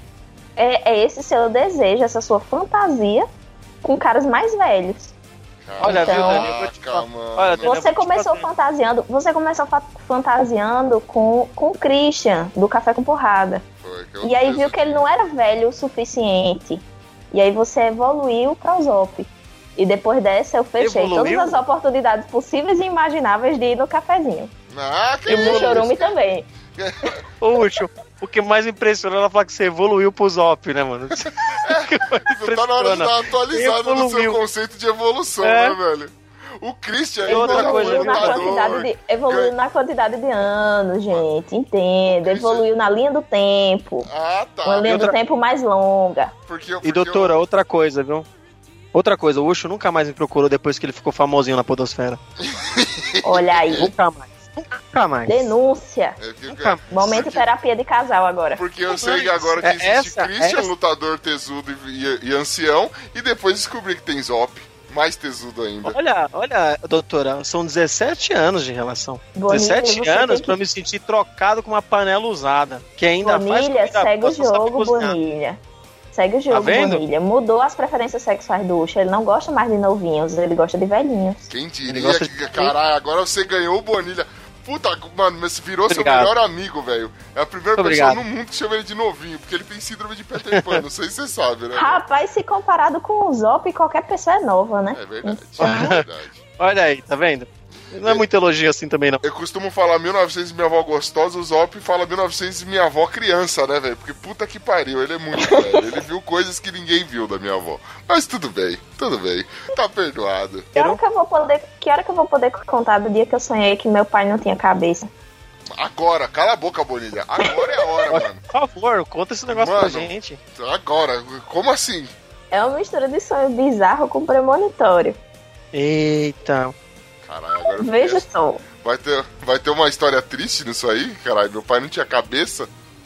é, é esse seu desejo, essa sua fantasia com caras mais velhos. Olha, viu, Então- Dani, eu vou te falar. Caraca, mano. Olha, Dani, eu Você vou te começou fazer- fantasiando, você começou fa- fantasiando com, com o Christian, do Café com Porrada. Foi, que eu E aí fiz viu que ele não era velho o suficiente. E aí você evoluiu para o Zop. E depois dessa eu fechei Evoluiu? todas as oportunidades possíveis e imagináveis de ir no cafezinho. Ah, que E no isso? chorume também. Ô, Ucho, o que mais impressiona é ela falar que você evoluiu pro Zop, né, mano? Você tá na hora de dar uma atualizada no seu Evoluiu. conceito de evolução, É. né, velho? O Christian E outra ele coisa, é um Evoluiu, na lutador, quantidade, de, evoluiu ganha- na quantidade de anos, gente. Entenda. Evoluiu na linha do tempo. Ah, tá. Uma linha outra- do tempo mais longa. Porque, porque E doutora, outra coisa, viu? Outra coisa, o Ucho nunca mais me procurou depois que ele ficou famosinho na podosfera. Olha aí. Nunca mais. Nunca mais. Denúncia. eu, é que- Nunca- Momento porque, terapia de casal agora. porque eu sei que agora que É existe essa- Christian, essa- lutador tesudo e, e- e ancião, e depois descobri que tem Zop, mais tesudo ainda. Olha, olha, doutora, são dezessete anos de relação. Bonilha, dezessete você anos tem pra que- me sentir trocado com uma panela usada. Que ainda faz Bonilha, comida segue boa, o só sabe jogo, cozinhar. Bonilha. Segue o jogo, Tá vendo? Bonilha. Mudou as preferências sexuais do Ucho. Ele não gosta mais de novinhos, ele gosta de velhinhos. Quem Ele diria gosta que, de- caralho, agora você ganhou o Bonilha. Puta, mano, mas virou Obrigado. seu melhor amigo, velho. É a primeira Muito pessoa obrigado. no mundo que chama ele de novinho, porque ele tem síndrome de Peter Pan, não sei se você sabe, né? Rapaz, se comparado com o Zop, qualquer pessoa é nova, né? É verdade, é verdade. Olha aí, tá vendo? Não é muito elogio assim também, não. Eu costumo falar mil e novecentos minha avó gostosa, o Zop fala mil e novecentos minha avó criança, né, velho? Porque puta que pariu, ele é muito velho. Ele viu coisas que ninguém viu da minha avó. Mas tudo bem, tudo bem. Tá perdoado. Que hora que eu vou poder, que hora que eu vou poder contar do dia que eu sonhei que meu pai não tinha cabeça? Agora, cala a boca, Bonilha. Agora é a hora, mano. Por favor, conta esse negócio Mano. pra gente. Agora, como assim? É uma mistura de sonho bizarro com premonitório. Eita. Caralho, agora eu fiquei- Veja só. Vai ter, vai ter uma história triste nisso aí? Caralho, meu pai não tinha cabeça?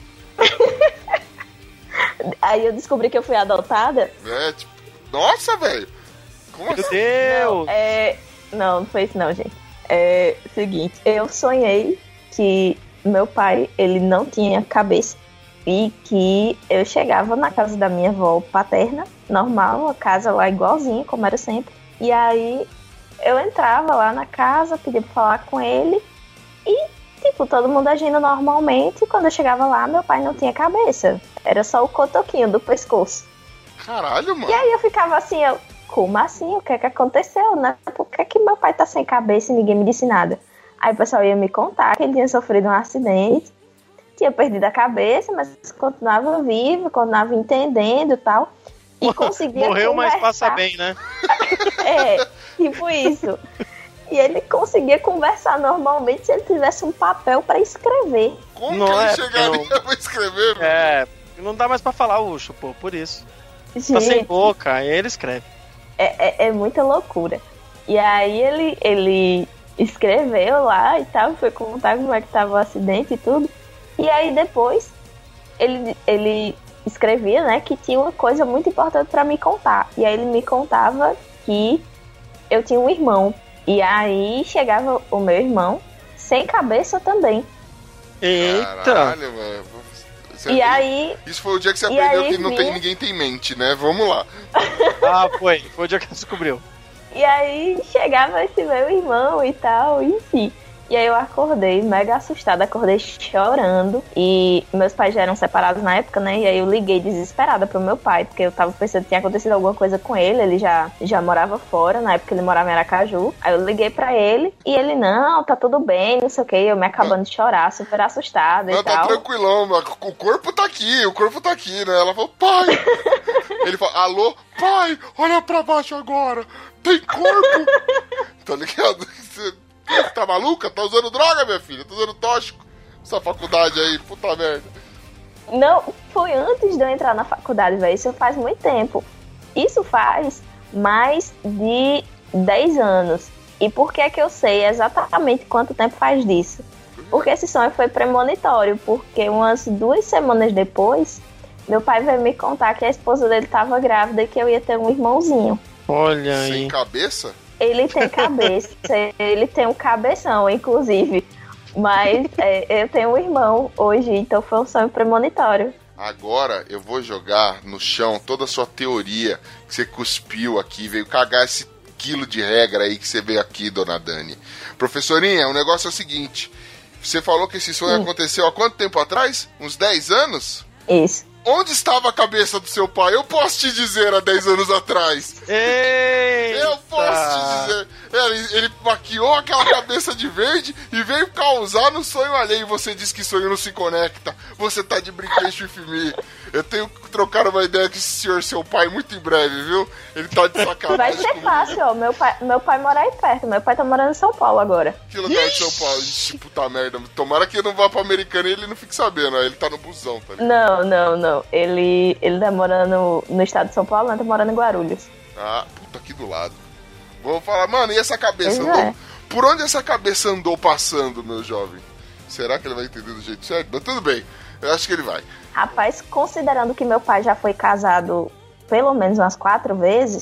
Aí eu descobri que eu fui adotada. É, tipo... Nossa, velho! Como Meu assim? Deus. É... Não, não foi isso não, gente. É o seguinte, eu sonhei que meu pai, ele não tinha cabeça. E que eu chegava na casa da minha avó paterna, normal, a casa lá igualzinha, como era sempre. E aí eu entrava lá na casa, pedia pra falar com ele. E, tipo, todo mundo agindo normalmente. E quando eu chegava lá, meu pai não tinha cabeça. Era só o cotoquinho do pescoço. Caralho, mano. E aí eu ficava assim, eu, como assim? O que é que aconteceu, né? Por que é que meu pai tá sem cabeça e ninguém me disse nada? Aí o pessoal ia me contar que ele tinha sofrido um acidente, tinha perdido a cabeça, mas continuava vivo, continuava entendendo e tal. E conseguia Morreu, mas conversar. passa bem, né? É, tipo isso. E ele conseguia conversar normalmente se ele tivesse um papel pra escrever. Como Não que ele é, chegaria não. pra escrever, mano? É, não dá mais pra falar o Ucho, pô, por isso. Tá sem Gente, boca, aí ele escreve. é, é, é muita loucura. E aí ele, ele escreveu lá e tal, foi contar como é que tava o acidente e tudo. E aí depois ele, ele escrevia, né, que tinha uma coisa muito importante pra me contar. E aí ele me contava que eu tinha um irmão. E aí chegava o meu irmão sem cabeça também. Eita! Caralho, velho. Você- E aí, Isso foi o dia que você E aprendeu aí que não tem, vinha- ninguém tem mente, né? Vamos lá. Ah, foi. Foi o dia que ele descobriu. e aí chegava esse meu irmão e tal, enfim. E aí eu acordei mega assustada, acordei chorando. E meus pais já eram separados na época, né? E aí eu liguei desesperada pro meu pai, porque eu tava pensando que tinha acontecido alguma coisa com ele. Ele já, já morava fora, na época ele morava em Aracaju. Aí eu liguei pra ele e ele, não, tá tudo bem, não sei o que. Eu me acabando de chorar, super assustada Não, e tá tal. tranquilão, mas o corpo tá aqui, o corpo tá aqui, né? Ela falou, pai! Ele falou, alô, pai, olha pra baixo agora, tem corpo! Tá ligado? Você tá maluca? Tá usando droga, minha filha? Tá usando tóxico? Essa faculdade aí, puta merda. Não, foi antes de eu entrar na faculdade, velho. Isso faz muito tempo. Isso faz mais de dez anos. E por que que eu sei exatamente quanto tempo faz disso? Porque esse sonho foi premonitório. Porque umas duas semanas depois, meu pai veio me contar que a esposa dele estava grávida e que eu ia ter um irmãozinho. Olha aí. Sem cabeça? Ele tem cabeça, ele tem um cabeção, inclusive. Mas é, eu tenho um irmão hoje, então foi um sonho premonitório. Agora eu vou jogar no chão toda a sua teoria que você cuspiu aqui, veio cagar esse quilo de regra aí que você veio aqui, dona Dani. Professorinha, o negócio é o seguinte: você falou que esse sonho Hum. aconteceu há quanto tempo atrás? Uns dez anos? Isso. Onde estava a cabeça do seu pai? Eu posso te dizer há dez anos atrás. Eita! Eu posso te dizer. Ele, ele maquiou aquela cabeça de verde e veio causar no sonho alheio. Você diz que sonho não se conecta. Você tá de brinquedo with me. Eu tenho que trocar uma ideia com esse senhor, seu pai, muito em breve, viu? Ele tá de sacanagem Vai ser comigo. fácil, ó. Meu pai, meu pai mora aí perto. Meu pai tá morando em São Paulo agora. Que lugar de São Paulo? Ixi, puta merda. Tomara que eu não vá pra Americana e ele não fique sabendo. Ó. Ele tá no busão, tá ligado? Não, não, não. Ele, ele tá morando no estado de São Paulo, né? Tá morando em Guarulhos. Ah, puta, aqui do lado. Vou falar, mano, e essa cabeça Pois andou? é. Por onde essa cabeça andou passando, meu jovem? Será que ele vai entender do jeito certo? Mas tudo bem, eu acho que ele vai. Rapaz, considerando que meu pai já foi casado pelo menos umas quatro vezes,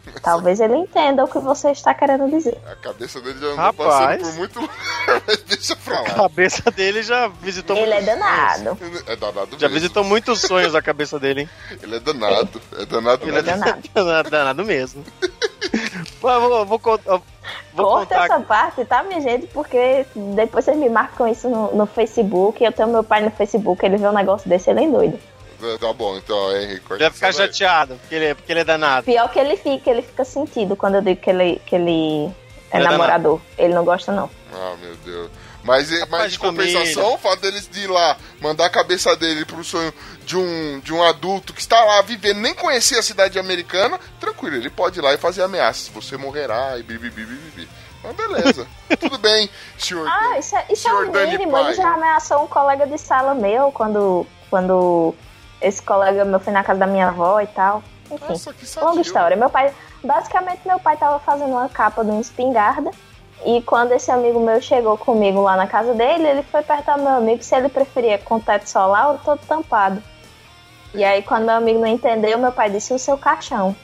Talvez ele entenda o que você está querendo dizer. A cabeça dele já andou Rapaz. passando por muito lugar, mas deixa pra A lá. cabeça dele já visitou Ele é muitos danado. É danado Já mesmo. visitou muitos sonhos a cabeça dele, hein? Ele é danado. É danado Ele é mesmo. danado. danado, danado mesmo. Pô, eu vou, eu vou, cont- eu vou Corta contar. essa parte, tá, minha gente? Porque depois vocês me marcam isso no, no Facebook. Eu tenho meu pai no Facebook, ele vê um negócio desse, ele é doido. Tá bom, então, Henrique. corta Ele vai ficar essa daí. chateado, porque ele, porque ele é danado. Pior que ele fica, ele fica sentido quando eu digo que ele, que ele é Ele é namorador. Ele não gosta, não. Ah, meu Deus. Mas, Rapaz mas de de compensação, família. o fato deles de ir lá, mandar a cabeça dele pro sonho de um, de um adulto que está lá vivendo, nem conhecia a cidade americana, tranquilo, ele pode ir lá e fazer ameaças. Você morrerá e bibibi, bibibi. Mas beleza. Tudo bem, senhor. Ah, isso é, isso é senhor o Dani mínimo. Pai. Ele já ameaçou um colega de sala meu quando, quando esse colega meu foi na casa da minha avó e tal. Enfim, Nossa, que sadio. longa história. Meu pai, basicamente, meu pai tava fazendo uma capa de uma espingarda. E quando esse amigo meu chegou comigo lá na casa dele, ele foi perguntar ao meu amigo se ele preferia com teto solar ou todo tampado. E aí, quando meu amigo não entendeu, meu pai disse o seu caixão.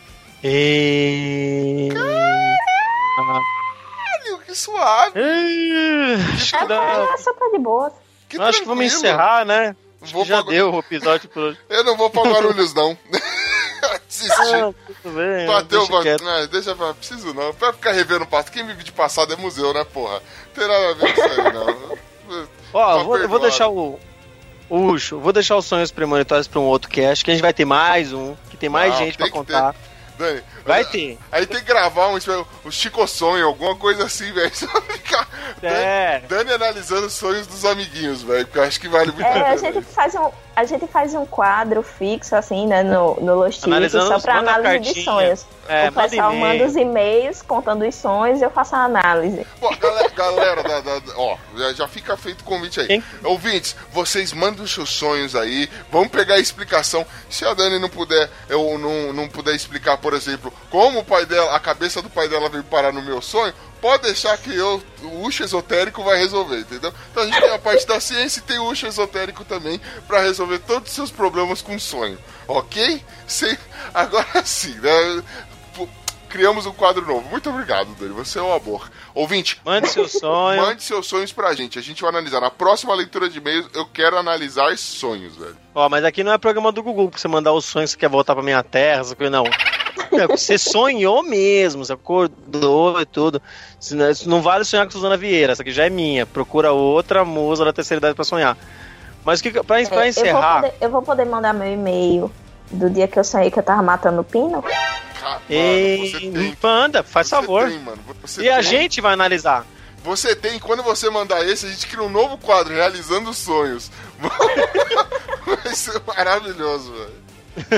E... Caralho, que suave. Acho É, que, dá... é super de boa. Que Acho que vamos tranquilo. encerrar, né? Acho Vou que já pra- deu o episódio por hoje. Eu não vou pra Guarulhos, não. Desistir. Ah, tudo bem. Bateu, deixa bateu. quieto. Não, deixa pra. Preciso não. Pra ficar revendo o passado. Quem vive de passado é museu, né, porra? Não tem nada a ver com isso aí, não. Ó, Tá eu vou, eu vou perdoado. deixar o. O Ucho, vou deixar os sonhos premonitórios pra um outro cast, que a gente vai ter mais um, que tem mais Não, gente tem pra que contar. Dani, Vai olha, ter. Aí tem que gravar um, um Chico Sonho, alguma coisa assim, velho. Só ficar. É. Dani, Dani analisando os sonhos dos amiguinhos, velho. Porque eu acho que vale muito É, a a pena. gente faz um, a gente faz um quadro fixo, assim, né, no, no Los Ticos, Analisando só os- pra manda análise de cartinha. sonhos. É, o pessoal manda e-mail. manda os e-mails contando os sonhos e eu faço a análise. Pô, galera, galera da, da- da- ó, já, já fica feito o convite aí. Quem? Ouvintes, vocês mandem os seus sonhos aí, vamos pegar a explicação. Se a Dani não puder, eu não, não puder explicar, por exemplo, como o pai dela, a cabeça do pai dela veio parar no meu sonho, pode deixar que eu, o Ucho Esotérico vai resolver, entendeu? Então a gente tem a parte da ciência e tem o Ucho Esotérico também pra resolver todos os seus problemas com sonho, ok? Sem, agora sim, né? Pô, criamos um quadro novo. Muito obrigado, Dani. Você é um amor. Ouvinte, Mande seu sonho. mande seus sonhos pra gente. A gente vai analisar. Na próxima leitura de e-mails, eu quero analisar sonhos, velho. Ó, mas aqui não é programa do Google pra você mandar os sonhos que você quer voltar pra minha terra, essa coisa, não. É, você sonhou mesmo, você acordou e tudo. Isso não- isso não vale sonhar com Suzana Vieira, essa aqui já é minha. Procura outra musa da terceira idade pra sonhar. Mas que, pra, pra É, eu, vou encerrar, poder, eu vou poder mandar meu e-mail do dia que eu sonhei que eu tava matando o Pino? Ca- Mano, ei, você tem. manda, faz Você favor. tem, mano. Você E a tem. gente vai analisar. Você tem. Quando você mandar esse, a gente cria um novo quadro, Realizando Sonhos. Vai ser maravilhoso, velho.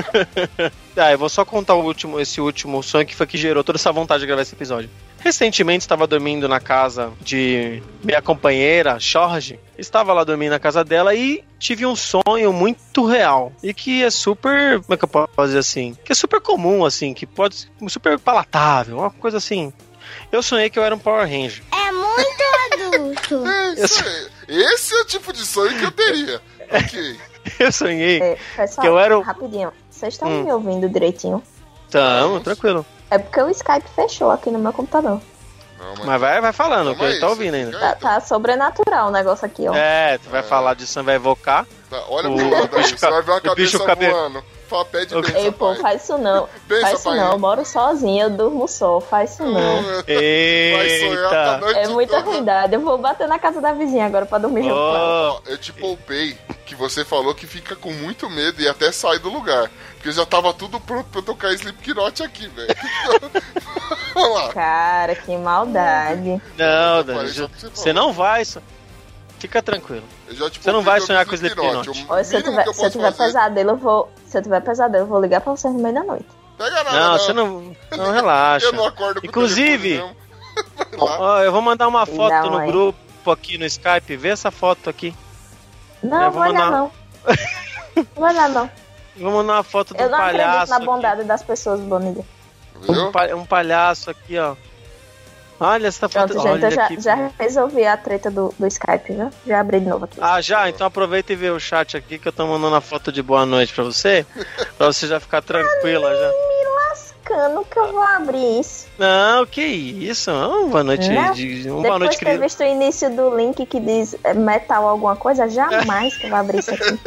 Tá, eu vou só contar o último, esse último sonho que foi que gerou toda essa vontade de gravar esse episódio. Recentemente estava dormindo na casa de minha companheira, Jorge. Estava lá dormindo na casa dela e tive um sonho muito real. E que é super, como é que eu posso dizer assim? Que é super comum, assim, que pode ser super palatável, uma coisa assim. Eu sonhei que eu era um Power Ranger. É muito adulto. É isso aí. Esse é o tipo de sonho que eu teria. Ok. Eu sonhei. É, pessoal, Que eu era o- rapidinho. Vocês estão Hum. me ouvindo direitinho? Tamo, tranquilo. É porque o Skype fechou aqui no meu computador. Não, Mas vai, vai falando, que Calma a gente aí, tá você ouvindo ainda. fica Tá, aí, tá sobrenatural o negócio aqui, ó. É, tu vai É. falar de sonho, vai evocar. Tá, olha O- pro lado o aí, bicho você vai ver uma o bicho cabeça cabe- voando. Fala, pede O- benção, Ei, pô, pai. faz isso não. Benção, faz isso pai. não. Eu moro sozinha, eu durmo só. Faz isso não. Vai sonhar a Eita. noite É muita toda. ruindade. Eu vou bater na casa da vizinha agora pra dormir junto com ela. Oh, Ó, eu te poupei que você falou que fica com muito medo e até sai do lugar. Porque já tava tudo pronto pra eu tocar Slipknot aqui, velho. Vamos lá. Cara, que maldade. não, Eu Dani, falei já- só pra você você falar. não vai. so- Fica tranquilo. Eu já te Você não poupei vai que eu sonhar fiz com Slipknot. Slipknot. O Olha, se eu mínimo tiver, que eu se eu posso tiver fazer- pesadelo, eu vou. Se eu tiver pesadelo, eu vou ligar pra vocês no meio da noite. Pega nada, Não, você não. Não, relaxa. Eu não acordo com o Inclusive, telefone mesmo. Vai lá. ó, eu vou mandar uma foto Não, no é. grupo aqui no Skype. Vê essa foto aqui. Não, Eu vou vou olhar mandar- não. Não vou olhar não. Vou mandar uma foto do Eu não acredito palhaço. na aqui. bondade das pessoas, Bonilha. Viu? Um, pa- um palhaço aqui, ó. Olha essa foto. Pronto, gente, Olha eu já, aqui. já resolvi a treta do, do Skype, viu? Já abri de novo aqui. Ah, já? Então aproveita e vê o chat aqui que eu tô mandando a foto de boa noite pra você. Pra você já ficar tranquila já. Me brincando que eu vou abrir isso. Não, que isso? Uma boa noite. Não. De, uma Depois boa noite, de ter querido. visto o início do link que diz é, metal alguma coisa, jamais que eu vou abrir isso aqui.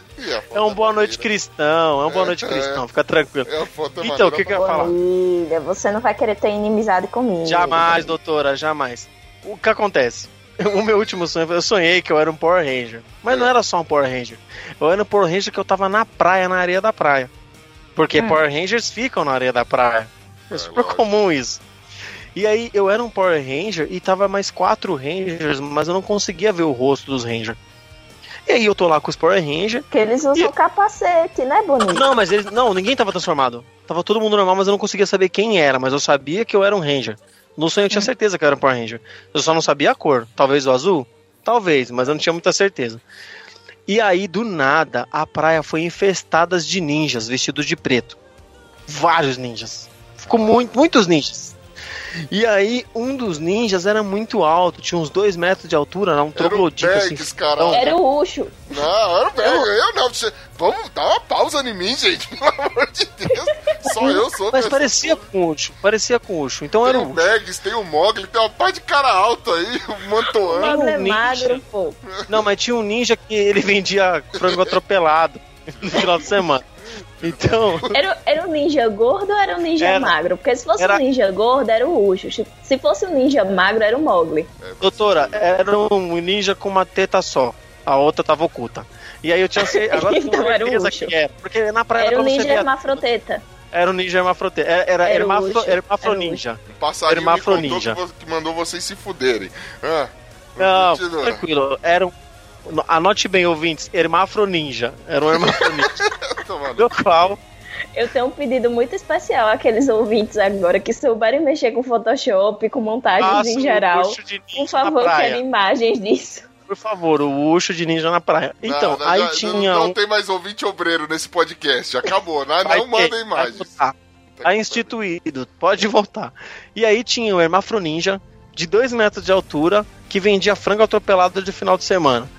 É um boa noite cristão, é um boa noite cristão, fica tranquilo. É a foto Então, o que, que eu ia falar? Família, você não vai querer ter inimizade comigo. Jamais, doutora, jamais. O que acontece? O meu último sonho, eu sonhei que eu era um Power Ranger. Mas não era só um Power Ranger. Eu era um Power Ranger que eu tava na praia, na areia da praia. Porque Hum. Power Rangers ficam na areia da praia. É super comum isso. E aí eu era um Power Ranger e tava mais quatro Rangers, mas eu não conseguia ver o rosto dos Rangers. E aí eu tô lá com os Power Rangers. Porque eles usam e... capacete, né, bonito? Não, mas eles. Não, ninguém tava transformado. Tava todo mundo normal, mas eu não conseguia saber quem era. Mas eu sabia que eu era um Ranger. No sonho eu tinha certeza que eu era um Power Ranger. Eu só não sabia a cor. Talvez o azul? Talvez, mas eu não tinha muita certeza. E aí, do nada, a praia foi infestada de ninjas vestidos de preto. Vários ninjas. Ficou muito, muitos ninjas. E aí, um dos ninjas era muito alto, tinha uns dois metros de altura, era um troglodita assim. Caralho. Era o Ucho. Não, era o Beg, eu... eu não. Você... Vamos dar uma pausa em mim, gente, pelo amor de Deus. Só eu sou. Mas parecia com o Ucho, parecia com o Ucho. Então tem era o Bags, tem o Mogli, tem uma pá de cara alta aí, o Mantoan. O Mogli é ninja. magro, pô. Não, mas tinha um ninja que ele vendia frango atropelado no final de semana. Então. Era, era um ninja gordo ou era um ninja Era- magro? Porque se fosse era- um ninja gordo, era o Ucho. Se fosse um ninja magro, era o Mogli. Doutora, era um ninja com uma teta só. A outra tava oculta. E aí eu tinha certeza, agora eu tenho Então era o certeza Ucho. que era. Porque na praia Era dá um pra você ninja ver a- hermafroteta. Era um ninja hermafrote. Era, era, Era o hermafro, Ucho. hermafroninja. O passarinho me Hermafroninja. contou que, vo- que mandou vocês se fuderem. Ah, Não, continua. tranquilo. Era um. Anote bem, ouvintes. Hermafroninja. Era um hermafroninja. Tomando. do qual. Eu tenho um pedido muito especial àqueles ouvintes agora que souberem mexer com Photoshop, com montagens Faça em um geral. Ucho de ninja Por favor, na praia. quero imagens disso. Por favor, o Ucho de ninja na praia. Então, Não, não, aí não, tinha Não, um. não tem mais ouvinte obreiro nesse podcast. Acabou, né? Vai Não ter, manda vai imagens. voltar. Tá instituído, pode voltar. E aí tinha o Hermafroninja, de dois metros de altura, que vendia frango atropelado de final de semana.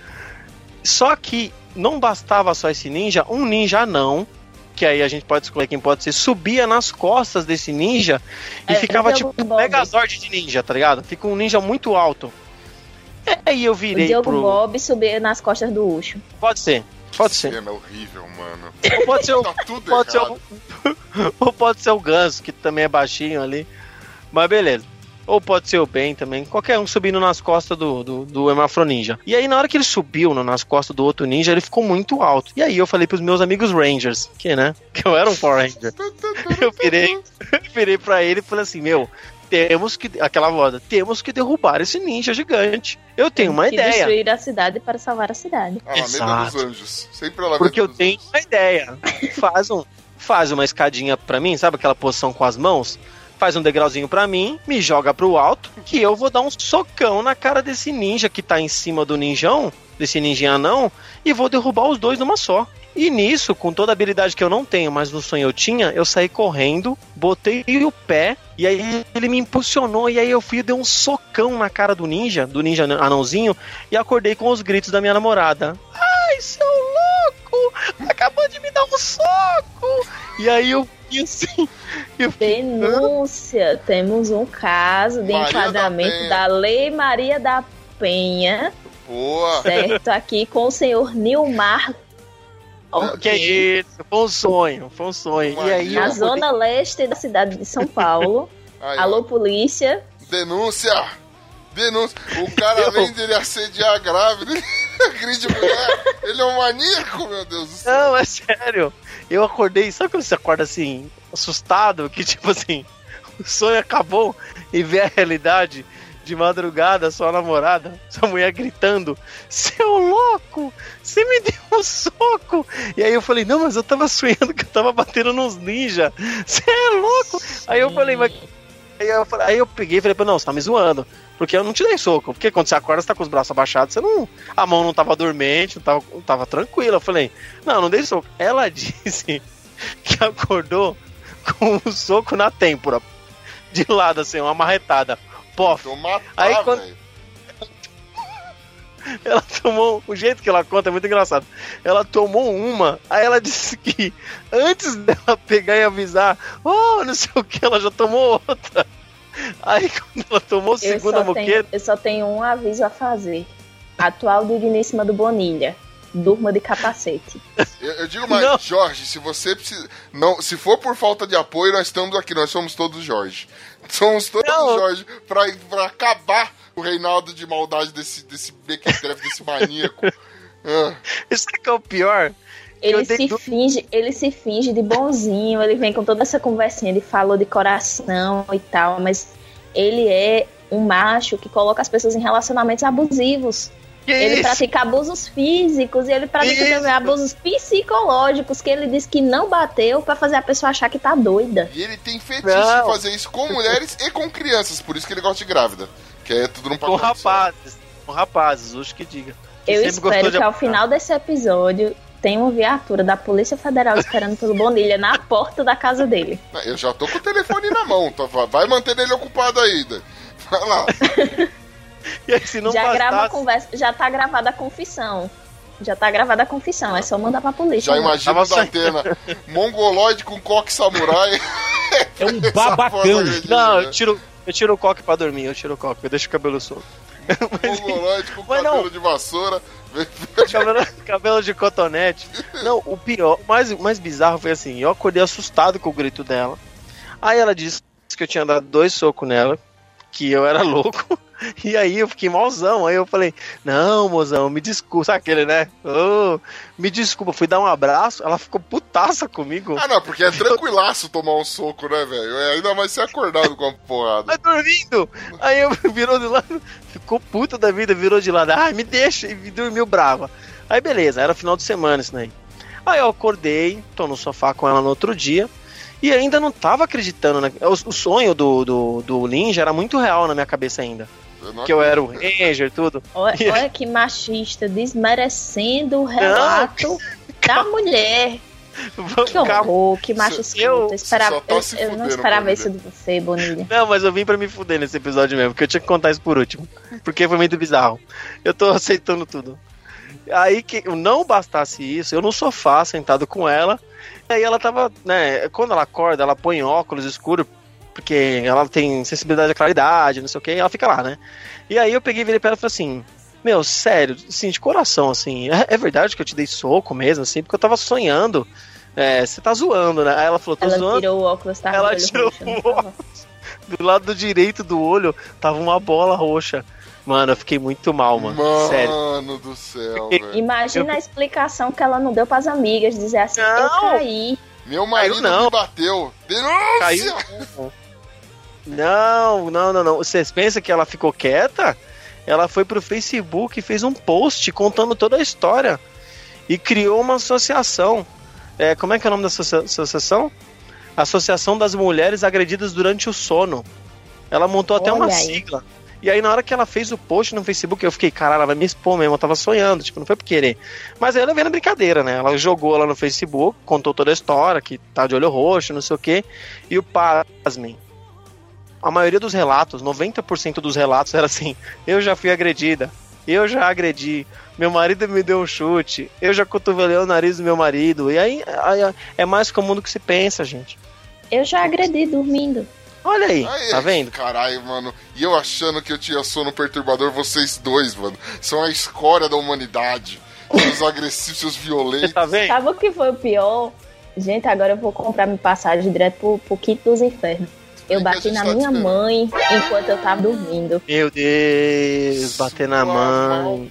Só que não bastava só esse ninja, um ninja anão, que aí a gente pode escolher quem pode ser, subia nas costas desse ninja e É, ficava o tipo Diogo um Bob. megazord de ninja, tá ligado? Fica um ninja muito alto. E aí eu O virei Diogo pro... Bob subir nas costas do Ucho. Pode ser, pode ser. Cena horrível, mano. Ou pode ser o... Tá tudo pode ser errado. o... Ou pode ser o Ganso, que também é baixinho ali. Mas beleza. Ou pode ser o Ben também. Qualquer um subindo nas costas do, do, do Hermafroninja. E aí, na hora que ele subiu no- nas costas do outro ninja, ele ficou muito alto. E aí eu falei pros meus amigos Rangers, que, né? Que eu era um Power Ranger. Eu virei, eu virei pra ele e falei assim, meu, temos que... Aquela voz, temos que derrubar esse ninja gigante. Eu tenho uma Que ideia. destruir a cidade para salvar a cidade. A Alameda Exato. dos Anjos. Sempre a Alameda Porque eu dos tenho uma ideia. Faz, um, faz uma escadinha pra mim, sabe aquela posição com as mãos? Faz um degrauzinho pra mim, me joga pro alto, que eu vou dar um socão na cara desse ninja que tá em cima do ninjão, desse ninjinha anão, e vou derrubar os dois numa só. E nisso, com toda a habilidade que eu não tenho, mas no sonho eu tinha, eu saí correndo, botei o pé, e aí ele me impulsionou, e aí eu fui e dei um socão na cara do ninja, do ninja anãozinho, e acordei com os gritos da minha namorada. Ai, seu louco! Acabou de me dar um soco! E aí eu fui assim... Eu fui, Denúncia. Temos um caso de Maria da enquadramento Penha. da Lei Maria da Penha, Boa. certo? Aqui com o senhor Nilmar, que é isso? Foi um sonho, foi um sonho. E aí eu na acordei- zona leste da cidade de São Paulo. Aí, ó. Alô, polícia. Denúncia! Denúncia! O cara, Eu- além de ele assediar a grávida, ele agride mulher. Ele é um maníaco, meu Deus do céu. Não, é sério. Eu acordei, sabe quando você acorda assim, assustado, que tipo assim, o sonho acabou e vê a realidade de madrugada, sua namorada, sua mulher gritando, seu louco, você me deu um soco. E aí eu falei, não, mas eu tava sonhando que eu tava batendo nos ninja, você é louco. Aí eu falei, mas... Aí eu, falei- aí eu peguei e falei, não, você tá me zoando. Porque eu não te dei soco. Porque quando você acorda, você tá com os braços abaixados, você não. A mão não tava dormente, não tava, não tava tranquila. Eu falei, não, não dei soco. Ela disse que acordou com um soco na têmpora. De lado, assim, uma marretada. Pof. Vou matar, Aí quando- velho. ela tomou, o jeito que ela conta é muito engraçado. Ela tomou uma, aí ela disse que antes dela pegar e avisar, oh, não sei o que, ela já tomou outra. Aí quando ela tomou a segunda moqueira... Eu só tenho um aviso a fazer. Atual digníssima do Bonilha. Durma de capacete. Eu, eu digo mais, Não. Jorge, se você precisa. Não, se for por falta de apoio, nós estamos aqui, nós somos todos Jorge. Somos todos Não. Jorge pra, pra acabar o reinado de maldade desse, desse mequetrefe, desse maníaco. Ah. Isso é que é o pior. Ele Eu dei se, du- finge, ele se finge de bonzinho, ele vem com toda essa conversinha, ele falou de coração e tal, mas ele é um macho que coloca as pessoas em relacionamentos abusivos. Que Ele isso? pratica abusos físicos e ele pratica Isso. também abusos psicológicos, que ele diz que não bateu pra fazer a pessoa achar que tá doida. E ele tem fetiche Não. em fazer isso com mulheres e com crianças, por isso que ele gosta de grávida. Que é tudo num Com pacote só. rapazes. Com rapazes, hoje que diga. Que Eu sempre gostou espero de que ao apanhar. final desse episódio tenha uma viatura da Polícia Federal esperando pelo Bonilha na porta da casa dele. Eu já tô com o telefone na mão, tá? Vai manter ele ocupado ainda. Vai lá. E aí, se não já grava a bastasse, conversa, já tá gravada a confissão. Já tá gravada a confissão, é só mandar pra polícia. Já né? imagina Tava o Datena, mongoloide com coque samurai. É um Essa babacão. foto agredindo, Não, né? eu tiro, eu tiro o coque pra dormir, eu tiro o coque, eu deixo o cabelo solto. Mongoloide com Mas cabelo não. de vassoura. cabelo, cabelo de cotonete. Não, o pior, o mais, o mais bizarro foi assim, eu acordei assustado com o grito dela. Aí ela disse que eu tinha dado dois socos nela, que eu era louco. E aí eu fiquei malzão. Aí eu falei, não, mozão, me desculpa. Sabe aquele, né? Ô, me desculpa, fui dar um abraço. Ela ficou putaça comigo. Ah, não, porque é tranquilaço tomar um soco, né, velho? É ainda mais ser acordado com a porrada. Tá dormindo. Aí eu virou de lado, ficou puta da vida, virou de lado. Ai, me deixa. E dormiu brava. Aí beleza, era final de semana isso daí. Aí eu acordei, tô no sofá com ela no outro dia. E ainda não tava acreditando, né? O, o sonho do, do, do Ninja era muito real na minha cabeça ainda. Eu não Que eu era o Ranger e tudo. Olha, E- olha que machista, desmerecendo o relato da mulher. Que horror, que macho escroto. eu- Eu, esperava, você só tá eu, se eu não fudendo, esperava isso Bonilha. de você, Bonilha. Não, mas eu vim pra me fuder nesse episódio mesmo, porque eu tinha que contar isso por último. Porque foi muito bizarro. Eu tô aceitando tudo. Aí que não bastasse isso, eu no sofá, sentado com ela. Aí ela tava, né? Quando ela acorda, ela põe óculos escuros, porque ela tem sensibilidade à claridade, não sei o que, e ela fica lá, né? E aí eu peguei e virei pra ela e falei assim: meu, sério, assim, de coração, assim, é, é verdade que eu te dei soco mesmo, assim, porque eu tava sonhando. É, você tá zoando, né? Aí ela falou, tô Ela zoando. tirou o óculos, tava Ela com o olho tirou roxo, não o tava? Do lado direito do olho tava uma bola roxa. Mano, eu fiquei muito mal, mano. Mano Sério. do céu, velho. Imagina Eu- a explicação que ela não deu pras amigas, dizer assim, eu Não. caí. Meu marido não. me bateu. Denúncia! Caiu. Não, não, não, não. Vocês pensam que ela ficou quieta? Ela foi pro Facebook e fez um post contando toda a história. E criou uma associação. É, como é que é o nome da associa- associação? Associação das Mulheres Agredidas Durante o Sono. Ela montou até Olha uma aí. sigla. E aí, na hora que ela fez o post no Facebook, eu fiquei, caralho, ela vai me expor mesmo. Eu tava sonhando, tipo, não foi por querer. Mas aí eu levei na brincadeira, né? Ela jogou lá no Facebook, contou toda a história, que tá de olho roxo, não sei o quê. E o pasmem. A maioria dos relatos, noventa por cento dos relatos era assim: eu já fui agredida, eu já agredi, meu marido me deu um chute, eu já cotovelei o nariz do meu marido. E aí, aí é mais comum do que se pensa, gente. Eu já agredi dormindo. Olha aí, Aí, tá vendo? Caralho, mano. E eu achando que eu tinha sono perturbador, vocês dois, mano. São a escória da humanidade. Seus agressivos, seus Você violentos. tá vendo? Sabe o que foi o pior? Gente, agora eu vou comprar minha passagem direto pro, pro quinto dos infernos. Eu que a bati gente na tá minha esperando. mãe enquanto eu tava dormindo. Meu Deus, bater na Sua mãe. mau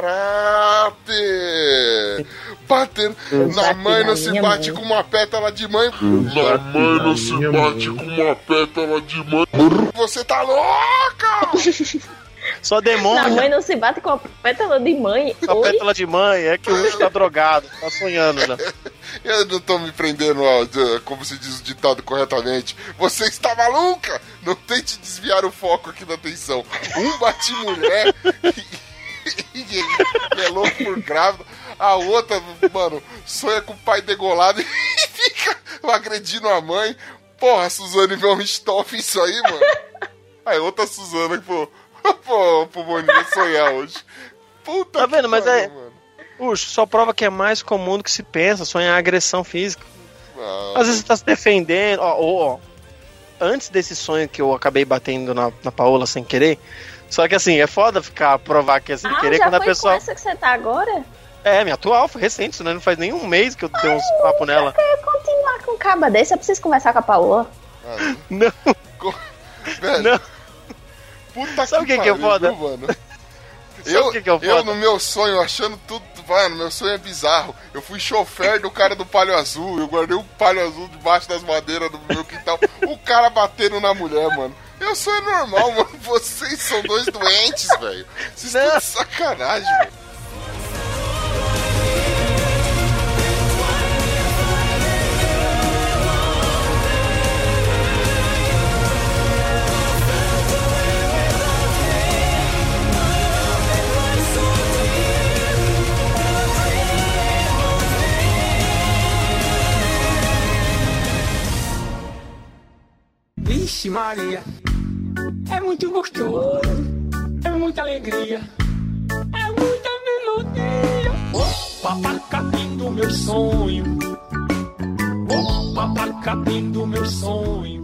caráter. Bater Eu na bati mãe na não se minha bate mãe. com uma pétala de mãe. Na mãe não se bate com uma pétala de mãe. Você tá louca! Só Na demônio. mãe não se bate com a pétala de mãe. A Oi? pétala de mãe é que o Ucho tá drogado, tá sonhando já. Eu não tô me prendendo, ó, de- como se diz o ditado corretamente. Você está maluca? Não tente desviar o foco aqui da atenção. Um bate mulher e, e- e é louco por grávida. A outra, mano, sonha com o pai degolado e fica agredindo a mãe. Porra, a Suzane vê um Richthofen isso aí, mano. Aí outra Suzana que, pô, pô, pro Boninho sonhar hoje. Puta Tá vendo? que Mas pariu, é. mano. Puxa, só prova que é mais comum do que se pensa, sonhar agressão física. Ah, Às vezes você tá se defendendo, ó, ó, ó. Antes desse sonho que eu acabei batendo na, na Paola sem querer. Só que assim, é foda ficar provar que é sem Ah, querer já quando a foi pessoa. com essa que você tá agora? É, minha atual, foi recente, né? Não faz nem um mês que eu dei uns papos nela. Eu ia continuar com um caba desse, eu preciso conversar com a Paola. ah, Não, velho, não. puta Sabe o que que é pariu, foda? viu, mano? Sabe Eu, o que que é o eu, foda? no meu sonho, achando tudo, mano, meu sonho é bizarro. Eu fui chofer do cara do palho azul, eu guardei o palho azul debaixo das madeiras do meu quintal, o cara batendo na mulher, mano. Meu sonho é normal, mano. Vocês são dois doentes, velho. Vocês estão de sacanagem, velho. Vixe Maria, é muito gostoso, é muita alegria, é muita melodia. Opa, pacapim do meu sonho, opa, pacapim do meu sonho.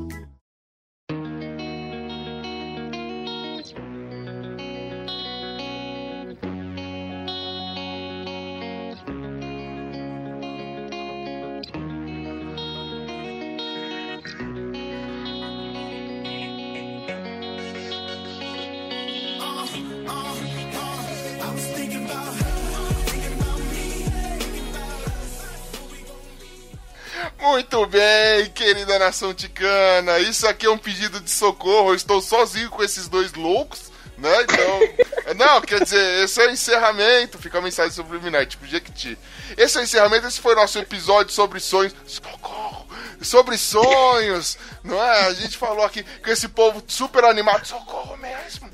Muito bem, querida nação ticana. Isso aqui é um pedido de socorro. Eu estou sozinho com esses dois loucos, né? Então. Não, quer dizer, esse é o encerramento. Fica a mensagem subliminar, tipo Jequiti. Esse é o encerramento. Esse foi o nosso episódio sobre sonhos. Socorro! Sobre sonhos, não é? A gente falou aqui com esse povo super animado. Socorro mesmo!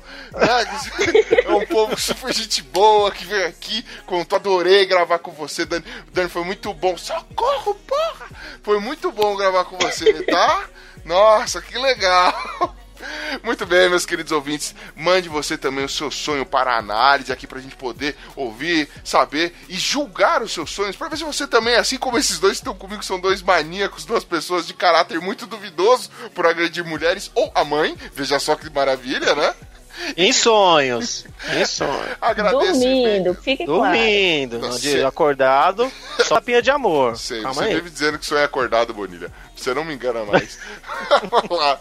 Né? É um povo super gente boa que veio aqui. Contou, adorei gravar com você, Dani. Dani, foi muito bom. Socorro, porra! Foi muito bom gravar com você, tá? Nossa, que legal! Muito bem, meus queridos ouvintes, mande você também o seu sonho para a análise aqui pra gente poder ouvir, saber e julgar os seus sonhos, pra ver se você também, assim como esses dois que estão comigo, são dois maníacos, duas pessoas de caráter muito duvidoso por agredir mulheres, ou a mãe, veja só que maravilha, né? Em sonhos. Em sonhos. Agradeço. Dormindo, fique claro. Dormindo. Não, de- cê- acordado, só tapinha de amor. Sei, Calma você aí. vive dizendo que sonho é acordado, Bonilha. Você não me engana mais. Vamos lá.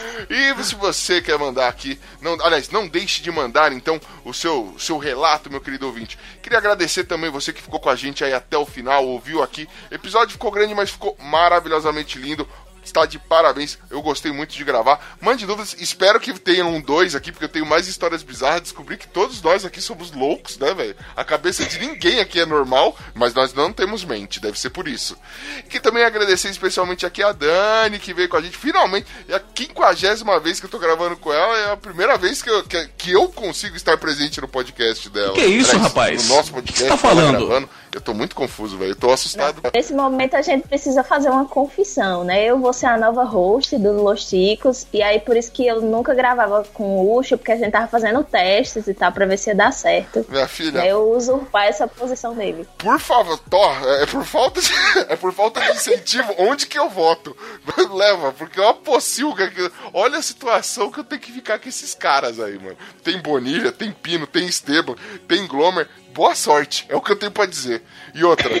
E se você quer mandar aqui, não, aliás, não deixe de mandar então o seu, seu relato, meu querido ouvinte. Queria agradecer também você que ficou com a gente aí até o final, ouviu aqui. O episódio ficou grande, mas ficou maravilhosamente lindo. Está de parabéns, eu gostei muito de gravar. Mande dúvidas, espero que tenham um dois aqui, porque eu tenho mais histórias bizarras. Descobri que todos nós aqui somos loucos, né, velho? A cabeça de ninguém aqui é normal, mas nós não temos mente, deve ser por isso. E também agradecer especialmente aqui a Dani, que veio com a gente. Finalmente, é a quinquagésima vez que eu tô gravando com ela, é a primeira vez que eu, que, que eu consigo estar presente no podcast dela. Que isso, Aliás, rapaz? No nosso podcast, O que você tá ela falando? gravando. Eu tô muito confuso, velho. Eu tô assustado. Nesse momento a gente precisa fazer uma confissão, né? Eu vou ser a nova host do Los Ticos, e aí por isso que eu nunca gravava com o Ucho, porque a gente tava fazendo testes e tal, pra ver se ia dar certo. Minha filha. Eu usurpar essa posição dele. Por favor, Thor, é por falta de, é por falta de incentivo. Onde que eu voto? Leva, porque é uma pocilga. Que, olha a situação que eu tenho que ficar com esses caras aí, mano. Tem Bonilha, tem Pino, tem Esteban, tem Glomer. Boa sorte, é o que eu tenho pra dizer. E outra,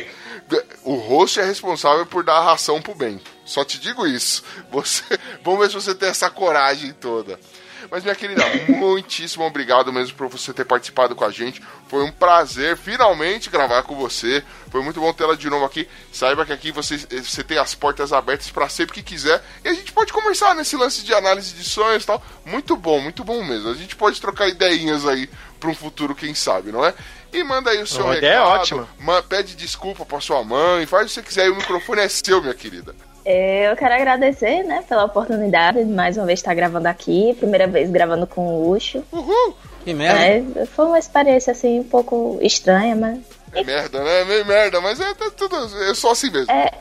o host é responsável por dar a ração pro bem. Só te digo isso. Você, vamos ver se você tem essa coragem toda. Mas, minha querida, muitíssimo obrigado mesmo por você ter participado com a gente. Foi um prazer finalmente gravar com você. Foi muito bom tê-la de novo aqui. Saiba que aqui você, você tem as portas abertas para sempre que quiser. E a gente pode conversar nesse lance de análise de sonhos e tal. Muito bom, muito bom mesmo. A gente pode trocar ideinhas aí para um futuro, quem sabe, não é? E manda aí o seu Uma recado. ideia é ótima. Ma- pede desculpa pra sua mãe. Faz o que você quiser aí. O microfone é seu, minha querida. Eu quero agradecer, né, pela oportunidade de mais uma vez estar gravando aqui. Primeira vez gravando com o Ucho. Uhul! Que merda. É, foi uma experiência assim um pouco estranha, mas. É merda, né? É meio merda, mas é tá tudo. É só assim mesmo. É,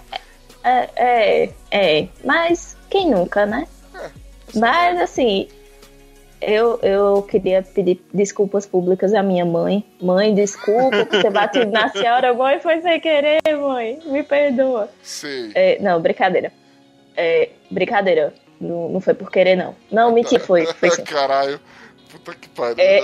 é, é, é. Mas quem nunca, né? É. Mas assim, Eu, eu queria pedir desculpas públicas à minha mãe. Mãe, desculpa por ter batido na senhora. Mãe, foi sem querer, mãe. Me perdoa. Sim. É, não, brincadeira. É, brincadeira. Não, não foi por querer, não. Não, mentira, foi. foi sim. Caralho. Puta que pariu. É...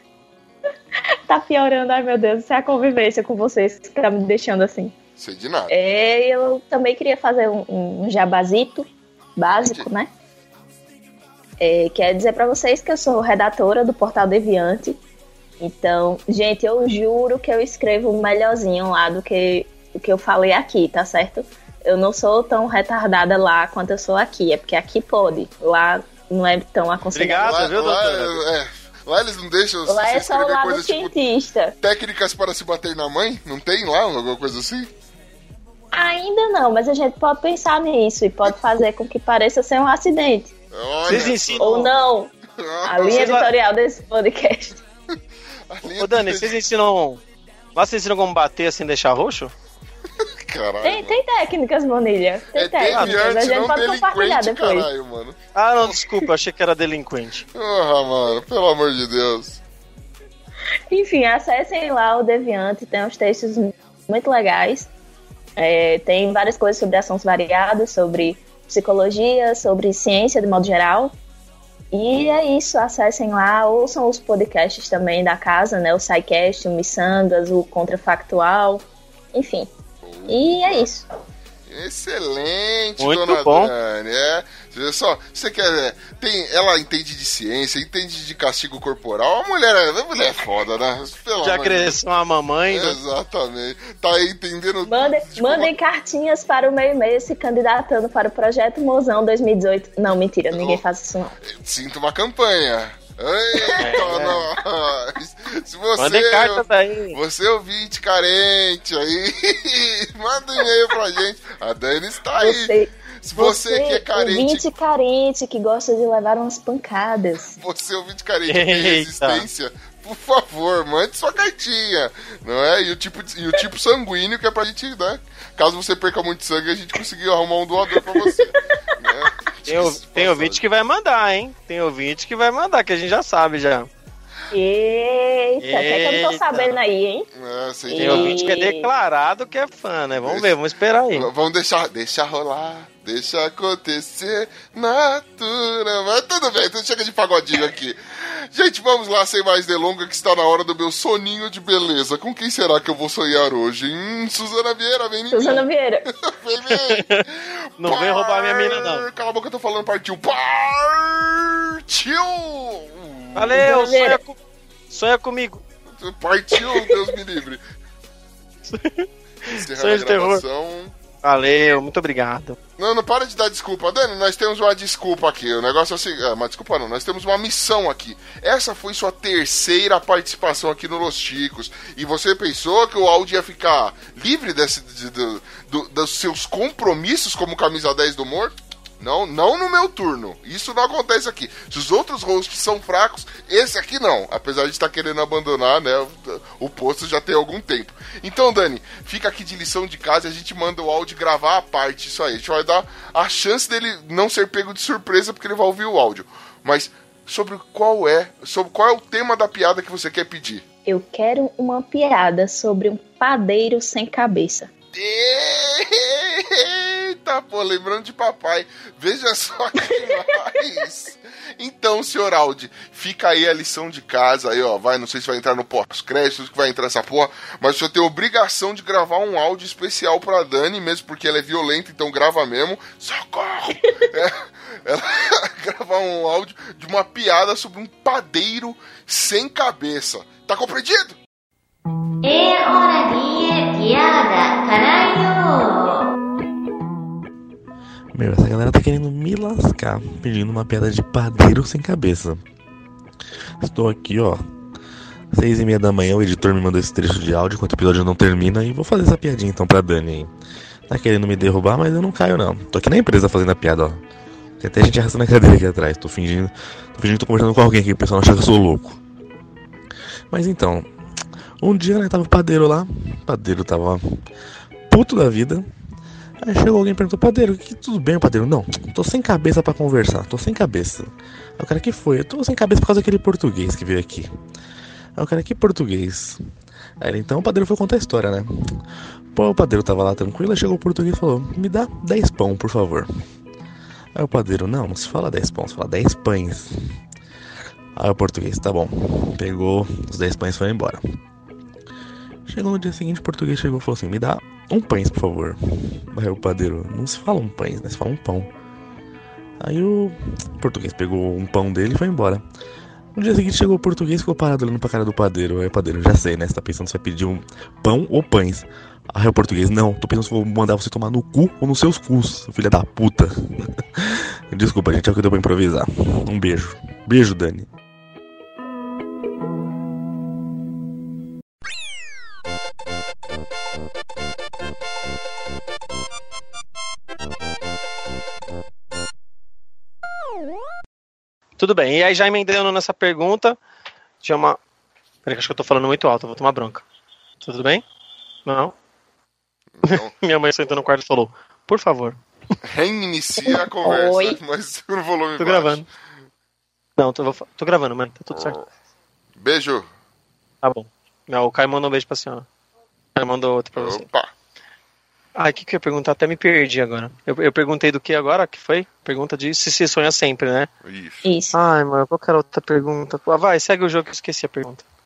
Tá piorando, ai meu Deus. Isso é a convivência com vocês que tá me deixando assim. Sei de nada. É, eu também queria fazer um, um jabazito básico, Entendi. né? É, quer dizer pra vocês que eu sou redatora do Portal Deviante. Então, gente, eu juro que eu escrevo melhorzinho lá do que o que eu falei aqui, tá certo? Eu não sou tão retardada lá quanto eu sou aqui. É porque aqui pode. Lá não é tão aconselhável. Obrigado, viu, doutora? Lá, é, lá eles não deixam lá você é só escrever lá coisas cientista. Tipo técnicas para se bater na mãe? Não tem lá alguma coisa assim? Ainda não, mas a gente pode pensar nisso e pode fazer com que pareça ser um acidente. Olha, Vocês ensinam... Ou não. A linha Vocês editorial desse podcast. Ô Dani, vocês ensinam... Lá vocês ensinam como bater assim, deixar roxo? Caralho. Tem, tem técnicas, Bonilha. Tem é técnicas. A gente pode compartilhar depois. Caralho, mano. Ah, não, desculpa, eu achei que era delinquente. Porra, mano, pelo amor de Deus. Enfim, acessem lá o Deviante, tem uns textos muito legais. É, tem várias coisas sobre assuntos variados, sobre psicologia, sobre ciência de modo geral. E é isso, acessem lá, ouçam os podcasts também da casa, né? O SciCast, o Missangas, o Contrafactual, enfim. E é isso. Excelente, muito dona bom. Dani. É, você só, você quer, tem, ela entende de ciência, entende de castigo corporal. A mulher, a mulher é foda, né? Pelo Já cresceu a mamãe. É, exatamente. Tá aí entendendo. Mandem, tipo, mandem uma... cartinhas para o meu e-mail se candidatando para o Projeto Mozão dois mil e dezoito. Não, mentira, ninguém oh, faz isso não. Sinto uma campanha. Eita, é. nós! Se você, mandem cartas aí. Você ouvinte carente aí, manda um e-mail pra gente. A Dani está aí. Você, Se você, você que é carente. Ouvinte carente que gosta de levar umas pancadas. Você ouvinte carente que tem resistência, por favor, mande sua cartinha. Não é? E o tipo, e o tipo sanguíneo que é pra gente, né? Caso você perca muito sangue, a gente conseguir arrumar um doador pra você. Né? Tem, tem ouvinte que vai mandar, hein? Tem ouvinte que vai mandar, que a gente já sabe já. Eita, Eita. Até que eu não tô sabendo aí, hein? É, sim. Tem ouvinte que é declarado que é fã, né? Vamos deixa, ver, vamos esperar aí. Vamos deixar, deixa rolar, deixa acontecer, natura. Mas tudo bem, então chega de pagodinho aqui. Gente, vamos lá, sem mais delongas, que está na hora do meu soninho de beleza. Com quem será que eu vou sonhar hoje? Hum, Suzana Vieira, vem ninguém. Suzana Vieira. Vem, vem. Não Par... vem roubar minha mina, não. Cala a boca, eu tô falando, partiu. Partiu! Valeu, sonha, com... sonha comigo. Partiu, Deus me livre. Sonho de terror. Valeu, muito obrigado. Não, não para de dar desculpa. Dani, nós temos uma desculpa aqui. O negócio é assim. Ah, mas desculpa não, nós temos uma missão aqui. Essa foi sua terceira participação aqui no Los Chicos. E você pensou que o áudio ia ficar livre desse, de, de, de, dos seus compromissos como camisa dez do humor? Não, não no meu turno. Isso não acontece aqui. Se os outros hosts são fracos, esse aqui não. Apesar de estar querendo abandonar, né, o, o posto já tem algum tempo. Então, Dani, fica aqui de lição de casa e a gente manda o áudio gravar a parte. Isso aí. A gente vai dar a chance dele não ser pego de surpresa porque ele vai ouvir o áudio. Mas sobre qual é, sobre qual é o tema da piada que você quer pedir? Eu quero uma piada sobre um padeiro sem cabeça. Eita, pô, lembrando de papai. Veja só que demais. Então, senhor Aldi, fica aí a lição de casa aí, ó. Vai, não sei se vai entrar no pós-crédito, que vai entrar essa porra, mas o senhor tem obrigação de gravar um áudio especial pra Dani, mesmo porque ela é violenta, então grava mesmo. Socorro! É, ela gravar um áudio de uma piada sobre um padeiro sem cabeça. Tá compreendido? É hora de piada, caralho! Meu, essa galera tá querendo me lascar, pedindo uma piada de padeiro sem cabeça. Estou aqui, ó, seis e meia da manhã, o editor me mandou esse trecho de áudio enquanto o episódio não termina e vou fazer essa piadinha então pra Dani aí. Tá querendo me derrubar, mas eu não caio não. Tô aqui na empresa fazendo a piada, ó. Tem até gente arrastando a cadeira aqui atrás. Tô fingindo, tô fingindo que tô conversando com alguém aqui, o pessoal acha que eu sou louco. Mas então, um dia, né, tava o padeiro lá, o padeiro tava puto da vida, Aí chegou alguém e perguntou, padeiro, que tudo bem, padeiro? Não, tô sem cabeça pra conversar, tô sem cabeça. Aí o cara, que foi? Eu tô sem cabeça por causa daquele português que veio aqui. Aí o cara, que português? Aí ele, então o padeiro foi contar a história, né? Pô, o padeiro tava lá tranquilo, aí chegou o português e falou, me dá dez pão, por favor. Aí o padeiro, não, não se fala dez pão, se fala dez pães. Aí o português, tá bom. Pegou os dez pães e foi embora. Chegou no dia seguinte, o português chegou e falou assim, me dá um pães, por favor. Aí o padeiro, não se fala um pães, né? Se fala um pão. Aí o português pegou um pão dele e foi embora. No dia seguinte chegou o português e ficou parado olhando pra cara do padeiro. Aí o padeiro, já sei, né? Você tá pensando se vai pedir um pão ou pães. Aí o português, não, tô pensando se vou mandar você tomar no cu ou nos seus cus, filha da puta. Desculpa, gente, é o que deu pra improvisar. Um beijo. Beijo, Dani. Tudo bem, e aí já emendando nessa pergunta, tinha uma... Peraí, que acho que eu tô falando muito alto, eu vou tomar bronca. Tudo bem? Não? Não. Minha mãe sentou no quarto e falou, por favor. Reinicia a conversa, Oi? mas no volume Tô baixo. gravando. Não, tô, tô gravando, mano, tá tudo certo. Beijo. Tá bom. Não, o Caio mandou um beijo pra senhora. O Caio mandou outro pra você. Opa. Ah, o que que eu ia perguntar? Até me perdi agora. Eu, eu perguntei do que agora? Que foi? Pergunta de se se sonha sempre, né? Isso. Isso. Ai, mano, qual que era a outra pergunta? Ah, vai, segue o jogo que eu esqueci a pergunta.